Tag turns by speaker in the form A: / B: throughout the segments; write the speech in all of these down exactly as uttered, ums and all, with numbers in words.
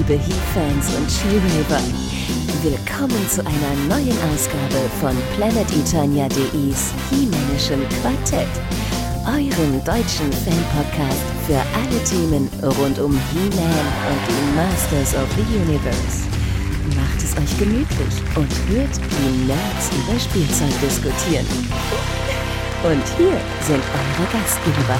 A: liebe He-Fans und She-Raver. Willkommen zu einer neuen Ausgabe von Planet Eternia punkt de's He-Manischen Quartett, eurem deutschen Fan-Podcast für alle Themen rund um He-Man und die Masters of the Universe. Macht es euch gemütlich und hört die Nerds über Spielzeug diskutieren. Und hier sind eure Gastgeber.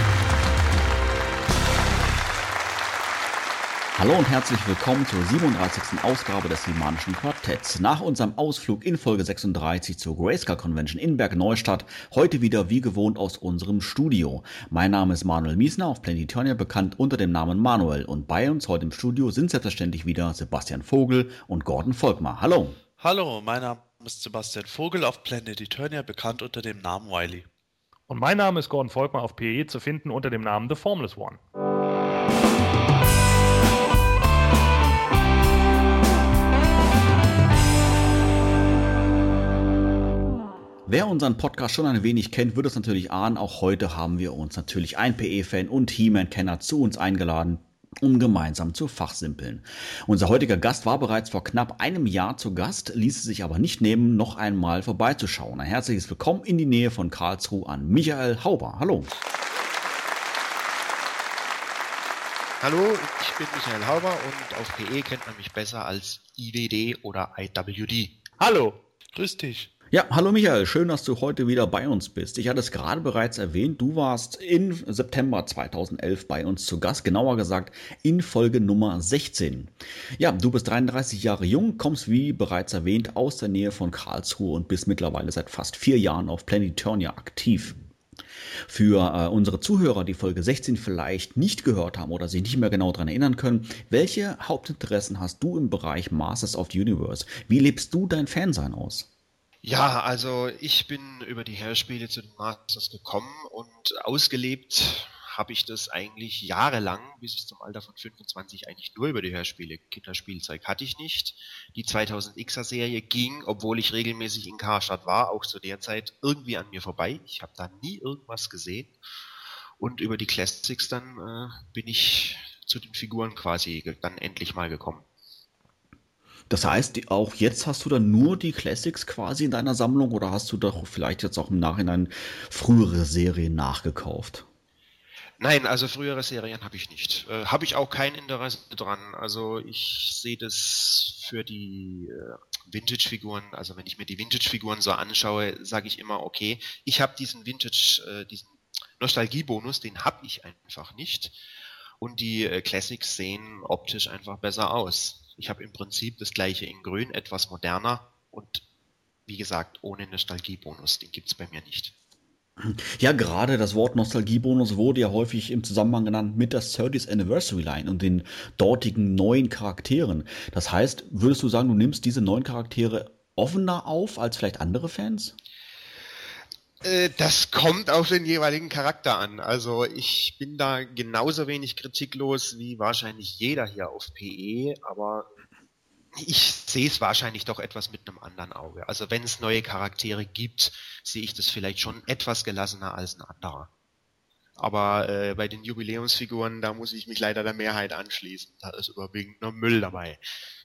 B: Hallo und herzlich willkommen zur siebenunddreißigsten Ausgabe des He-Manischen Quartetts. Nach unserem Ausflug in Folge sechsunddreißig zur Grayskull Convention in Bergneustadt, heute wieder wie gewohnt aus unserem Studio. Mein Name ist Manuel Miesner, auf Planet Eternia bekannt unter dem Namen Manuel. Und bei uns heute im Studio sind selbstverständlich wieder Sebastian Vogel und Gordon Volkmar. Hallo.
C: Hallo, mein Name ist Sebastian Vogel, auf Planet Eternia bekannt unter dem Namen Wiley.
D: Und mein Name ist Gordon Volkmar, auf P E zu finden unter dem Namen The Formless One.
B: Wer unseren Podcast schon ein wenig kennt, wird es natürlich ahnen. Auch heute haben wir uns natürlich ein P E-Fan und He-Man-Kenner zu uns eingeladen, um gemeinsam zu fachsimpeln. Unser heutiger Gast war bereits vor knapp einem Jahr zu Gast, ließ es sich aber nicht nehmen, noch einmal vorbeizuschauen. Ein herzliches Willkommen in die Nähe von Karlsruhe an Michael Hauber. Hallo.
E: Hallo, ich bin Michael Hauber und auf P E kennt man mich besser als I W D oder I W D.
D: Hallo.
C: Grüß dich.
B: Ja, hallo Michael, schön, dass du heute wieder bei uns bist. Ich hatte es gerade bereits erwähnt, du warst im September zweitausendelf bei uns zu Gast, genauer gesagt in Folge Nummer sechzehn. Ja, du bist dreiunddreißig Jahre jung, kommst wie bereits erwähnt aus der Nähe von Karlsruhe und bist mittlerweile seit fast vier Jahren auf Planet Eternia aktiv. Für äh, unsere Zuhörer, die Folge sechzehn vielleicht nicht gehört haben oder sich nicht mehr genau daran erinnern können, welche Hauptinteressen hast du im Bereich Masters of the Universe? Wie lebst du dein Fansein aus?
E: Ja, also ich bin über die Hörspiele zu den Masters gekommen und ausgelebt habe ich das eigentlich jahrelang, bis ich zum Alter von fünfundzwanzig eigentlich nur über die Hörspiele. Kinderspielzeug hatte ich nicht. Die zweitausend Xer Serie ging, obwohl ich regelmäßig in Karstadt war, auch zu der Zeit irgendwie an mir vorbei. Ich habe da nie irgendwas gesehen. Und über die Classics dann äh, bin ich zu den Figuren quasi dann endlich mal gekommen.
B: Das heißt, auch jetzt hast du dann nur die Classics quasi in deiner Sammlung oder hast du doch vielleicht jetzt auch im Nachhinein frühere Serien nachgekauft?
E: Nein, also frühere Serien habe ich nicht. Äh, habe ich auch kein Interesse dran. Also ich sehe das für die äh, Vintage-Figuren, also wenn ich mir die Vintage-Figuren so anschaue, sage ich immer, okay, ich habe diesen Vintage, äh, diesen Nostalgie-Bonus, den habe ich einfach nicht. Und die äh, Classics sehen optisch einfach besser aus. Ich habe im Prinzip das gleiche in grün, etwas moderner und wie gesagt, ohne Nostalgiebonus, den gibt's bei mir nicht.
B: Ja, gerade das Wort Nostalgiebonus wurde ja häufig im Zusammenhang genannt mit der thirtieth Anniversary Line und den dortigen neuen Charakteren. Das heißt, würdest du sagen, du nimmst diese neuen Charaktere offener auf als vielleicht andere Fans?
E: Das kommt auf den jeweiligen Charakter an. Also ich bin da genauso wenig kritiklos wie wahrscheinlich jeder hier auf P E, aber ich sehe es wahrscheinlich doch etwas mit einem anderen Auge. Also wenn es neue Charaktere gibt, sehe ich das vielleicht schon etwas gelassener als ein anderer. Aber äh, bei den Jubiläumsfiguren, da muss ich mich leider der Mehrheit anschließen. Da ist überwiegend nur Müll dabei.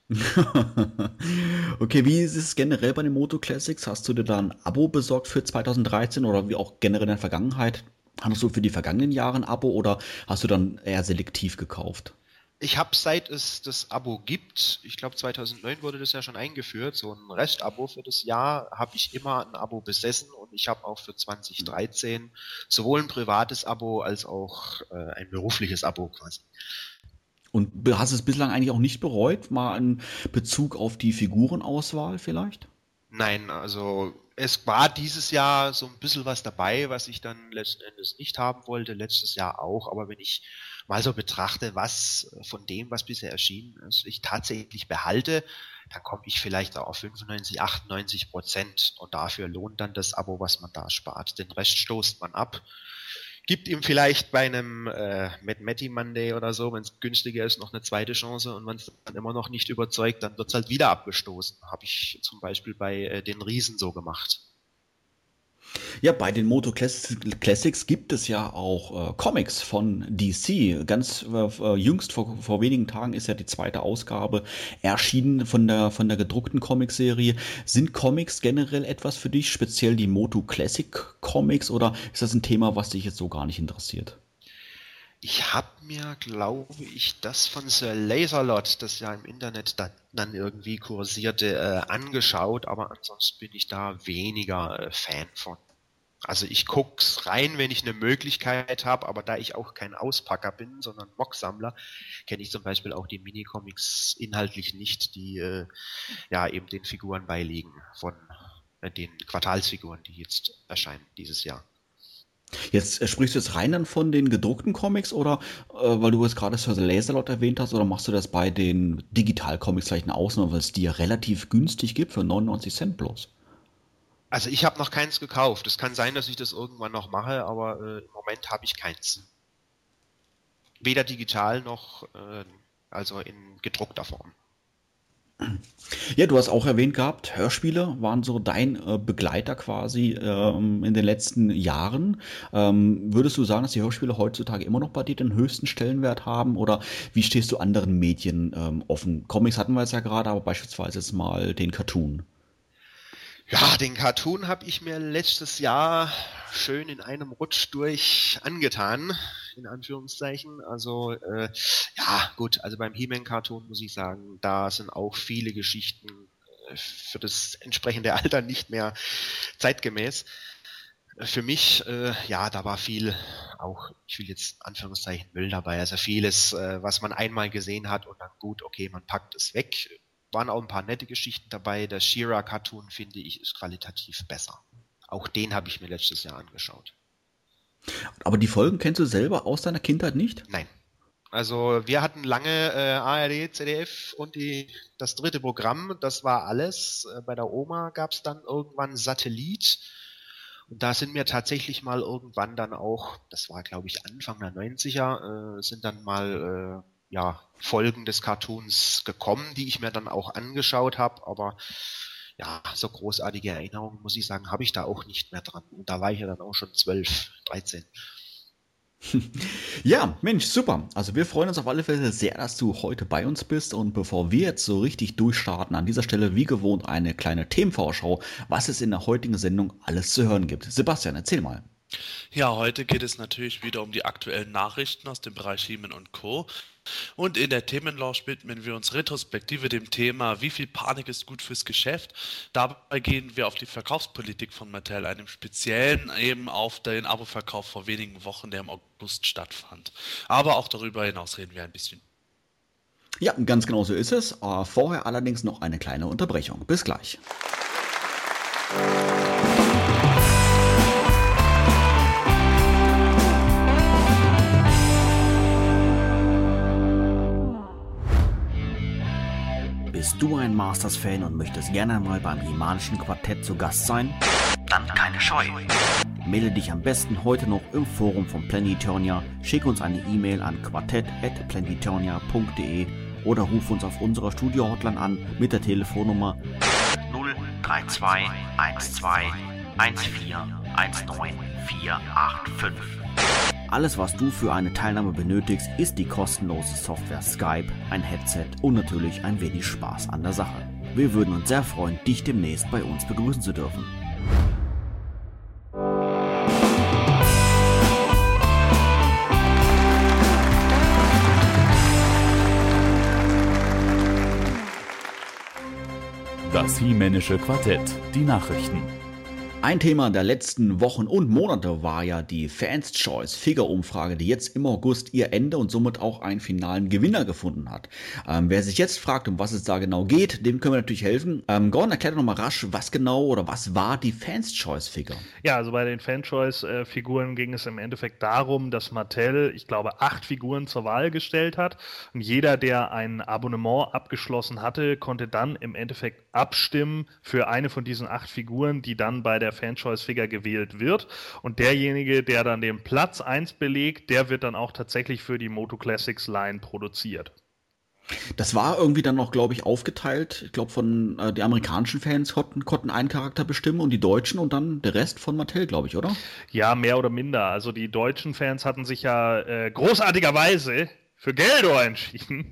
B: Okay, wie ist es generell bei den Moto Classics? Hast du dir da ein Abo besorgt für zweitausenddreizehn oder wie auch generell in der Vergangenheit? Hattest du für die vergangenen Jahre ein Abo oder hast du dann eher selektiv gekauft?
E: Ich habe, seit es das Abo gibt, ich glaube zweitausendneun wurde das ja schon eingeführt, so ein Restabo für das Jahr, habe ich immer ein Abo besessen und ich habe auch für zweitausenddreizehn sowohl ein privates Abo als auch äh, ein berufliches Abo quasi.
B: Und hast es bislang eigentlich auch nicht bereut, mal in Bezug auf die Figurenauswahl vielleicht?
E: Nein, also es war dieses Jahr so ein bisschen was dabei, was ich dann letzten Endes nicht haben wollte, letztes Jahr auch, aber wenn ich mal so betrachte, was von dem, was bisher erschienen ist, ich tatsächlich behalte, dann komme ich vielleicht auch auf fünfundneunzig, achtundneunzig Prozent und dafür lohnt dann das Abo, was man da spart. Den Rest stoßt man ab. Gibt ihm vielleicht bei einem äh, Mad Matty Monday oder so, wenn es günstiger ist, noch eine zweite Chance und wenn es dann immer noch nicht überzeugt, dann wird es halt wieder abgestoßen. Habe ich zum Beispiel bei äh, den Riesen so gemacht.
B: Ja, bei den Moto Classics gibt es ja auch äh, Comics von D C. Ganz äh, jüngst, vor, vor wenigen Tagen, ist ja die zweite Ausgabe erschienen von der, von der gedruckten Comicserie. Sind Comics generell etwas für dich, speziell die Moto Classic Comics, oder ist das ein Thema, was dich jetzt so gar nicht interessiert?
E: Ich habe mir, glaube ich, das von Sir Laserlot, das ja im Internet dann, dann irgendwie kursierte, äh, angeschaut, aber ansonsten bin ich da weniger äh, Fan von. Also ich guck's rein, wenn ich eine Möglichkeit habe, aber da ich auch kein Auspacker bin, sondern Mocksammler, kenne ich zum Beispiel auch die Minicomics inhaltlich nicht, die äh, ja eben den Figuren beiliegen von äh, den Quartalsfiguren, die jetzt erscheinen dieses Jahr.
B: Jetzt äh, sprichst du jetzt rein dann von den gedruckten Comics, oder äh, weil du jetzt gerade Sir Laserlot erwähnt hast, oder machst du das bei den Digital-Comics vielleicht eine Ausnahme, weil es die ja relativ günstig gibt für neunundneunzig Cent bloß?
E: Also ich habe noch keins gekauft. Es kann sein, dass ich das irgendwann noch mache, aber äh, im Moment habe ich keins. Weder digital noch äh, also in gedruckter Form.
B: Ja, du hast auch erwähnt gehabt, Hörspiele waren so dein äh, Begleiter quasi ähm, in den letzten Jahren. Ähm, würdest du sagen, dass die Hörspiele heutzutage immer noch bei dir den höchsten Stellenwert haben, oder wie stehst du anderen Medien ähm, offen? Comics hatten wir jetzt ja gerade, aber beispielsweise jetzt mal den Cartoon.
E: Ja, den Cartoon habe ich mir letztes Jahr schön in einem Rutsch durch angetan, in Anführungszeichen. Also äh, ja, gut, also beim He-Man-Cartoon muss ich sagen, da sind auch viele Geschichten äh, für das entsprechende Alter nicht mehr zeitgemäß. Für mich, äh, ja, da war viel auch, ich will jetzt Anführungszeichen Müll dabei, also vieles, äh, was man einmal gesehen hat und dann gut, okay, man packt es weg. Waren auch ein paar nette Geschichten dabei. Der She-Ra-Cartoon, finde ich, ist qualitativ besser. Auch den habe ich mir letztes Jahr angeschaut.
B: Aber die Folgen kennst du selber aus deiner Kindheit nicht?
E: Nein. Also wir hatten lange äh, A R D, C D F und die, das dritte Programm, das war alles. Äh, bei der Oma gab es dann irgendwann Satellit. Und da sind mir tatsächlich mal irgendwann dann auch, das war glaube ich Anfang der neunziger, äh, sind dann mal... Äh, ja, Folgen des Cartoons gekommen, die ich mir dann auch angeschaut habe, aber ja, so großartige Erinnerungen, muss ich sagen, habe ich da auch nicht mehr dran. Und da war ich ja dann auch schon zwölf, dreizehn.
B: Ja, Mensch, super. Also wir freuen uns auf alle Fälle sehr, dass du heute bei uns bist, und bevor wir jetzt so richtig durchstarten, an dieser Stelle wie gewohnt eine kleine Themenvorschau, was es in der heutigen Sendung alles zu hören gibt. Sebastian, erzähl mal.
C: Ja, heute geht es natürlich wieder um die aktuellen Nachrichten aus dem Bereich He-Man und Co. Und in der Themenlaunch widmen wir uns retrospektive dem Thema, wie viel Panik ist gut fürs Geschäft. Dabei gehen wir auf die Verkaufspolitik von Mattel, einem speziellen eben auf den Abo-Verkauf vor wenigen Wochen, der im August stattfand. Aber auch darüber hinaus reden wir ein bisschen.
B: Ja, ganz genau so ist es. Vorher allerdings noch eine kleine Unterbrechung. Bis gleich. Bist du ein Masters-Fan und möchtest gerne mal beim He-Manischen Quartett zu Gast sein? Dann keine Scheu. Melde dich am besten heute noch im Forum von Planetonia, schick uns eine E-Mail an quartett at planetonia punkt de oder ruf uns auf unserer Studio-Hotline an mit der Telefonnummer null drei zwei eins zwei eins vier eins neun vier acht fünf. Alles, was du für eine Teilnahme benötigst, ist die kostenlose Software Skype, ein Headset und natürlich ein wenig Spaß an der Sache. Wir würden uns sehr freuen, dich demnächst bei uns begrüßen zu dürfen.
F: Das He-Mänische Quartett, die Nachrichten.
B: Ein Thema der letzten Wochen und Monate war ja die Fans Choice Figure-Umfrage, die jetzt im August ihr Ende und somit auch einen finalen Gewinner gefunden hat. Ähm, wer sich jetzt fragt, um was es da genau geht, dem können wir natürlich helfen. Ähm, Gordon, erklär doch nochmal rasch, was genau oder was war die Fans Choice Figure?
D: Ja, also bei den Fan Choice äh, Figuren ging es im Endeffekt darum, dass Mattel, ich glaube, acht Figuren zur Wahl gestellt hat, und jeder, der ein Abonnement abgeschlossen hatte, konnte dann im Endeffekt abstimmen für eine von diesen acht Figuren, die dann bei der Fan-Choice-Figure gewählt wird, und derjenige, der dann den Platz eins belegt, der wird dann auch tatsächlich für die Moto Classics Line produziert.
B: Das war irgendwie dann noch, glaube ich, aufgeteilt. Ich glaube, von äh, die amerikanischen Fans konnten, konnten einen Charakter bestimmen und die Deutschen und dann der Rest von Mattel, glaube ich, oder?
D: Ja, mehr oder minder. Also die deutschen Fans hatten sich ja äh, großartigerweise für Geldor entschieden.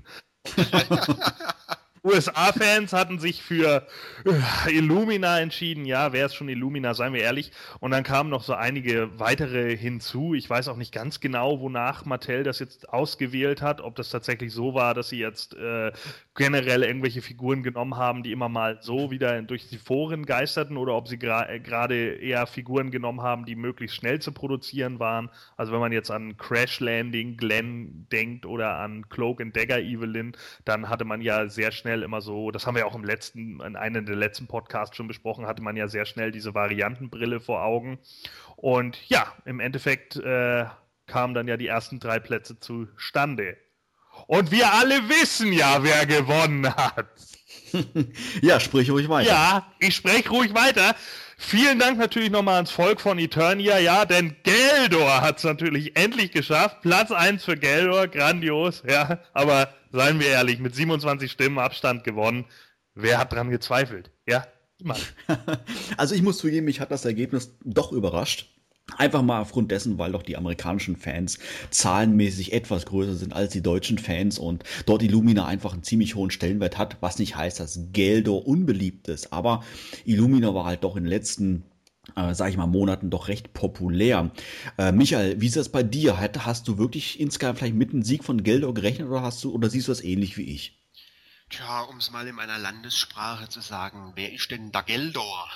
D: U S A-Fans hatten sich für äh, Illumina entschieden. Ja, wer ist schon Illumina, seien wir ehrlich. Und dann kamen noch so einige weitere hinzu. Ich weiß auch nicht ganz genau, wonach Mattel das jetzt ausgewählt hat. Ob das tatsächlich so war, dass sie jetzt äh, generell irgendwelche Figuren genommen haben, die immer mal so wieder durch die Foren geisterten, oder ob sie gra- gerade eher Figuren genommen haben, die möglichst schnell zu produzieren waren. Also wenn man jetzt an Crash Landing Glenn denkt oder an Cloak and Dagger Evelyn, dann hatte man ja sehr schnell immer so, das haben wir auch im letzten, in einem der letzten Podcasts schon besprochen, hatte man ja sehr schnell diese Variantenbrille vor Augen. Und ja, im Endeffekt äh, kamen dann ja die ersten drei Plätze zustande. Und wir alle wissen ja, wer gewonnen hat.
B: Ja, sprich ruhig weiter.
D: Ja, ich spreche ruhig weiter. Vielen Dank natürlich nochmal ans Volk von Eternia, ja, denn Geldor hat es natürlich endlich geschafft. Platz eins für Geldor, grandios, ja, aber seien wir ehrlich, mit siebenundzwanzig Stimmen Abstand gewonnen. Wer hat dran gezweifelt? Ja, niemand.
B: Also ich muss zugeben, mich hat das Ergebnis doch überrascht. Einfach mal aufgrund dessen, weil doch die amerikanischen Fans zahlenmäßig etwas größer sind als die deutschen Fans und dort Illumina einfach einen ziemlich hohen Stellenwert hat, was nicht heißt, dass Geldor unbeliebt ist. Aber Illumina war halt doch in den letzten, äh, sag ich mal, Monaten doch recht populär. Äh, Michael, wie ist das bei dir? Hast, hast du wirklich insgesamt vielleicht mit einem Sieg von Geldor gerechnet oder hast du oder siehst du das ähnlich wie ich?
E: Tja, um es mal in meiner Landessprache zu sagen, wer ist denn der Geldor?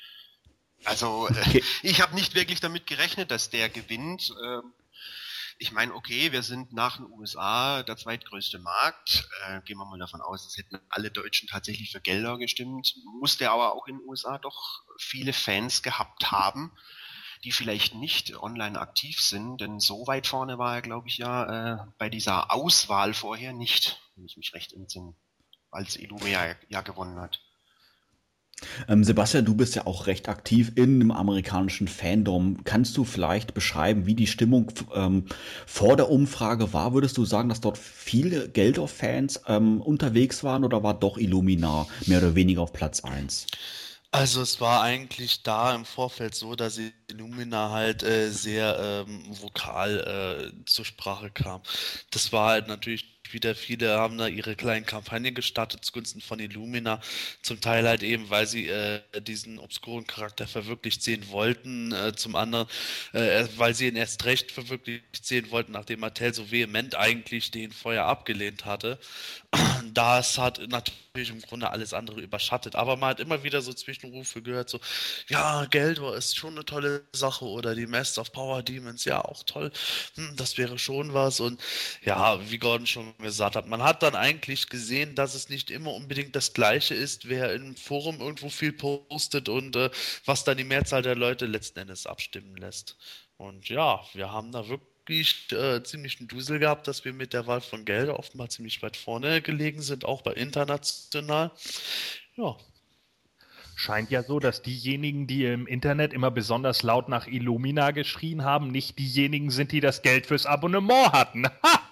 E: Also,
B: Okay.
E: äh, ich habe nicht wirklich damit gerechnet, dass der gewinnt. Ähm, ich meine, okay, wir sind nach den U S A der zweitgrößte Markt. Äh, gehen wir mal davon aus, es hätten alle Deutschen tatsächlich für Geldor gestimmt. Musste aber auch in den U S A doch viele Fans gehabt haben, die vielleicht nicht online aktiv sind, denn so weit vorne war er, glaube ich, ja äh, bei dieser Auswahl vorher nicht, wenn ich mich recht entsinne, als Illumina ja gewonnen hat.
B: Ähm, Sebastian, du bist ja auch recht aktiv in dem amerikanischen Fandom. Kannst du vielleicht beschreiben, wie die Stimmung ähm, vor der Umfrage war? Würdest du sagen, dass dort viele Geldor-Fans ähm, unterwegs waren oder war doch Illumina mehr oder weniger auf Platz eins?
C: Also es war eigentlich da im Vorfeld so, dass Illumina halt äh, sehr ähm, vokal äh, zur Sprache kam. Das war halt natürlich wieder, viele haben da ihre kleinen Kampagnen gestartet zugunsten von Illumina, zum Teil halt eben, weil sie äh, diesen obskuren Charakter verwirklicht sehen wollten, äh, zum anderen, äh, weil sie ihn erst recht verwirklicht sehen wollten, nachdem Mattel so vehement eigentlich den vorher abgelehnt hatte. Das hat natürlich im Grunde alles andere überschattet, aber man hat immer wieder so Zwischenrufe gehört, so, ja, Geldor ist schon eine tolle Sache oder die Master of Power Demons, ja, auch toll, hm, das wäre schon was und ja, wie Gordon schon gesagt hat, man hat dann eigentlich gesehen, dass es nicht immer unbedingt das Gleiche ist, wer im Forum irgendwo viel postet und äh, was dann die Mehrzahl der Leute letzten Endes abstimmen lässt. Und ja, wir haben da wirklich Äh, ziemlich einen Dusel gehabt, dass wir mit der Wahl von Geldor offenbar ziemlich weit vorne gelegen sind, auch bei international. Ja.
D: Scheint ja so, dass diejenigen, die im Internet immer besonders laut nach Illumina geschrien haben, nicht diejenigen sind, die das Geld fürs Abonnement hatten.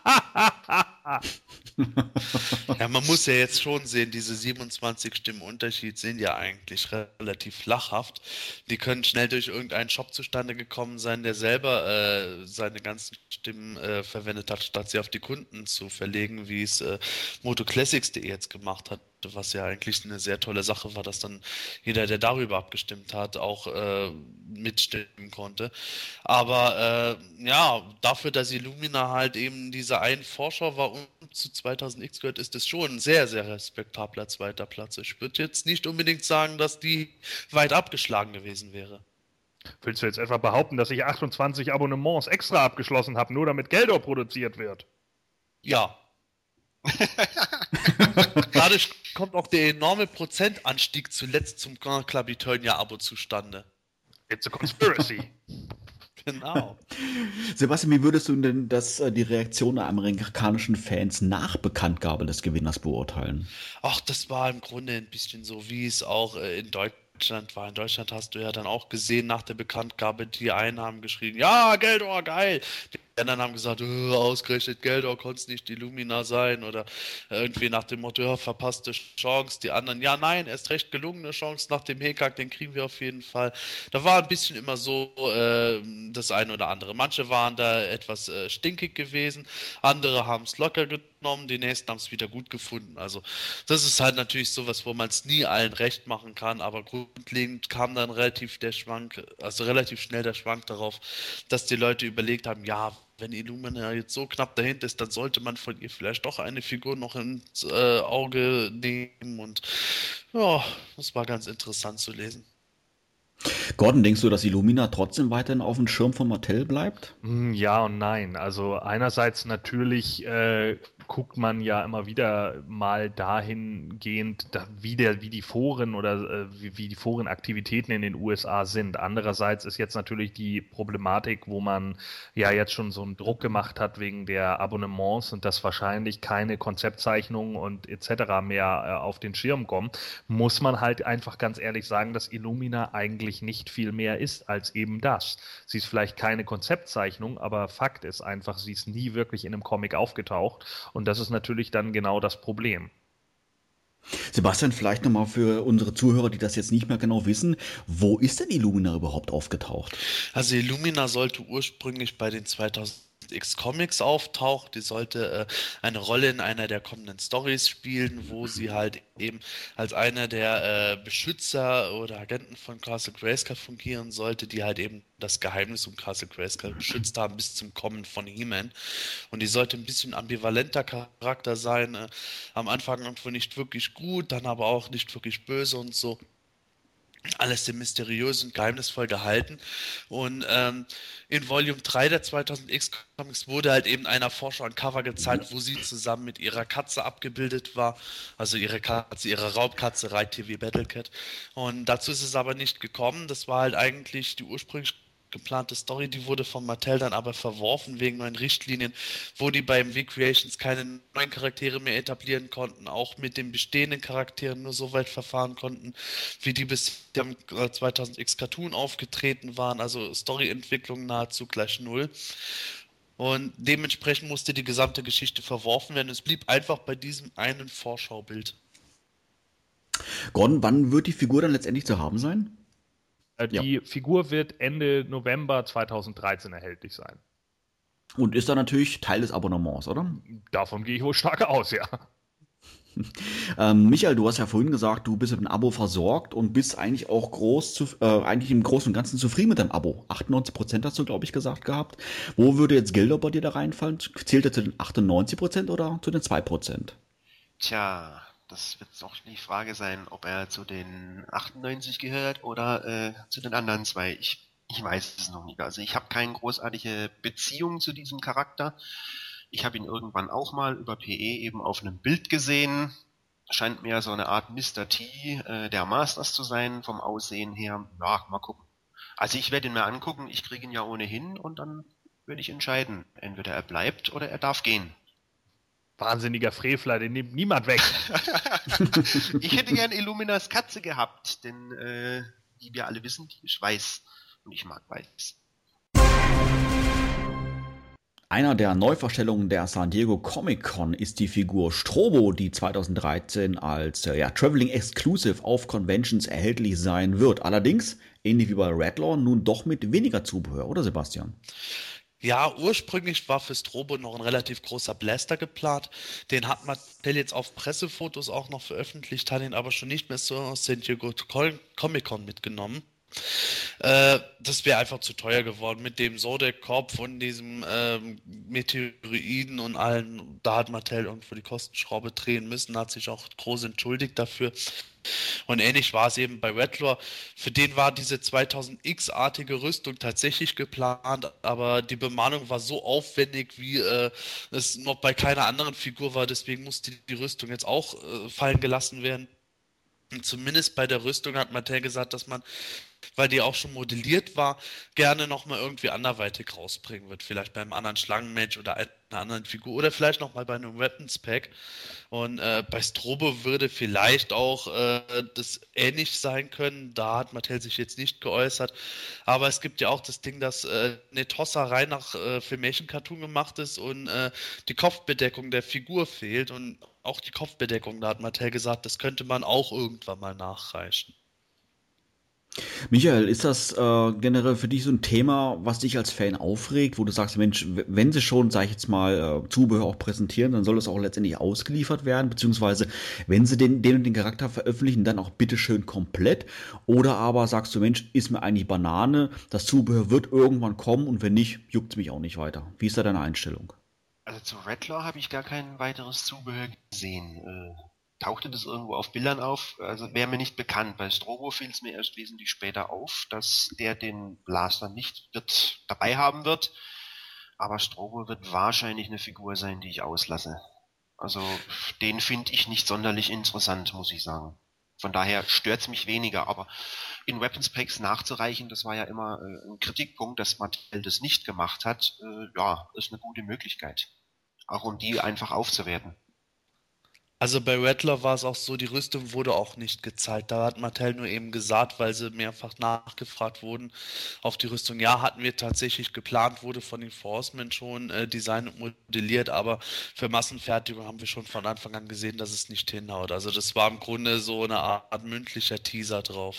C: Ja, man muss ja jetzt schon sehen, diese siebenundzwanzig Stimmen Unterschied sind ja eigentlich relativ lachhaft. Die können schnell durch irgendeinen Shop zustande gekommen sein, der selber äh, seine ganzen Stimmen äh, verwendet hat, statt sie auf die Kunden zu verlegen, wie es äh, motoclassics punkt de jetzt gemacht hat, was ja eigentlich eine sehr tolle Sache war, dass dann jeder, der darüber abgestimmt hat, auch äh, mitstimmen konnte. Aber äh, ja, dafür, dass Illumina halt eben diese einen Vorschau war und zu zweitausend X gehört, ist es schon ein sehr, sehr respektabler zweiter Platz. Ich würde jetzt nicht unbedingt sagen, dass die weit abgeschlagen gewesen wäre.
D: Willst du jetzt etwa behaupten, dass ich achtundzwanzig Abonnements extra abgeschlossen habe, nur damit Geldor produziert wird?
C: Ja. Dadurch kommt auch der enorme Prozentanstieg zuletzt zum Club Eternia-Abo zustande.
D: It's a conspiracy.
C: Genau.
B: Sebastian, wie würdest du denn das, äh, die Reaktion der amerikanischen Fans nach Bekanntgabe des Gewinners beurteilen?
C: Ach, das war im Grunde ein bisschen so, wie es auch äh, in Deutschland war. In Deutschland hast du ja dann auch gesehen, nach der Bekanntgabe, die einen haben geschrien, ja, Geldor, geil. anderen haben gesagt, oh, ausgerechnet Geldor konnte es nicht die Illumina sein oder irgendwie nach dem Motto, ja, verpasste Chance. Die anderen, ja, nein, erst recht gelungene Chance nach dem Hekak, den kriegen wir auf jeden Fall. Da war ein bisschen immer so äh, das eine oder andere. Manche waren da etwas äh, stinkig gewesen, andere haben es locker genommen, die nächsten haben es wieder gut gefunden. Also das ist halt natürlich sowas, wo man es nie allen recht machen kann, aber grundlegend kam dann relativ der Schwank, also relativ schnell der Schwank darauf, dass die Leute überlegt haben, ja, wenn Illumina jetzt so knapp dahinter ist, dann sollte man von ihr vielleicht doch eine Figur noch ins äh, Auge nehmen und ja, das war ganz interessant zu lesen.
B: Gordon, denkst du, dass Illumina trotzdem weiterhin auf dem Schirm von Mattel bleibt?
D: Ja und nein. Also einerseits natürlich äh, guckt man ja immer wieder mal dahingehend, da, wie, der, wie die Foren oder äh, wie, wie die Forenaktivitäten in den U S A sind. Andererseits ist jetzt natürlich die Problematik, wo man ja jetzt schon so einen Druck gemacht hat wegen der Abonnements und dass wahrscheinlich keine Konzeptzeichnungen und et cetera mehr äh, auf den Schirm kommen, muss man halt einfach ganz ehrlich sagen, dass Illumina eigentlich nicht viel mehr ist als eben das. Sie ist vielleicht keine Konzeptzeichnung, aber Fakt ist einfach, sie ist nie wirklich in einem Comic aufgetaucht und das ist natürlich dann genau das Problem.
B: Sebastian, vielleicht nochmal für unsere Zuhörer, die das jetzt nicht mehr genau wissen, wo ist denn Illumina überhaupt aufgetaucht?
C: Also Illumina sollte ursprünglich bei den zweitausend X Comics auftaucht, die sollte äh, eine Rolle in einer der kommenden Stories spielen, wo sie halt eben als einer der äh, Beschützer oder Agenten von Castle Grayskull fungieren sollte, die halt eben das Geheimnis um Castle Grayskull beschützt haben bis zum Kommen von He-Man. Und die sollte ein bisschen ambivalenter Charakter sein, äh, am Anfang irgendwo nicht wirklich gut, dann aber auch nicht wirklich böse und so. Alles sehr mysteriös und geheimnisvoll gehalten. Und ähm, in Volume drei der zweitausend X Comics wurde halt eben einer Vorschau ein Cover gezeigt, wo sie zusammen mit ihrer Katze abgebildet war. Also ihre Katze, ihre Raubkatze, Rai-T V Battlecat. Und dazu ist es aber nicht gekommen. Das war halt eigentlich die ursprünglich geplante Story, die wurde von Mattel dann aber verworfen wegen neuen Richtlinien, wo die beim V-Creations keine neuen Charaktere mehr etablieren konnten, auch mit den bestehenden Charakteren nur so weit verfahren konnten, wie die bis am zweitausend X Cartoon aufgetreten waren, also Storyentwicklung nahezu gleich null. Und dementsprechend musste die gesamte Geschichte verworfen werden. Es blieb einfach bei diesem einen Vorschaubild.
B: Gordon, wann wird die Figur dann letztendlich zu haben sein?
D: Die
B: Ja.
D: Figur wird Ende November zweitausenddreizehn erhältlich sein.
B: Und ist dann natürlich Teil des Abonnements, oder?
D: Davon gehe ich wohl stark aus, ja.
B: Ähm, Michael, du hast ja vorhin gesagt, du bist mit einem Abo versorgt und bist eigentlich auch groß, zu, äh, eigentlich im Großen und Ganzen zufrieden mit deinem Abo. achtundneunzig Prozent hast du, glaube ich, gesagt gehabt. Wo würde jetzt Geldor bei dir da reinfallen? Zählt er zu den achtundneunzig Prozent oder zu den zwei Prozent?
E: Tja, das wird auch die Frage sein, ob er zu den achtundneunzig gehört oder äh, zu den anderen zwei. Ich, ich weiß es noch nicht. Also ich habe keine großartige Beziehung zu diesem Charakter. Ich habe ihn irgendwann auch mal über P E eben auf einem Bild gesehen. Scheint mir so eine Art Mister T äh, der Masters zu sein, vom Aussehen her. Ja, mal gucken. Also ich werde ihn mir angucken, ich kriege ihn ja ohnehin und dann werde ich entscheiden. Entweder er bleibt oder er darf gehen.
D: Wahnsinniger Frevler, den nimmt niemand weg.
E: Ich hätte gern Illuminas Katze gehabt, denn äh, wie wir alle wissen, die ist weiß und ich mag weiß.
B: Einer der Neuvorstellungen der San Diego Comic Con ist die Figur Strobo, die zweitausenddreizehn als äh, ja, Traveling Exclusive auf Conventions erhältlich sein wird. Allerdings, ähnlich wie bei Redlaw, nun doch mit weniger Zubehör, oder Sebastian?
C: Ja, ursprünglich war für Strobo noch ein relativ großer Blaster geplant. Den hat Mattel jetzt auf Pressefotos auch noch veröffentlicht, hat ihn aber schon nicht mehr zur San Diego Comic Con mitgenommen. Äh, das wäre einfach zu teuer geworden mit dem Zodiac-Kopf und diesem ähm, Meteoroiden und allen. Da hat Mattel irgendwo die Kostenschraube drehen müssen, hat sich auch groß entschuldigt dafür. Und ähnlich war es eben bei Redlaw. Für den war diese zweitausend X-artige Rüstung tatsächlich geplant, aber die Bemalung war so aufwendig, wie äh, es noch bei keiner anderen Figur war. Deswegen musste die Rüstung jetzt auch äh, fallen gelassen werden. Und zumindest bei der Rüstung hat Mattel gesagt, dass man, weil die auch schon modelliert war, gerne nochmal irgendwie anderweitig rausbringen wird. Vielleicht beim anderen Schlangenmensch oder anderen Figur oder vielleicht nochmal bei einem Weapons Pack. Und äh, bei Strobo würde vielleicht auch äh, das ähnlich sein können. Da hat Mattel sich jetzt nicht geäußert. Aber es gibt ja auch das Ding, dass äh, eine Tosserei nach äh, Filmation-Cartoon gemacht ist und äh, die Kopfbedeckung der Figur fehlt. Und auch die Kopfbedeckung, da hat Mattel gesagt, das könnte man auch irgendwann mal nachreichen.
B: Michael, ist das äh, generell für dich so ein Thema, was dich als Fan aufregt, wo du sagst, Mensch, w- wenn sie schon, sag ich jetzt mal, äh, Zubehör auch präsentieren, dann soll es auch letztendlich ausgeliefert werden, beziehungsweise wenn sie den, den und den Charakter veröffentlichen, dann auch bitteschön komplett, oder aber sagst du, Mensch, ist mir eigentlich Banane, das Zubehör wird irgendwann kommen und wenn nicht, juckt's mich auch nicht weiter. Wie ist da deine Einstellung?
E: Also zu Redlaw habe ich gar kein weiteres Zubehör gesehen. Äh, tauchte das irgendwo auf Bildern auf? Also wäre mir nicht bekannt. Bei Strobo fiel es mir erst wesentlich später auf, dass der den Blaster nicht wird, dabei haben wird. Aber Strobo wird wahrscheinlich eine Figur sein, die ich auslasse. Also den finde ich nicht sonderlich interessant, muss ich sagen. Von daher stört es mich weniger. Aber in Weapons Packs nachzureichen, das war ja immer äh, ein Kritikpunkt, dass Mattel das nicht gemacht hat. Äh, ja, ist eine gute Möglichkeit. Auch um die einfach aufzuwerten.
C: Also bei Rattler war es auch so, die Rüstung wurde auch nicht gezeigt. Da hat Mattel nur eben gesagt, weil sie mehrfach nachgefragt wurden auf die Rüstung. Ja, hatten wir tatsächlich geplant, wurde von den Enforcement schon äh, designt und modelliert, aber für Massenfertigung haben wir schon von Anfang an gesehen, dass es nicht hinhaut. Also das war im Grunde so eine Art mündlicher Teaser drauf.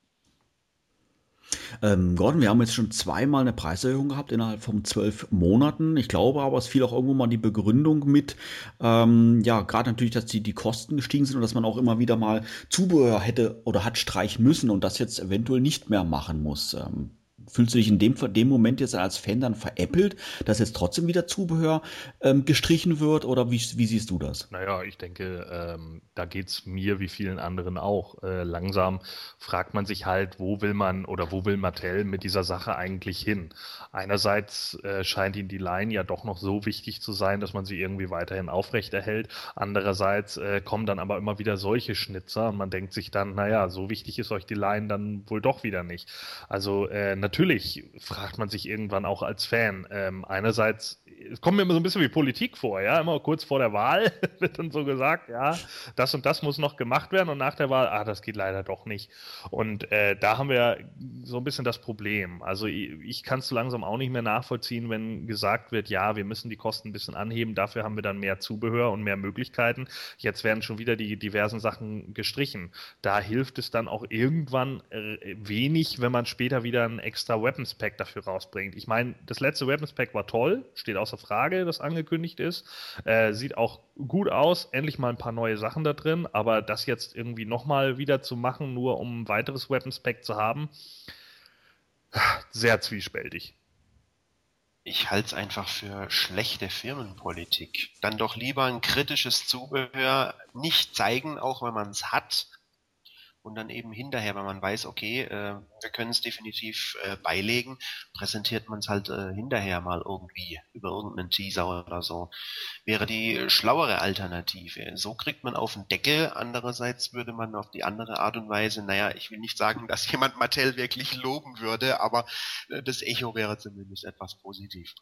B: Ähm, Gordon, wir haben jetzt schon zweimal eine Preiserhöhung gehabt innerhalb von zwölf Monaten. Ich glaube aber, es fiel auch irgendwo mal die Begründung mit, ähm, ja, gerade natürlich, dass die, die Kosten gestiegen sind und dass man auch immer wieder mal Zubehör hätte oder hat streichen müssen und das jetzt eventuell nicht mehr machen muss. Ähm, fühlst du dich in dem, dem Moment jetzt als Fan dann veräppelt, dass jetzt trotzdem wieder Zubehör ähm, gestrichen wird oder wie, wie siehst du das?
D: Naja, ich denke, ähm, da geht's mir wie vielen anderen auch. Äh, langsam fragt man sich halt, wo will man oder wo will Mattel mit dieser Sache eigentlich hin? Einerseits äh, scheint ihnen die Line ja doch noch so wichtig zu sein, dass man sie irgendwie weiterhin aufrechterhält. Andererseits äh, kommen dann aber immer wieder solche Schnitzer und man denkt sich dann, naja, so wichtig ist euch die Line dann wohl doch wieder nicht. Also äh, natürlich fragt man sich irgendwann auch als Fan. Ähm, einerseits, es kommt mir immer so ein bisschen wie Politik vor, ja, immer kurz vor der Wahl wird dann so gesagt, ja, das und das muss noch gemacht werden und nach der Wahl, ah, das geht leider doch nicht. Und äh, da haben wir so ein bisschen das Problem. Also ich, ich kann es so langsam auch nicht mehr nachvollziehen, wenn gesagt wird, ja, wir müssen die Kosten ein bisschen anheben, dafür haben wir dann mehr Zubehör und mehr Möglichkeiten. Jetzt werden schon wieder die diversen Sachen gestrichen. Da hilft es dann auch irgendwann äh, wenig, wenn man später wieder ein extra Weapons Pack dafür rausbringt. Ich meine, das letzte Weapons Pack war toll, steht außer Frage, das angekündigt ist. Äh, sieht auch gut aus, endlich mal ein paar neue Sachen da drin, aber das jetzt irgendwie nochmal wieder zu machen, nur um ein weiteres Weapons Pack zu haben, sehr zwiespältig.
E: Ich halte es einfach für schlechte Firmenpolitik. Dann doch lieber ein kritisches Zubehör nicht zeigen, auch wenn man es hat. Und dann eben hinterher, wenn man weiß, okay, äh, wir können es definitiv äh, beilegen, präsentiert man es halt äh, hinterher mal irgendwie über irgendeinen Teaser oder so. Wäre die schlauere Alternative. So kriegt man auf den Deckel. Andererseits würde man auf die andere Art und Weise, naja, ich will nicht sagen, dass jemand Mattel wirklich loben würde, aber äh, das Echo wäre zumindest etwas positiv.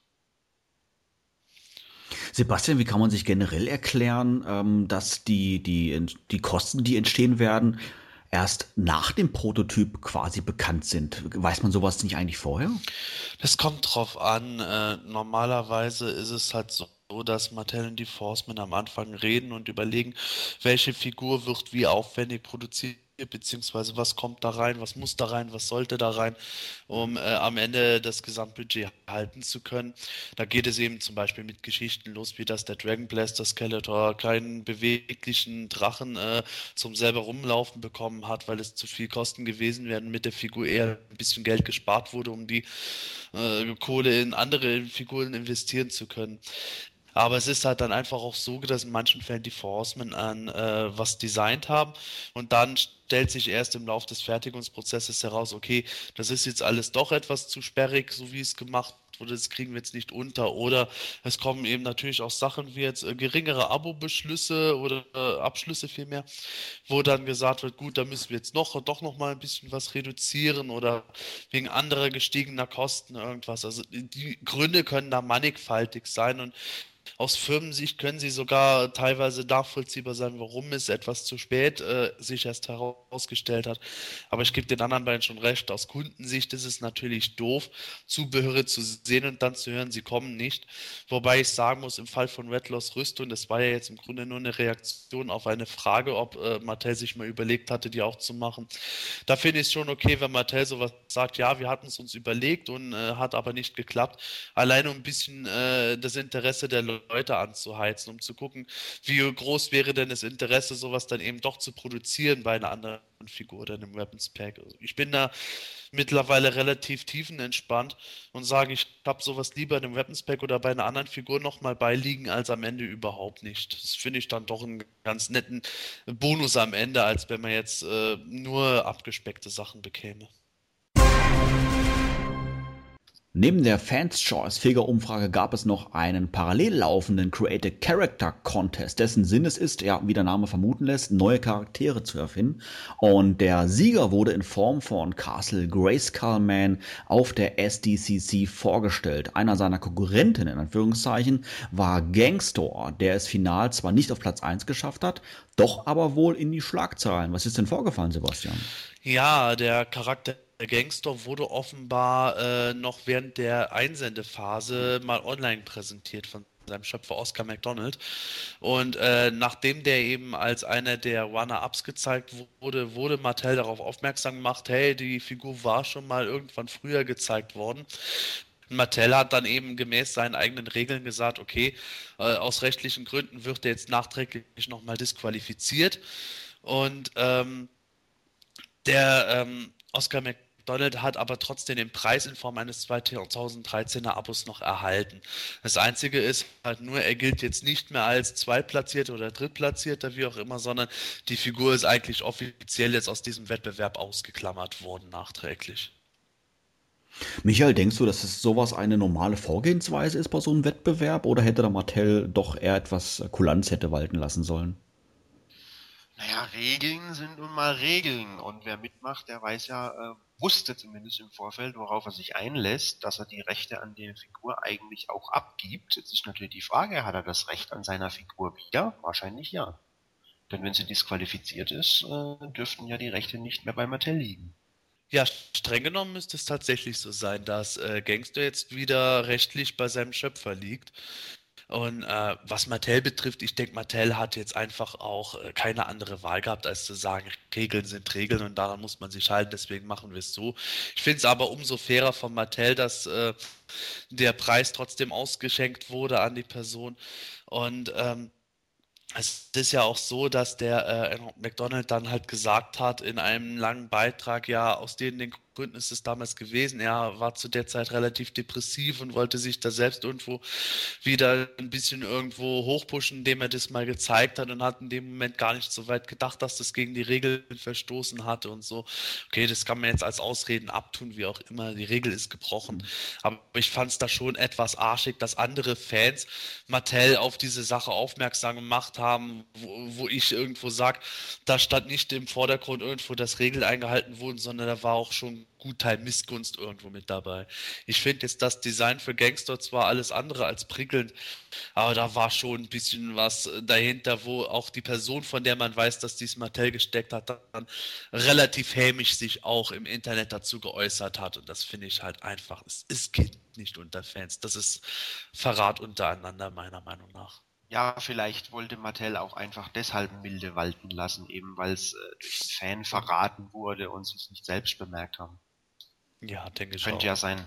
B: Sebastian, wie kann man sich generell erklären, ähm, dass die, die, die Kosten, die entstehen werden, erst nach dem Prototyp quasi bekannt sind? Weiß man sowas nicht eigentlich vorher?
C: Das kommt drauf an. Äh, normalerweise ist es halt so, dass Mattel und die Enforcement am Anfang reden und überlegen, welche Figur wird wie aufwendig produziert, beziehungsweise was kommt da rein, was muss da rein, was sollte da rein, um äh, am Ende das Gesamtbudget halten zu können. Da geht es eben zum Beispiel mit Geschichten los, wie dass der Dragon Blaster Skeletor keinen beweglichen Drachen äh, zum selber rumlaufen bekommen hat, weil es zu viel Kosten gewesen wären, mit der Figur eher ein bisschen Geld gespart wurde, um die äh, Kohle in andere Figuren investieren zu können. Aber es ist halt dann einfach auch so, dass in manchen Fällen die Enforcement an äh, was designt haben und dann stellt sich erst im Laufe des Fertigungsprozesses heraus, okay, das ist jetzt alles doch etwas zu sperrig, so wie es gemacht wurde, das kriegen wir jetzt nicht unter. Oder es kommen eben natürlich auch Sachen wie jetzt äh, geringere Abo-Beschlüsse oder äh, Abschlüsse vielmehr, wo dann gesagt wird, gut, da müssen wir jetzt noch, doch noch mal ein bisschen was reduzieren oder wegen anderer gestiegener Kosten irgendwas. Also die Gründe können da mannigfaltig sein und Aus Firmensicht können sie sogar teilweise nachvollziehbar sein, warum es etwas zu spät äh, sich erst herausgestellt hat. Aber ich gebe den anderen beiden schon recht. Aus Kundensicht ist es natürlich doof, Zubehöre zu sehen und dann zu hören, sie kommen nicht. Wobei ich sagen muss, im Fall von Red Loss Rüstung, das war ja jetzt im Grunde nur eine Reaktion auf eine Frage, ob äh, Mattel sich mal überlegt hatte, die auch zu machen. Da finde ich es schon okay, wenn Mattel sowas sagt, ja, wir hatten es uns überlegt und äh, hat aber nicht geklappt. Alleine um ein bisschen äh, das Interesse der Leute anzuheizen, um zu gucken, wie groß wäre denn das Interesse, sowas dann eben doch zu produzieren bei einer anderen Figur oder einem Weapons Pack. Also ich bin da mittlerweile relativ tiefenentspannt und sage, ich habe sowas lieber in einem Weapons Pack oder bei einer anderen Figur nochmal beiliegen, als am Ende überhaupt nicht. Das finde ich dann doch einen ganz netten Bonus am Ende, als wenn man jetzt äh, nur abgespeckte Sachen bekäme.
B: Neben der Fans Choice Figure-Umfrage gab es noch einen parallel laufenden Create a Character Contest, dessen Sinn es ist, ja, wie der Name vermuten lässt, neue Charaktere zu erfinden. Und der Sieger wurde in Form von Castle Grayskull Man auf der S D C C vorgestellt. Einer seiner Konkurrenten, in Anführungszeichen, war Gangstor, der es final zwar nicht auf Platz eins geschafft hat, doch aber wohl in die Schlagzeilen. Was ist denn vorgefallen, Sebastian?
C: Ja, der Charakter Der Gangstor wurde offenbar äh, noch während der Einsendephase mal online präsentiert von seinem Schöpfer Oscar McDonald. Und äh, nachdem der eben als einer der Runner-Ups gezeigt wurde, wurde Mattel darauf aufmerksam gemacht, hey, die Figur war schon mal irgendwann früher gezeigt worden. Mattel hat dann eben gemäß seinen eigenen Regeln gesagt, okay, äh, aus rechtlichen Gründen wird er jetzt nachträglich nochmal disqualifiziert. Und ähm, der ähm, Oscar McDonald Donald hat aber trotzdem den Preis in Form eines zweitausenddreizehner Abos noch erhalten. Das Einzige ist halt nur, er gilt jetzt nicht mehr als Zweitplatzierter oder Drittplatzierter, wie auch immer, sondern die Figur ist eigentlich offiziell jetzt aus diesem Wettbewerb ausgeklammert worden, nachträglich.
B: Michael, denkst du, dass es sowas eine normale Vorgehensweise ist bei so einem Wettbewerb oder hätte da Mattel doch eher etwas Kulanz hätte walten lassen sollen?
E: Naja, Regeln sind nun mal Regeln und wer mitmacht, der weiß ja, äh, wusste zumindest im Vorfeld, worauf er sich einlässt, dass er die Rechte an der Figur eigentlich auch abgibt. Jetzt ist natürlich die Frage, hat er das Recht an seiner Figur wieder? Wahrscheinlich ja. Denn wenn sie disqualifiziert ist, äh, dürften ja die Rechte nicht mehr bei Mattel liegen.
C: Ja, streng genommen müsste es tatsächlich so sein, dass äh, Gangstor jetzt wieder rechtlich bei seinem Schöpfer liegt. Und äh, was Mattel betrifft, ich denke, Mattel hat jetzt einfach auch äh, keine andere Wahl gehabt, als zu sagen, Regeln sind Regeln und daran muss man sich halten, deswegen machen wir es so. Ich finde es aber umso fairer von Mattel, dass äh, der Preis trotzdem ausgeschenkt wurde an die Person. Und ähm, es ist ja auch so, dass der äh, McDonald dann halt gesagt hat in einem langen Beitrag, ja, aus den, den Gründen ist es damals gewesen. Er war zu der Zeit relativ depressiv und wollte sich da selbst irgendwo wieder ein bisschen irgendwo hochpushen, indem er das mal gezeigt hat und hat in dem Moment gar nicht so weit gedacht, dass das gegen die Regeln verstoßen hatte und so. Okay, das kann man jetzt als Ausreden abtun, wie auch immer. Die Regel ist gebrochen. Aber ich fand es da schon etwas arschig, dass andere Fans Mattel auf diese Sache aufmerksam gemacht haben, wo, wo ich irgendwo sage, da stand nicht im Vordergrund irgendwo, dass Regeln eingehalten wurden, sondern da war auch schon Gutteil Missgunst irgendwo mit dabei. Ich finde jetzt das Design für Gangstor zwar alles andere als prickelnd, aber da war schon ein bisschen was dahinter, wo auch die Person, von der man weiß, dass dies Mattel gesteckt hat, dann relativ hämisch sich auch im Internet dazu geäußert hat. Und das finde ich halt einfach, es, es geht nicht unter Fans. Das ist Verrat untereinander, meiner Meinung nach.
E: Ja, vielleicht wollte Mattel auch einfach deshalb milde walten lassen, eben weil es äh, durch einen Fan verraten wurde und sie es nicht selbst bemerkt haben.
C: Ja, denke ich
E: Könnte
C: auch.
E: ja sein.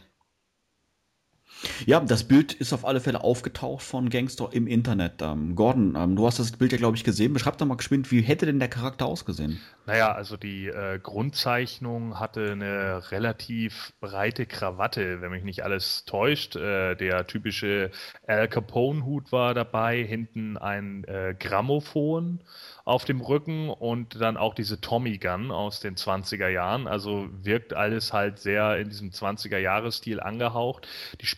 B: Ja, das Bild ist auf alle Fälle aufgetaucht von Gangstor im Internet. Ähm, Gordon, ähm, du hast das Bild ja, glaube ich, gesehen. Beschreib doch mal geschwind, wie hätte denn der Charakter ausgesehen?
D: Naja, also die äh, Grundzeichnung hatte eine relativ breite Krawatte, wenn mich nicht alles täuscht. Äh, der typische Al Capone-Hut war dabei, hinten ein äh, Grammophon auf dem Rücken und dann auch diese Tommy Gun aus den zwanziger Jahren. Also wirkt alles halt sehr in diesem zwanziger-Jahres-Stil angehaucht. Die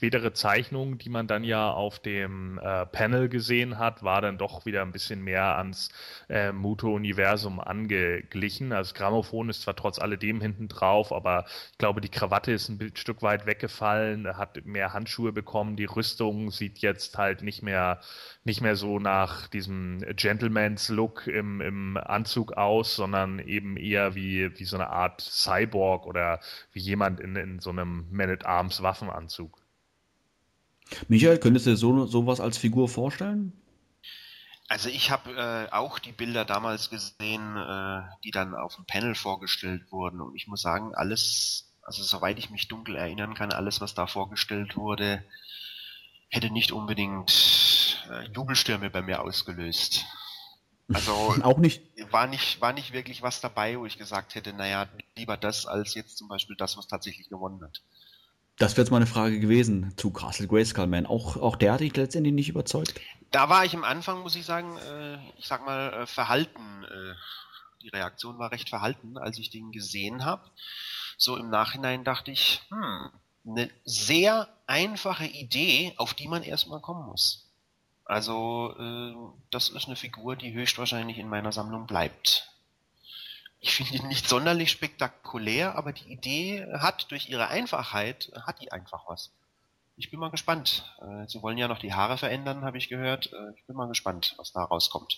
D: spätere Zeichnung, die man dann ja auf dem äh, Panel gesehen hat, war dann doch wieder ein bisschen mehr ans äh, Muto-Universum angeglichen. Also das Grammophon ist zwar trotz alledem hinten drauf, aber ich glaube, die Krawatte ist ein Stück weit weggefallen, er hat mehr Handschuhe bekommen, die Rüstung sieht jetzt halt nicht mehr, nicht mehr so nach diesem Gentleman's Look im, im Anzug aus, sondern eben eher wie, wie so eine Art Cyborg oder wie jemand in, in so einem Man-at-Arms-Waffenanzug.
B: Michael, könntest du dir so, sowas als Figur vorstellen?
E: Also ich habe äh, auch die Bilder damals gesehen, äh, die dann auf dem Panel vorgestellt wurden, und ich muss sagen, alles, also soweit ich mich dunkel erinnern kann, alles, was da vorgestellt wurde, hätte nicht unbedingt äh, Jubelstürme bei mir ausgelöst. Also
B: auch nicht.
E: War nicht, war nicht wirklich was dabei, wo ich gesagt hätte, naja, lieber das als jetzt zum Beispiel das, was tatsächlich gewonnen hat.
B: Das wäre jetzt meine Frage gewesen zu Castle Grayskull Man. Auch, auch der hat dich letztendlich nicht überzeugt?
E: Da war ich am Anfang, muss ich sagen, äh, ich sag mal, äh, verhalten. Äh, die Reaktion war recht verhalten, als ich den gesehen habe. So im Nachhinein dachte ich, hm, eine sehr einfache Idee, auf die man erstmal kommen muss. Also, äh, das ist eine Figur, die höchstwahrscheinlich in meiner Sammlung bleibt. Ich finde ihn nicht sonderlich spektakulär, aber die Idee hat durch ihre Einfachheit, hat die einfach was. Ich bin mal gespannt. Äh, sie wollen ja noch die Haare verändern, habe ich gehört. Äh, ich bin mal gespannt, was da rauskommt.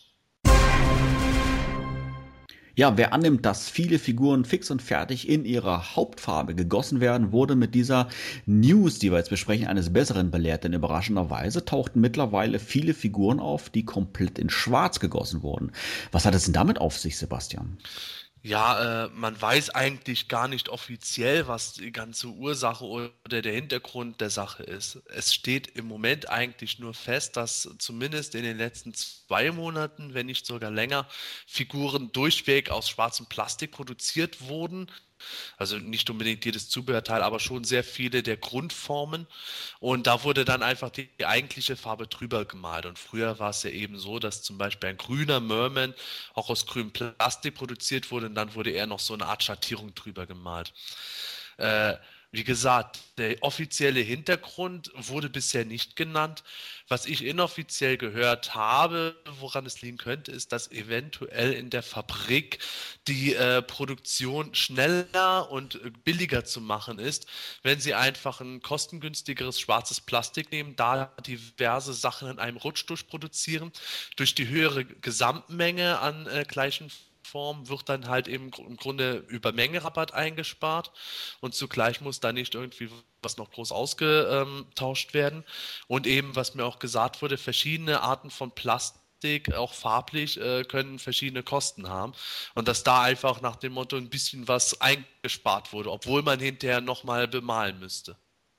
B: Ja, wer annimmt, dass viele Figuren fix und fertig in ihrer Hauptfarbe gegossen werden, wurde mit dieser News, die wir jetzt besprechen, eines Besseren belehrt. Denn überraschenderweise tauchten mittlerweile viele Figuren auf, die komplett in Schwarz gegossen wurden. Was hat es denn damit auf sich, Sebastian?
C: Ja, äh, man weiß eigentlich gar nicht offiziell, was die ganze Ursache oder der Hintergrund der Sache ist. Es steht im Moment eigentlich nur fest, dass zumindest in den letzten zwei Monaten, wenn nicht sogar länger, Figuren durchweg aus schwarzem Plastik produziert wurden. Also nicht unbedingt jedes Zubehörteil, aber schon sehr viele der Grundformen. Und da wurde dann einfach die, die eigentliche Farbe drüber gemalt. Und früher war es ja eben so, dass zum Beispiel ein grüner Merman auch aus grünem Plastik produziert wurde und dann wurde eher noch so eine Art Schattierung drüber gemalt. Äh, Wie gesagt, der offizielle Hintergrund wurde bisher nicht genannt. Was ich inoffiziell gehört habe, woran es liegen könnte, ist, dass eventuell in der Fabrik die äh, Produktion schneller und äh, billiger zu machen ist, wenn sie einfach ein kostengünstigeres schwarzes Plastik nehmen, da diverse Sachen in einem Rutsch durchproduzieren. Durch die höhere Gesamtmenge an äh, gleichen Form wird dann halt eben im Grunde über Mengerabatt eingespart und zugleich muss da nicht irgendwie was noch groß ausgetauscht werden. Und eben, was mir auch gesagt wurde, verschiedene Arten von Plastik, auch farblich, äh, können verschiedene Kosten haben. Und dass da einfach nach dem Motto ein bisschen was eingespart wurde, obwohl man hinterher nochmal bemalen müsste.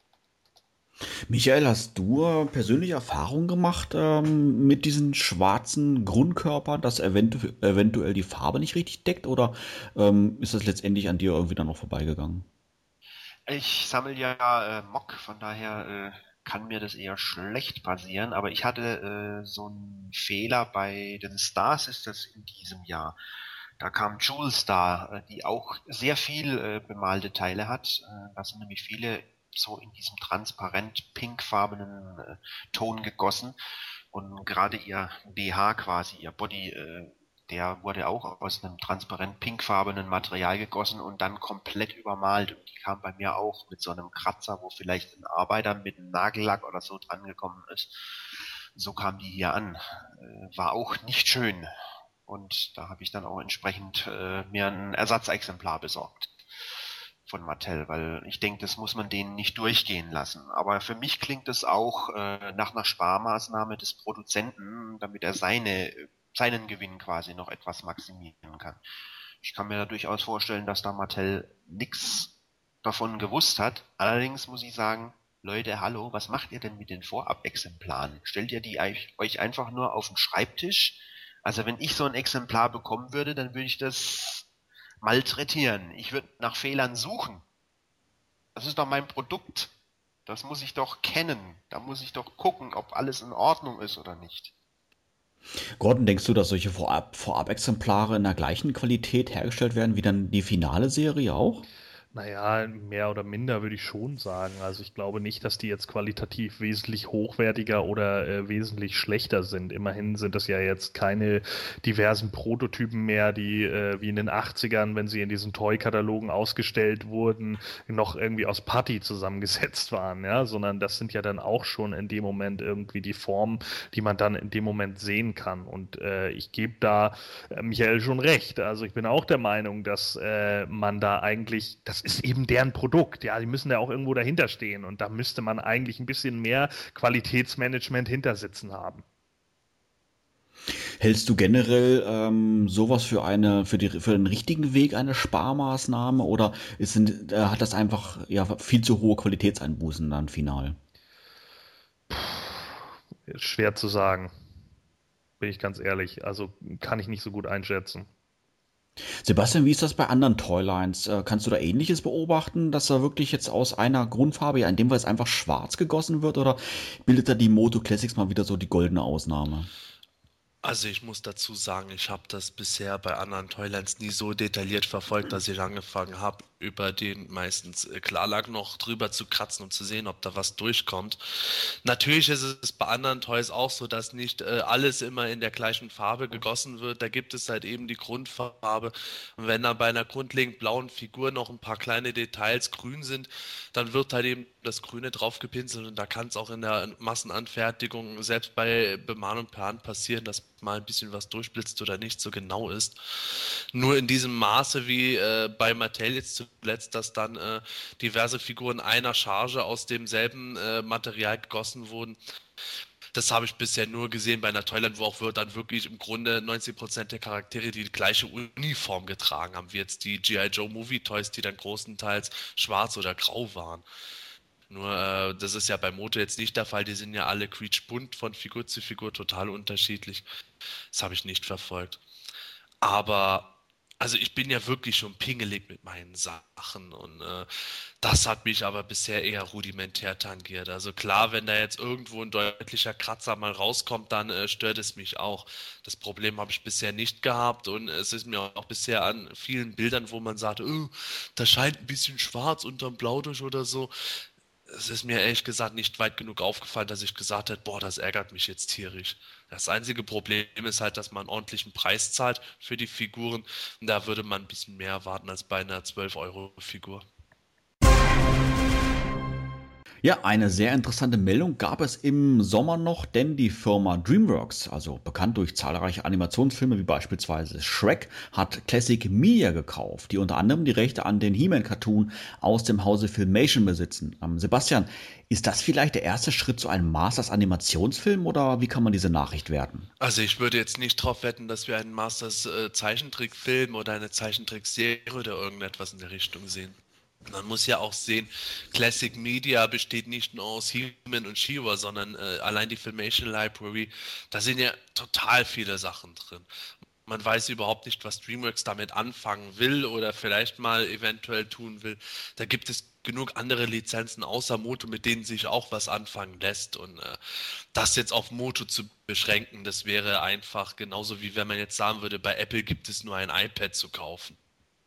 B: Michael, hast du persönliche Erfahrungen gemacht ähm, mit diesen schwarzen Grundkörpern, dass eventu eventuell die Farbe nicht richtig deckt, oder ähm, ist das letztendlich an dir irgendwie dann noch vorbeigegangen?
E: Ich sammle ja äh, Mock, von daher äh, kann mir das eher schlecht passieren, aber ich hatte äh, so einen Fehler bei den Stars, ist das in diesem Jahr. Da kam Jewel Star, äh, die auch sehr viel äh, bemalte Teile hat. Äh, da sind nämlich viele so in diesem transparent pinkfarbenen äh, Ton gegossen, und gerade ihr B H quasi, ihr Body, äh, der wurde auch aus einem transparent pinkfarbenen Material gegossen und dann komplett übermalt, und die kam bei mir auch mit so einem Kratzer, wo vielleicht ein Arbeiter mit einem Nagellack oder so dran gekommen ist. So kam die hier an. Äh, war auch nicht schön, und da habe ich dann auch entsprechend äh, mir ein Ersatzexemplar besorgt von Mattel, weil ich denke, das muss man denen nicht durchgehen lassen. Aber für mich klingt es auch äh, nach einer Sparmaßnahme des Produzenten, damit er seine, seinen Gewinn quasi noch etwas maximieren kann. Ich kann mir da durchaus vorstellen, dass da Mattel nichts davon gewusst hat. Allerdings muss ich sagen, Leute, hallo, was macht ihr denn mit den Vorab-Exemplaren? Stellt ihr die euch einfach nur auf den Schreibtisch? Also wenn ich so ein Exemplar bekommen würde, dann würde ich das malträtieren. Ich würde nach Fehlern suchen. Das ist doch mein Produkt. Das muss ich doch kennen. Da muss ich doch gucken, ob alles in Ordnung ist oder nicht.
B: Gordon, denkst du, dass solche Vorab- Vorab-Exemplare in der gleichen Qualität hergestellt werden wie dann die finale Serie auch?
D: Naja, mehr oder minder würde ich schon sagen. Also ich glaube nicht, dass die jetzt qualitativ wesentlich hochwertiger oder äh, wesentlich schlechter sind. Immerhin sind das ja jetzt keine diversen Prototypen mehr, die äh, wie in den achtzigern, wenn sie in diesen Toy-Katalogen ausgestellt wurden, noch irgendwie aus Putty zusammengesetzt waren, ja, sondern das sind ja dann auch schon in dem Moment irgendwie die Formen, die man dann in dem Moment sehen kann. Und äh, ich gebe da äh, Michael schon recht. Also ich bin auch der Meinung, dass äh, man da eigentlich, das ist eben deren Produkt, ja, die müssen ja auch irgendwo dahinter stehen und da müsste man eigentlich ein bisschen mehr Qualitätsmanagement hintersitzen haben.
B: Hältst du generell ähm, sowas für eine für die für den richtigen Weg eine Sparmaßnahme oder ist, sind, äh, hat das einfach ja viel zu hohe Qualitätseinbußen dann final?
D: Schwer zu sagen, bin ich ganz ehrlich. Also kann ich nicht so gut einschätzen.
B: Sebastian, wie ist das bei anderen Toylines? Äh, kannst du da Ähnliches beobachten, dass da wirklich jetzt aus einer Grundfarbe, ja in dem Fall jetzt einfach schwarz gegossen wird oder bildet da die Moto Classics mal wieder so die goldene Ausnahme?
C: Also ich muss dazu sagen, ich habe das bisher bei anderen Toylands nie so detailliert verfolgt, dass ich angefangen habe, über den meistens äh, Klarlack noch drüber zu kratzen und zu sehen, ob da was durchkommt. Natürlich ist es bei anderen Toys auch so, dass nicht äh, alles immer in der gleichen Farbe gegossen wird. Da gibt es halt eben die Grundfarbe. Und wenn dann bei einer grundlegend blauen Figur noch ein paar kleine Details grün sind, dann wird halt eben das Grüne drauf gepinselt und da kann es auch in der Massenanfertigung, selbst bei Bemalung per Hand passieren, dass mal ein bisschen was durchblitzt oder nicht so genau ist. Nur in diesem Maße wie äh, bei Mattel jetzt zuletzt, dass dann äh, diverse Figuren einer Charge aus demselben äh, Material gegossen wurden. Das habe ich bisher nur gesehen bei einer Toyland, wo auch wird dann wirklich im Grunde neunzig Prozent der Charaktere die gleiche Uniform getragen haben, wie jetzt die G I. Joe Movie Toys, die dann großenteils schwarz oder grau waren. Nur, äh, das ist ja bei Moto jetzt nicht der Fall, die sind ja alle quietschbunt von Figur zu Figur total unterschiedlich. Das habe ich nicht verfolgt. Aber, also ich bin ja wirklich schon pingelig mit meinen Sachen und äh, das hat mich aber bisher eher rudimentär tangiert. Also klar, wenn da jetzt irgendwo ein deutlicher Kratzer mal rauskommt, dann äh, stört es mich auch. Das Problem habe ich bisher nicht gehabt und es ist mir auch bisher an vielen Bildern, wo man sagt, oh, da scheint ein bisschen schwarz unterm Blaudusch oder so. Es ist mir ehrlich gesagt nicht weit genug aufgefallen, dass ich gesagt hätte, boah, das ärgert mich jetzt tierisch. Das einzige Problem ist halt, dass man einen ordentlichen Preis zahlt für die Figuren. Und da würde man ein bisschen mehr erwarten als bei einer zwölf-Euro-Figur.
B: Ja, eine sehr interessante Meldung gab es im Sommer noch, denn die Firma DreamWorks, also bekannt durch zahlreiche Animationsfilme wie beispielsweise Shrek, hat Classic Media gekauft, die unter anderem die Rechte an den He-Man-Cartoon aus dem Hause Filmation besitzen. Ähm, Sebastian, ist das vielleicht der erste Schritt zu einem Masters-Animationsfilm oder wie kann man diese Nachricht werten?
C: Also ich würde jetzt nicht drauf wetten, dass wir einen Masters-Zeichentrickfilm oder eine Zeichentrickserie oder irgendetwas in der Richtung sehen. Man muss ja auch sehen, Classic Media besteht nicht nur aus He-Man und She-Ra, sondern äh, allein die Filmation Library, da sind ja total viele Sachen drin. Man weiß überhaupt nicht, was DreamWorks damit anfangen will oder vielleicht mal eventuell tun will. Da gibt es genug andere Lizenzen außer Moto, mit denen sich auch was anfangen lässt. Und äh, das jetzt auf Moto zu beschränken, das wäre einfach genauso wie wenn man jetzt sagen würde, bei Apple gibt es nur ein iPad zu kaufen.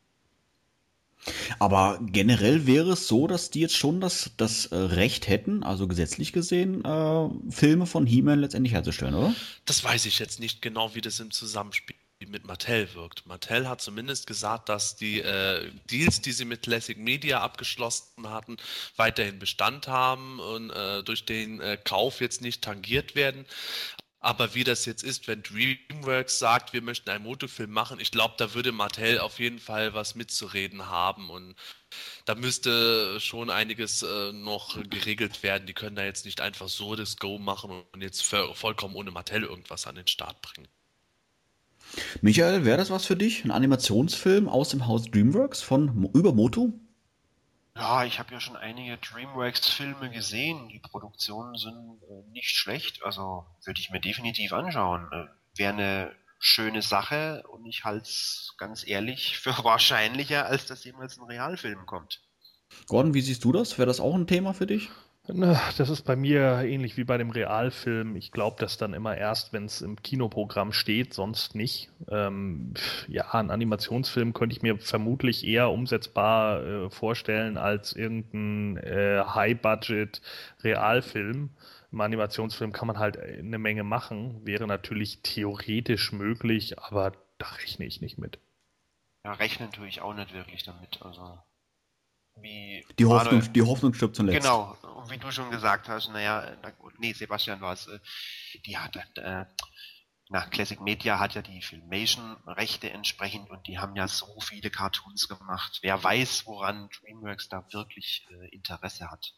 B: Aber generell wäre es so, dass die jetzt schon das, das äh, Recht hätten, also gesetzlich gesehen, äh, Filme von He-Man letztendlich herzustellen, oder?
C: Das weiß ich jetzt nicht genau, wie das im Zusammenspiel mit Mattel wirkt. Mattel hat zumindest gesagt, dass die äh, Deals, die sie mit Classic Media abgeschlossen hatten, weiterhin Bestand haben und äh, durch den äh, Kauf jetzt nicht tangiert werden. Aber wie das jetzt ist, wenn DreamWorks sagt, wir möchten einen Motofilm machen, ich glaube, da würde Mattel auf jeden Fall was mitzureden haben und da müsste schon einiges äh, noch geregelt werden. Die können da jetzt nicht einfach so das Go machen und jetzt für, vollkommen ohne Mattel irgendwas an den Start bringen.
B: Michael, wäre das was für dich? Ein Animationsfilm aus dem Haus DreamWorks von über Moto?
E: Ja, ich habe ja schon einige DreamWorks-Filme gesehen. Die Produktionen sind äh, nicht schlecht, also würde ich mir definitiv anschauen. Äh, Wäre eine schöne Sache und ich halte es ganz ehrlich für wahrscheinlicher, als dass jemals ein Realfilm kommt.
B: Gordon, wie siehst du das? Wäre das auch ein Thema für dich?
D: Na, das ist bei mir ähnlich wie bei dem Realfilm. Ich glaube, das dann immer erst, wenn es im Kinoprogramm steht, sonst nicht. Ähm, ja, einen Animationsfilm könnte ich mir vermutlich eher umsetzbar äh, vorstellen als irgendein äh, High-Budget-Realfilm. Im Animationsfilm kann man halt eine Menge machen, wäre natürlich theoretisch möglich, aber da rechne ich nicht mit.
E: Ja, rechnen tue ich auch nicht wirklich damit. Also, wie
B: Die
E: Manuel-
B: Hoffnung, die Hoffnung stirbt zuletzt.
E: Genau, und wie du schon gesagt hast, naja, na gut, nee, Sebastian war es, äh, die hat, äh, na, Classic Media hat ja die Filmation-Rechte entsprechend und die haben ja so viele Cartoons gemacht. Wer weiß, woran DreamWorks da wirklich äh, Interesse hat.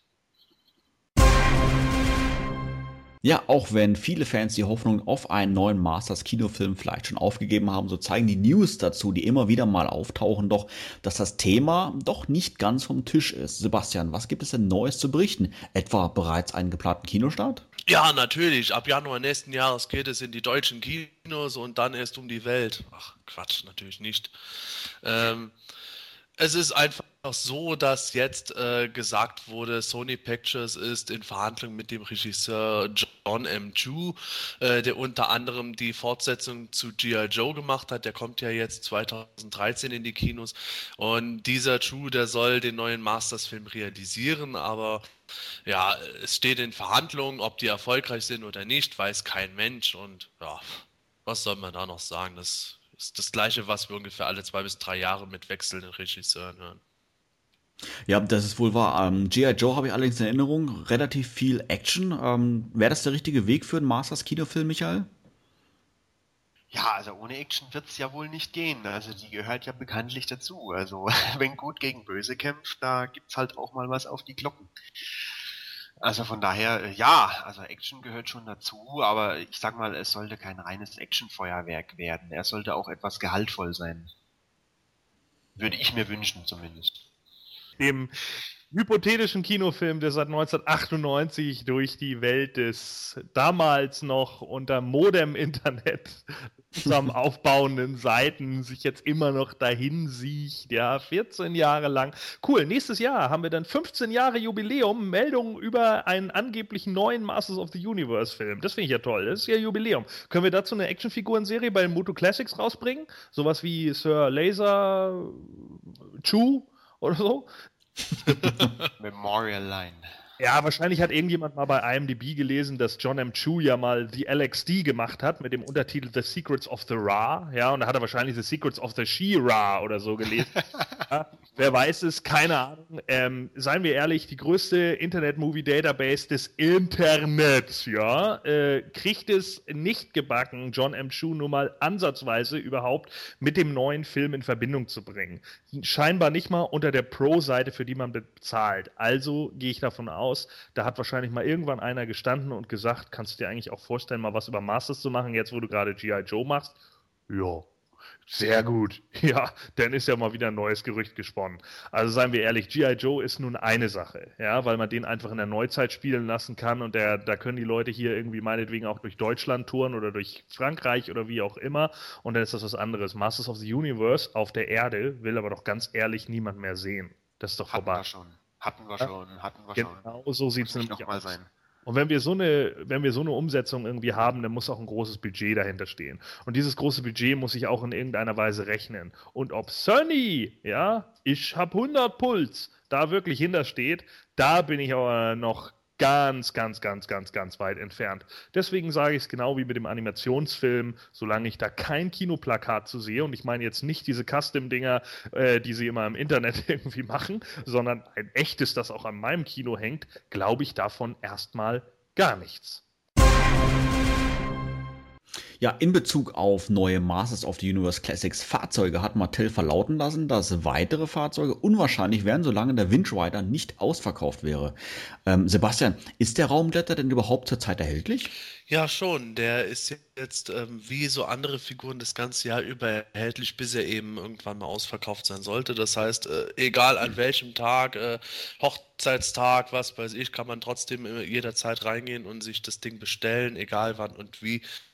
B: Ja, auch wenn viele Fans die Hoffnung auf einen neuen Masters-Kinofilm vielleicht schon aufgegeben haben, so zeigen die News dazu, die immer wieder mal auftauchen, doch, dass das Thema doch nicht ganz vom Tisch ist. Sebastian, was gibt es denn Neues zu berichten? Etwa bereits einen geplanten Kinostart?
C: Ja, natürlich. Ab Januar nächsten Jahres geht es in die deutschen Kinos und dann erst um die Welt. Ach, Quatsch, natürlich nicht. Ähm, es ist einfach so, dass jetzt äh, gesagt wurde, Sony Pictures ist in Verhandlungen mit dem Regisseur John M. Chu, äh, der unter anderem die Fortsetzung zu G I. Joe gemacht hat. Der kommt ja jetzt zweitausenddreizehn in die Kinos. Und dieser Chu, der soll den neuen Masters-Film realisieren, aber ja, es steht in Verhandlungen, ob die erfolgreich sind oder nicht, weiß kein Mensch. Und ja, was soll man da noch sagen? Das ist das Gleiche, was wir ungefähr alle zwei bis drei Jahre mit wechselnden Regisseuren hören.
B: Ja, das ist wohl wahr. Ähm, G I. Joe habe ich allerdings in Erinnerung. Relativ viel Action. Ähm, Wäre das der richtige Weg für einen Masters-Kinofilm, Michael?
E: Ja, also ohne Action wird's ja wohl nicht gehen. Also die gehört ja bekanntlich dazu. Also wenn gut gegen böse kämpft, da gibt's halt auch mal was auf die Glocken. Also von daher, äh, ja, also Action gehört schon dazu, aber ich sag mal, es sollte kein reines Actionfeuerwerk werden. Er sollte auch etwas gehaltvoll sein. Würde ich mir wünschen zumindest.
D: Dem hypothetischen Kinofilm, der seit neunzehnhundertachtundneunzig durch die Welt des damals noch unter Modem-Internet zusammen aufbauenden Seiten sich jetzt immer noch dahin sieht, ja, vierzehn Jahre lang. Cool, nächstes Jahr haben wir dann fünfzehn Jahre Jubiläum, Meldungen über einen angeblichen neuen Masters of the Universe Film. Das finde ich ja toll, das ist ja Jubiläum. Können wir dazu eine Actionfigurenserie bei den Moto Classics rausbringen? Sowas wie Sir Laser Chu oder so?
E: Memorial Line.
D: Ja, wahrscheinlich hat irgendjemand mal bei I M D B gelesen, dass John M. Chu ja mal The L X D gemacht hat mit dem Untertitel The Secrets of the Ra, ja, und da hat er wahrscheinlich The Secrets of the She-Ra oder so gelesen. Ja, wer weiß es, keine Ahnung. Ähm, seien wir ehrlich, die größte Internet-Movie-Database des Internets, ja, äh, kriegt es nicht gebacken, John M. Chu nur mal ansatzweise überhaupt mit dem neuen Film in Verbindung zu bringen. Scheinbar nicht mal unter der Pro-Seite, für die man bezahlt. Also gehe ich davon aus, da hat wahrscheinlich mal irgendwann einer gestanden und gesagt, kannst du dir eigentlich auch vorstellen, mal was über Masters zu machen, jetzt wo du gerade G I. Joe machst? Ja, sehr gut. Ja, dann ist ja mal wieder ein neues Gerücht gesponnen. Also seien wir ehrlich, G I. Joe ist nun eine Sache, ja, weil man den einfach in der Neuzeit spielen lassen kann und der, da können die Leute hier irgendwie meinetwegen auch durch Deutschland touren oder durch Frankreich oder wie auch immer und dann ist das was anderes. Masters of the Universe auf der Erde will aber doch ganz ehrlich niemand mehr sehen. Das ist doch
E: Hatten
D: vorbei.
E: wir schon. Hatten wir schon, hatten wir schon.
D: Genau, so sieht es
E: Muss nicht
D: nämlich
E: noch mal
D: aus.
E: sein.
D: Und wenn wir so eine, wenn wir so eine Umsetzung irgendwie haben, dann muss auch ein großes Budget dahinter stehen. Und dieses große Budget muss sich auch in irgendeiner Weise rechnen. Und ob Sony, ja, ich hab hundert Puls, da wirklich hintersteht, da bin ich aber noch ganz, ganz, ganz, ganz, ganz weit entfernt. Deswegen sage ich es genau wie mit dem Animationsfilm, solange ich da kein Kinoplakat zu sehe, und ich meine jetzt nicht diese Custom-Dinger, äh, die sie immer im Internet irgendwie machen, sondern ein echtes, das auch an meinem Kino hängt, glaube ich davon erstmal gar nichts.
B: Ja, in Bezug auf neue Masters of the Universe Classics Fahrzeuge hat Mattel verlauten lassen, dass weitere Fahrzeuge unwahrscheinlich wären, solange der Winch Rider nicht ausverkauft wäre. Ähm, Sebastian, ist der Raumglätter denn überhaupt zurzeit erhältlich?
C: Ja, schon. Der ist jetzt ähm, wie so andere Figuren das ganze Jahr über erhältlich, bis er eben irgendwann mal ausverkauft sein sollte. Das heißt, äh, egal an welchem Tag, äh, Hochzeitstag, was weiß ich, kann man trotzdem immer jederzeit reingehen und sich das Ding bestellen, egal wann und wie.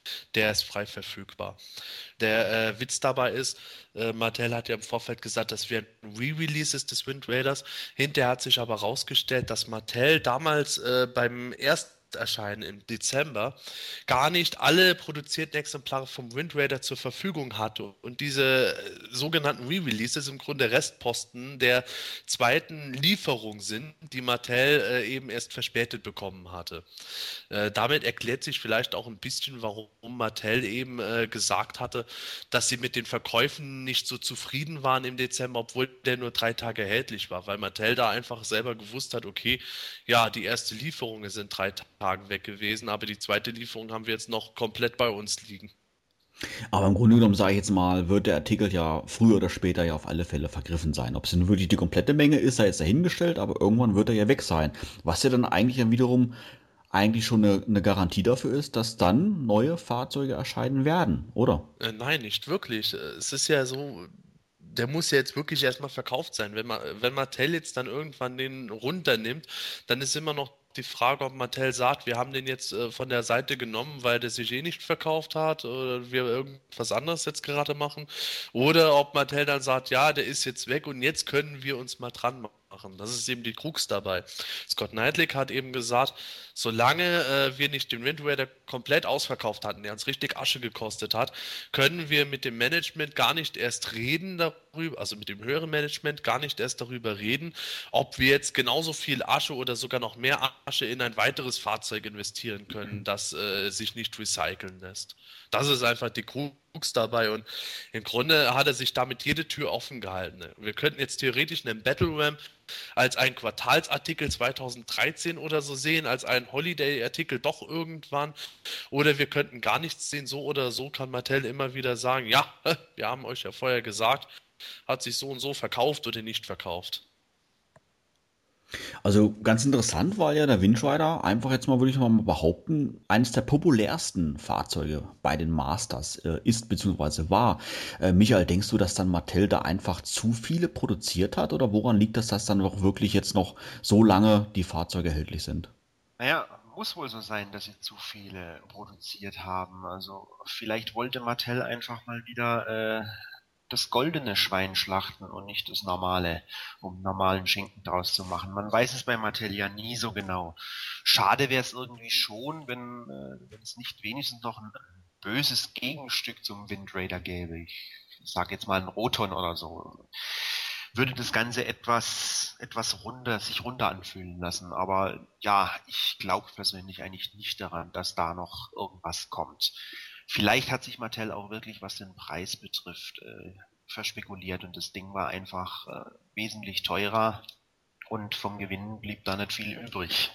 C: der ist frei verfügbar. Der äh, Witz dabei ist, äh, Mattel hat ja im Vorfeld gesagt, das wären Re-Releases des Wind Raiders. Hinterher hat sich aber herausgestellt, dass Mattel damals äh, beim ersten Erscheinen im Dezember gar nicht alle produzierten Exemplare vom Wind Raider zur Verfügung hatte und diese äh, sogenannten Re-Releases im Grunde Restposten der zweiten Lieferung sind, die Mattel äh, eben erst verspätet bekommen hatte. Äh, damit erklärt sich vielleicht auch ein bisschen, warum Mattel eben äh, gesagt hatte, dass sie mit den Verkäufen nicht so zufrieden waren im Dezember, obwohl der nur drei Tage erhältlich war, weil Mattel da einfach selber gewusst hat, okay, ja, die erste Lieferung sind drei Tagen weg gewesen, aber die zweite Lieferung haben wir jetzt noch komplett bei uns liegen.
B: Aber im Grunde genommen, sage ich jetzt mal, wird der Artikel ja früher oder später ja auf alle Fälle vergriffen sein. Ob es denn wirklich die komplette Menge ist, sei jetzt dahingestellt, aber irgendwann wird er ja weg sein. Was ja dann eigentlich dann wiederum eigentlich schon eine, eine Garantie dafür ist, dass dann neue Fahrzeuge erscheinen werden, oder?
C: Äh, nein, nicht wirklich. Äh, Es ist ja so, der muss ja jetzt wirklich erstmal verkauft sein. Wenn man, wenn Mattel jetzt dann irgendwann den runternimmt, dann ist immer noch die Frage, ob Mattel sagt, wir haben den jetzt äh, von der Seite genommen, weil der sich eh nicht verkauft hat oder wir irgendwas anderes jetzt gerade machen. Oder ob Mattel dann sagt, ja, der ist jetzt weg und jetzt können wir uns mal dran machen. Das ist eben die Krux dabei. Scott Neidlich hat eben gesagt, solange äh, wir nicht den Wind Raider komplett ausverkauft hatten, der uns richtig Asche gekostet hat, können wir mit dem Management gar nicht erst reden darüber, also mit dem höheren Management gar nicht erst darüber reden, ob wir jetzt genauso viel Asche oder sogar noch mehr Asche in ein weiteres Fahrzeug investieren können, das äh, sich nicht recyceln lässt. Das ist einfach die Krux dabei und im Grunde hat er sich damit jede Tür offen gehalten. Wir könnten jetzt theoretisch einen Battle Ram als einen Quartalsartikel zweitausenddreizehn oder so sehen, als einen Holiday-Artikel doch irgendwann, oder wir könnten gar nichts sehen, so oder so kann Mattel immer wieder sagen, ja, wir haben euch ja vorher gesagt, hat sich so und so verkauft oder nicht verkauft.
B: Also ganz interessant, weil ja der Wind Rider einfach jetzt mal, würde ich mal behaupten, eines der populärsten Fahrzeuge bei den Masters äh, ist bzw. war. Äh, Michael, denkst du, dass dann Mattel da einfach zu viele produziert hat oder woran liegt das, dass dann auch wirklich jetzt noch so lange die Fahrzeuge erhältlich sind?
E: Naja, muss wohl so sein, dass sie zu viele produziert haben. Also vielleicht wollte Mattel einfach mal wieder äh, das goldene Schwein schlachten und nicht das normale, um normalen Schinken draus zu machen. Man weiß es bei Mattel ja nie so genau. Schade wäre es irgendwie schon, wenn, äh, wenn es nicht wenigstens noch ein böses Gegenstück zum Wind Raider gäbe. Ich sage jetzt mal ein Roton oder so. Würde das Ganze etwas, etwas runder, sich runter anfühlen lassen. Aber ja, ich glaube persönlich eigentlich nicht daran, dass da noch irgendwas kommt. Vielleicht hat sich Mattel auch wirklich, was den Preis betrifft, äh, verspekuliert und das Ding war einfach äh, wesentlich teurer und vom Gewinn blieb da nicht viel übrig.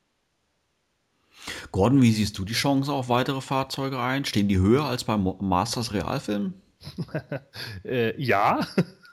B: Gordon, wie siehst du die Chance auf weitere Fahrzeuge ein? Stehen die höher als beim Mo- Masters Realfilm?
D: äh, ja.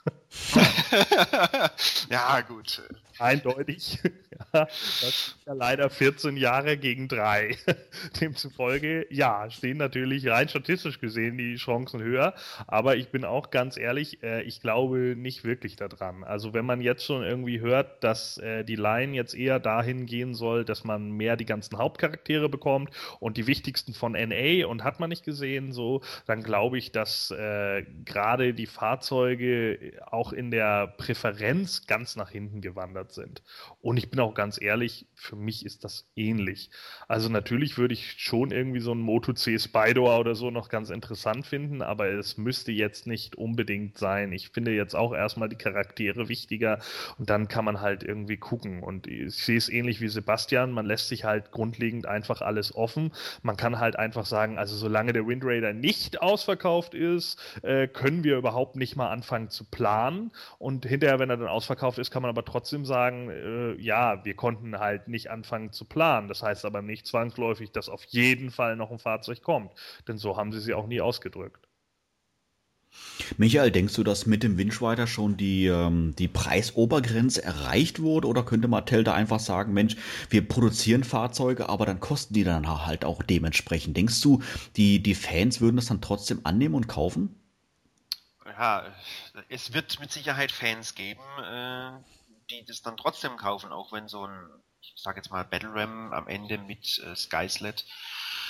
E: Ja, gut.
D: Eindeutig. Ja, das ist ja leider vierzehn Jahre gegen drei. Demzufolge, ja, stehen natürlich rein statistisch gesehen die Chancen höher. Aber ich bin auch ganz ehrlich, äh, ich glaube nicht wirklich daran. Also wenn man jetzt schon irgendwie hört, dass äh, die Line jetzt eher dahin gehen soll, dass man mehr die ganzen Hauptcharaktere bekommt und die wichtigsten von N A und hat man nicht gesehen, so, dann glaube ich, dass äh, gerade die Fahrzeuge auch in der Präferenz ganz nach hinten gewandert sind. Und ich bin auch ganz ehrlich, für mich ist das ähnlich. Also natürlich würde ich schon irgendwie so einen Moto C Spider oder so noch ganz interessant finden, aber es müsste jetzt nicht unbedingt sein. Ich finde jetzt auch erstmal die Charaktere wichtiger und dann kann man halt irgendwie gucken. Und ich sehe es ähnlich wie Sebastian, man lässt sich halt grundlegend einfach alles offen. Man kann halt einfach sagen, also solange der Wind Raider nicht ausverkauft ist, äh, können wir überhaupt nicht mal anfangen zu planen. Und hinterher, wenn er dann ausverkauft ist, kann man aber trotzdem sagen, äh, ja, wir konnten halt nicht anfangen zu planen. Das heißt aber nicht zwangsläufig, dass auf jeden Fall noch ein Fahrzeug kommt. Denn so haben sie sie auch nie ausgedrückt.
B: Michael, denkst du, dass mit dem Wind Rider schon die, ähm, die Preisobergrenze erreicht wurde oder könnte Mattel da einfach sagen, Mensch, wir produzieren Fahrzeuge, aber dann kosten die dann halt auch dementsprechend. Denkst du, die, die Fans würden das dann trotzdem annehmen und kaufen?
E: Ja, es wird mit Sicherheit Fans geben, äh, die das dann trotzdem kaufen, auch wenn so ein, ich sag jetzt mal, Battle Ram am Ende mit äh, Skyslet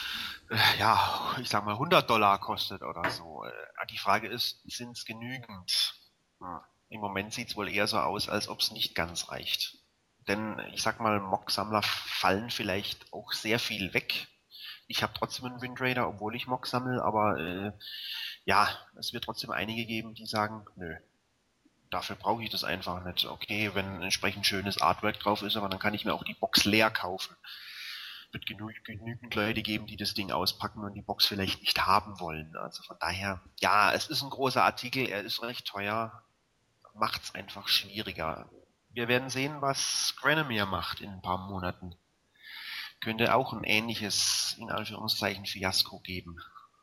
E: ja, ich sag mal hundert Dollar kostet oder so. Die Frage ist, sind es genügend? Hm. Im Moment sieht es wohl eher so aus, als ob es nicht ganz reicht. Denn ich sag mal, Mock-Sammler fallen vielleicht auch sehr viel weg. Ich habe trotzdem einen Wind Raider, obwohl ich Mock sammle, aber äh, ja, es wird trotzdem einige geben, die sagen, nö, dafür brauche ich das einfach nicht. Okay, wenn ein entsprechend schönes Artwork drauf ist, aber dann kann ich mir auch die Box leer kaufen. Wird genü genügend Leute geben, die das Ding auspacken und die Box vielleicht nicht haben wollen. Also von daher, ja, es ist ein großer Artikel, er ist recht teuer, macht's einfach schwieriger. Wir werden sehen, was Granomir macht in ein paar Monaten. Könnte auch ein ähnliches, in Anführungszeichen, Fiasko geben.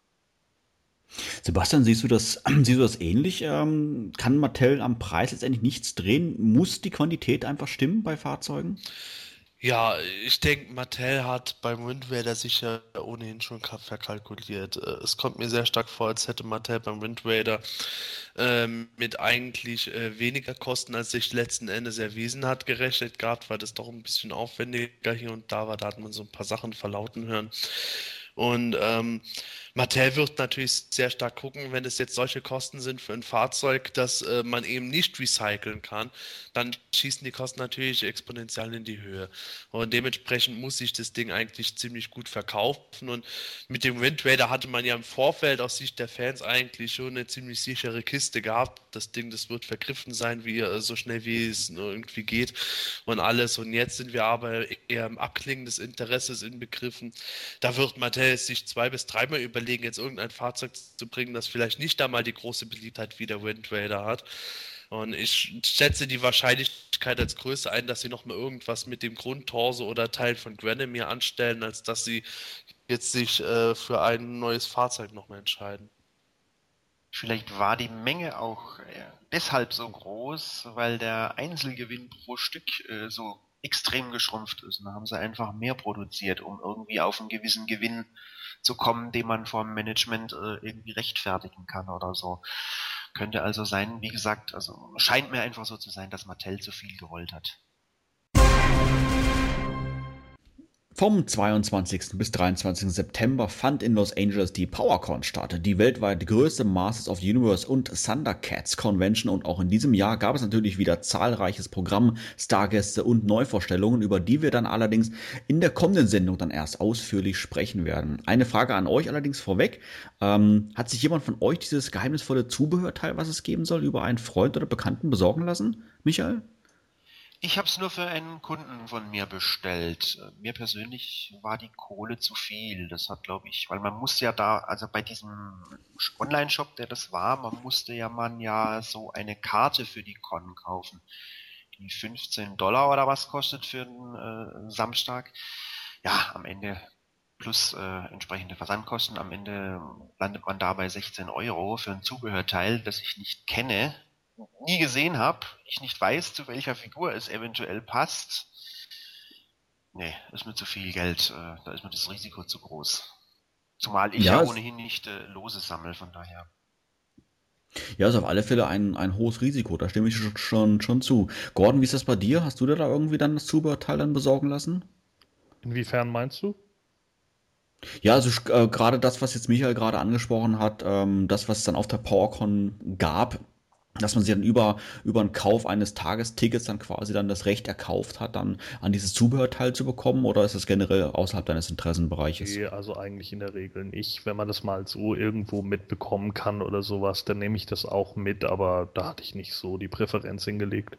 B: Sebastian, siehst du das, siehst du das ähnlich? Ähm, kann Mattel am Preis letztendlich nichts drehen? Muss die Quantität einfach stimmen bei Fahrzeugen?
C: Ja, ich denke, Mattel hat beim Wind Raider sicher ohnehin schon ka- verkalkuliert. Äh, Es kommt mir sehr stark vor, als hätte Mattel beim Wind Raider ähm, mit eigentlich äh, weniger Kosten, als sich letzten Endes erwiesen hat, gerechnet gehabt, weil das doch ein bisschen aufwendiger hier und da war. Da hat man so ein paar Sachen verlauten hören. Und ähm, Mattel wird natürlich sehr stark gucken, wenn es jetzt solche Kosten sind für ein Fahrzeug, das äh, man eben nicht recyceln kann, dann schießen die Kosten natürlich exponentiell in die Höhe. Und dementsprechend muss sich das Ding eigentlich ziemlich gut verkaufen. Und mit dem Wind Raider hatte man ja im Vorfeld aus Sicht der Fans eigentlich schon eine ziemlich sichere Kiste gehabt. Das Ding, das wird vergriffen sein, wie äh, so schnell wie es nur irgendwie geht und alles. Und jetzt sind wir aber eher im Abklingen des Interesses inbegriffen. Da wird Mattel es sich zwei bis dreimal überlegen, jetzt irgendein Fahrzeug zu bringen, das vielleicht nicht einmal die große Beliebtheit wie der Wind Raider hat. Und ich schätze die Wahrscheinlichkeit als größer ein, dass sie nochmal irgendwas mit dem Grundtorso oder Teil von Granomir anstellen, als dass sie jetzt sich äh, für ein neues Fahrzeug nochmal entscheiden.
E: Vielleicht war die Menge auch äh, deshalb so groß, weil der Einzelgewinn pro Stück äh, so extrem geschrumpft ist. Und da haben sie einfach mehr produziert, um irgendwie auf einen gewissen Gewinn zu kommen, den man vom Management äh, irgendwie rechtfertigen kann oder so. Könnte also sein, wie gesagt, also scheint mir einfach so zu sein, dass Mattel zu viel gewollt hat.
B: Vom zweiundzwanzigsten bis dreiundzwanzigsten September fand in Los Angeles die PowerCon statt, die weltweit größte Masters of the Universe und Thundercats Convention, und auch in diesem Jahr gab es natürlich wieder zahlreiches Programm, Stargäste und Neuvorstellungen, über die wir dann allerdings in der kommenden Sendung dann erst ausführlich sprechen werden. Eine Frage an euch allerdings vorweg, ähm, hat sich jemand von euch dieses geheimnisvolle Zubehörteil, was es geben soll, über einen Freund oder Bekannten besorgen lassen? Michael?
E: Ich habe es nur für einen Kunden von mir bestellt. Mir persönlich war die Kohle zu viel. Das hat, glaube ich, weil man muss ja da, also bei diesem Online-Shop, der das war, man musste ja man ja so eine Karte für die Con kaufen, die fünfzehn Dollar oder was kostet für einen äh, Samstag. Ja, am Ende plus äh, entsprechende Versandkosten. Am Ende landet man da bei sechzehn Euro für ein Zubehörteil, das ich nicht kenne, nie gesehen habe, ich nicht weiß, zu welcher Figur es eventuell passt. Nee, ist mir zu viel Geld, äh, da ist mir das Risiko zu groß. Zumal ich ja, ja ohnehin nicht äh, Lose sammle, von daher.
B: Ja, ist auf alle Fälle ein, ein hohes Risiko, da stimme ich schon, schon, schon zu. Gordon, wie ist das bei dir? Hast du dir da irgendwie dann das Zubehörteil dann besorgen lassen?
D: Inwiefern meinst du?
B: Ja, also äh, gerade das, was jetzt Michael gerade angesprochen hat, ähm, das, was es dann auf der PowerCon gab, dass man sich dann über, über einen Kauf eines Tagestickets dann quasi dann das Recht erkauft hat, dann an dieses Zubehörteil zu bekommen, oder ist das generell außerhalb deines Interessenbereiches?
D: Nee, also eigentlich in der Regel nicht. Wenn man das mal so irgendwo mitbekommen kann oder sowas, dann nehme ich das auch mit, aber da hatte ich nicht so die Präferenz hingelegt.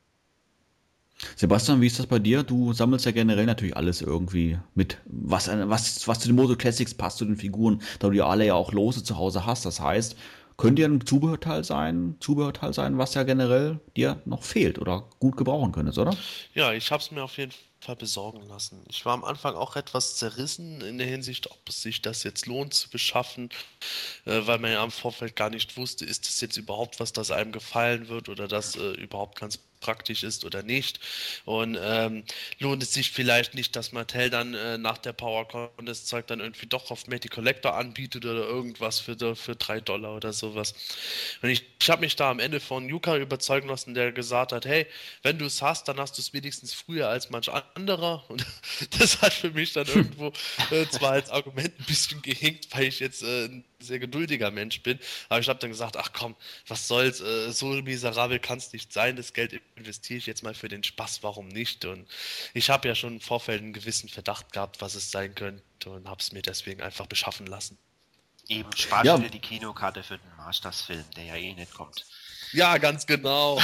B: Sebastian, wie ist das bei dir? Du sammelst ja generell natürlich alles irgendwie mit, was, was, was zu den Moto Classics passt, zu den Figuren, da du ja alle ja auch Lose zu Hause hast. Das heißt, könnte ja ein Zubehörteil sein, Zubehörteil sein, was ja generell dir noch fehlt oder gut gebrauchen könntest, oder?
C: Ja, ich habe es mir auf jeden Fall besorgen lassen. Ich war am Anfang auch etwas zerrissen in der Hinsicht, ob es sich das jetzt lohnt zu beschaffen, äh, weil man ja im Vorfeld gar nicht wusste, ist das jetzt überhaupt was, das einem gefallen wird oder das äh, überhaupt ganz praktisch ist oder nicht. Und ähm, lohnt es sich vielleicht nicht, dass Mattel dann äh, nach der PowerCon das Zeug dann irgendwie doch auf Matty Collector anbietet oder irgendwas für, für drei Dollar oder sowas. Und ich, ich habe mich da am Ende von Yuka überzeugen lassen, der gesagt hat, hey, wenn du es hast, dann hast du es wenigstens früher als manch anderer. Und das hat für mich dann irgendwo äh, zwar als Argument ein bisschen gehinkt, weil ich jetzt äh, ein sehr geduldiger Mensch bin, aber ich habe dann gesagt, ach komm, was soll's, äh, so miserabel kann es nicht sein, das Geld investiere ich jetzt mal für den Spaß, warum nicht? Und ich habe ja schon im Vorfeld einen gewissen Verdacht gehabt, was es sein könnte und habe es mir deswegen einfach beschaffen lassen.
E: Eben, sparst
B: Ja.
E: du dir die Kinokarte für den Masters-Film, der ja eh nicht kommt.
C: Ja, ganz genau.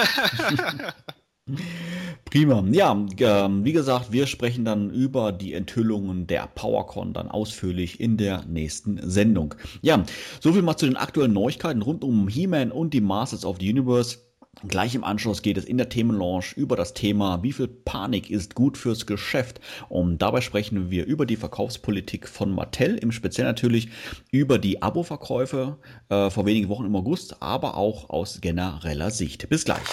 B: Prima. Ja, ähm, wie gesagt, wir sprechen dann über die Enthüllungen der PowerCon dann ausführlich in der nächsten Sendung. Ja, soviel mal zu den aktuellen Neuigkeiten rund um He-Man und die Masters of the Universe. Gleich im Anschluss geht es in der Themenlaunch über das Thema, wie viel Panik ist gut fürs Geschäft. Und dabei sprechen wir über die Verkaufspolitik von Mattel, im Speziellen natürlich über die Abo-Verkäufe äh, vor wenigen Wochen im August, aber auch aus genereller Sicht. Bis gleich.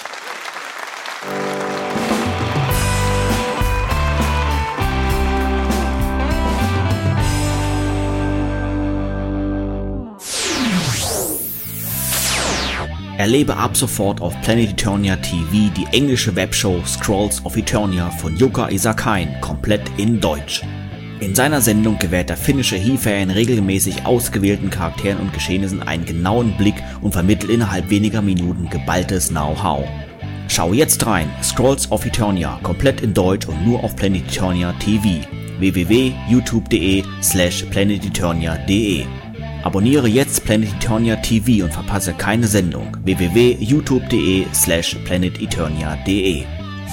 B: Erlebe ab sofort auf Planet Eternia T V die englische Webshow Scrolls of Eternia von Yuka Isakain komplett in Deutsch. In seiner Sendung gewährt der finnische He-Fan regelmäßig ausgewählten Charakteren und Geschehnissen einen genauen Blick und vermittelt innerhalb weniger Minuten geballtes Know-how. Schau jetzt rein, Scrolls of Eternia, komplett in Deutsch und nur auf Planet Eternia T V. w w w punkt youtube punkt de slash planet eternia punkt de. Abonniere jetzt Planet Eternia T V und verpasse keine Sendung. w w w punkt youtube punkt de slash planet eternia punkt de.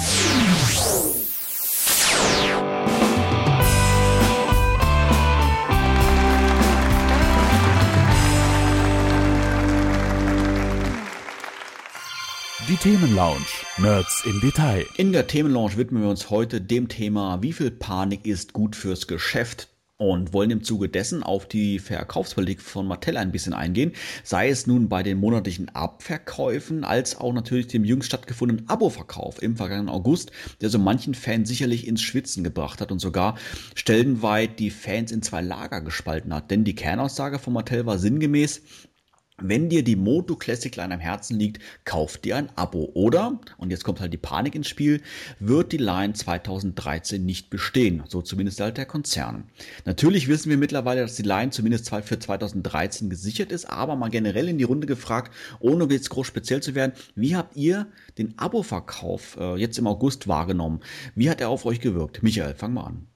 F: Die Themenlounge. Nerds im Detail.
B: In der Themenlaunch widmen wir uns heute dem Thema, wie viel Panik ist gut fürs Geschäft, und wollen im Zuge dessen auf die Verkaufspolitik von Mattel ein bisschen eingehen, sei es nun bei den monatlichen Abverkäufen, als auch natürlich dem jüngst stattgefundenen Abo-Verkauf im vergangenen August, der so manchen Fan sicherlich ins Schwitzen gebracht hat und sogar stellenweit die Fans in zwei Lager gespalten hat. Denn die Kernaussage von Mattel war sinngemäß: Wenn dir die Moto Classic Line am Herzen liegt, kauf dir ein Abo. Oder, und jetzt kommt halt die Panik ins Spiel, wird die Line zweitausenddreizehn nicht bestehen. So zumindest halt der Konzern. Natürlich wissen wir mittlerweile, dass die Line zumindest für zweitausenddreizehn gesichert ist, aber mal generell in die Runde gefragt, ohne jetzt groß speziell zu werden, wie habt ihr den Abo-Verkauf äh, jetzt im August wahrgenommen? Wie hat er auf euch gewirkt? Michael, fang mal an.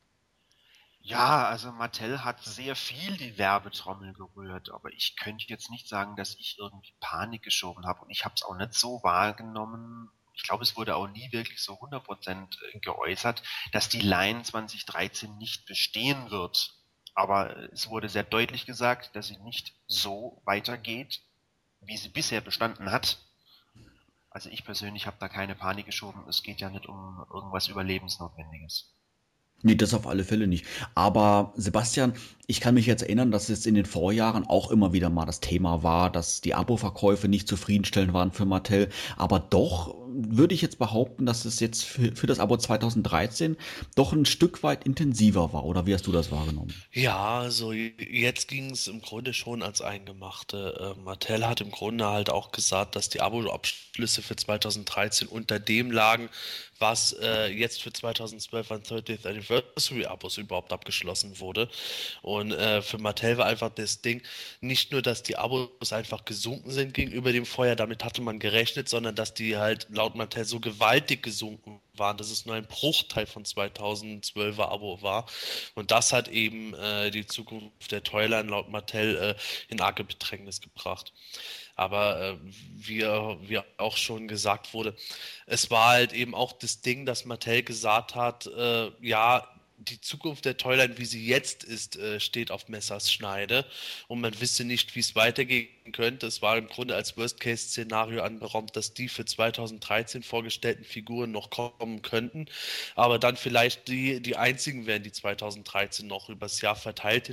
E: Ja, also Mattel hat sehr viel die Werbetrommel gerührt, aber ich könnte jetzt nicht sagen, dass ich irgendwie Panik geschoben habe, und ich habe es auch nicht so wahrgenommen. Ich glaube, es wurde auch nie wirklich so hundert Prozent geäußert, dass die Line zweitausenddreizehn nicht bestehen wird. Aber es wurde sehr deutlich gesagt, dass sie nicht so weitergeht, wie sie bisher bestanden hat. Also ich persönlich habe da keine Panik geschoben. Es geht ja nicht um irgendwas Überlebensnotwendiges.
B: Nee, das auf alle Fälle nicht. Aber Sebastian, ich kann mich jetzt erinnern, dass es in den Vorjahren auch immer wieder mal das Thema war, dass die Abo-Verkäufe nicht zufriedenstellend waren für Mattel. Aber doch würde ich jetzt behaupten, dass es jetzt für, für das Abo zweitausenddreizehn doch ein Stück weit intensiver war. Oder wie hast du das wahrgenommen?
C: Ja, also jetzt ging es im Grunde schon als Eingemachte. Äh, Mattel hat im Grunde halt auch gesagt, dass die Abo-Abschlüsse für zweitausenddreizehn unter dem lagen, was äh, jetzt für zweitausendzwölf an thirtieth Anniversary Abos überhaupt abgeschlossen wurde. Und äh, für Mattel war einfach das Ding, nicht nur, dass die Abos einfach gesunken sind gegenüber dem Vorjahr, damit hatte man gerechnet, sondern dass die halt laut Mattel so gewaltig gesunken waren, dass es nur ein Bruchteil von zweitausendzwölfer Abo war. Und das hat eben äh, die Zukunft der Toyline laut Mattel äh, in arge Bedrängnis gebracht. Aber äh, wie, wie auch schon gesagt wurde, es war halt eben auch das Ding, dass Mattel gesagt hat, äh, ja, die Zukunft der Toyline, wie sie jetzt ist, äh, steht auf Messers Schneide, und man wisse nicht, wie es weitergehen könnte. Es war im Grunde als Worst-Case-Szenario anberaumt, dass die für zweitausenddreizehn vorgestellten Figuren noch kommen könnten, aber dann vielleicht die, die einzigen wären, die zweitausenddreizehn noch übers Jahr verteilt hinweg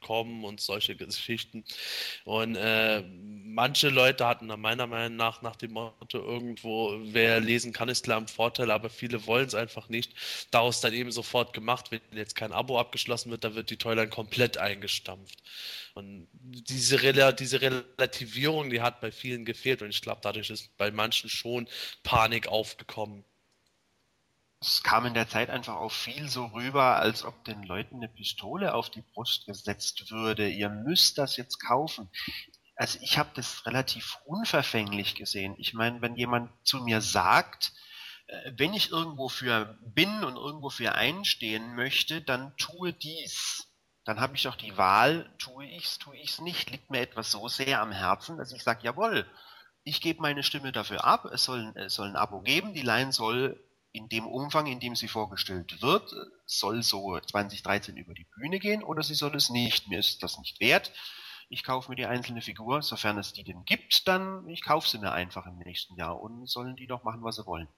C: kommen und solche Geschichten. Und äh, manche Leute hatten da meiner Meinung nach nach dem Motto irgendwo, wer lesen kann, ist klar im Vorteil, aber viele wollen es einfach nicht. Daraus dann eben sofort gemacht, wenn jetzt kein Abo abgeschlossen wird, dann wird die Toyline komplett eingestampft. Und diese, Rel- diese Relativierung, die hat bei vielen gefehlt und ich glaube, dadurch ist bei manchen schon Panik aufgekommen.
E: Es kam in der Zeit einfach auch viel so rüber, als ob den Leuten eine Pistole auf die Brust gesetzt würde. Ihr müsst das jetzt kaufen. Also ich habe das relativ unverfänglich gesehen. Ich meine, wenn jemand zu mir sagt, äh, wenn ich irgendwo für bin und irgendwo für einstehen möchte, dann tue dies. Dann habe ich doch die Wahl, tue ich's, tue ich's nicht. Liegt mir etwas so sehr am Herzen, dass ich sage, jawohl, ich gebe meine Stimme dafür ab, es soll, es soll ein Abo geben, die Line soll in dem Umfang, in dem sie vorgestellt wird, soll so zwanzig dreizehn über die Bühne gehen oder sie soll es nicht. Mir ist das nicht wert. Ich kaufe mir die einzelne Figur, sofern es die denn gibt, dann ich kaufe sie mir einfach im nächsten Jahr und sollen die doch machen, was sie wollen.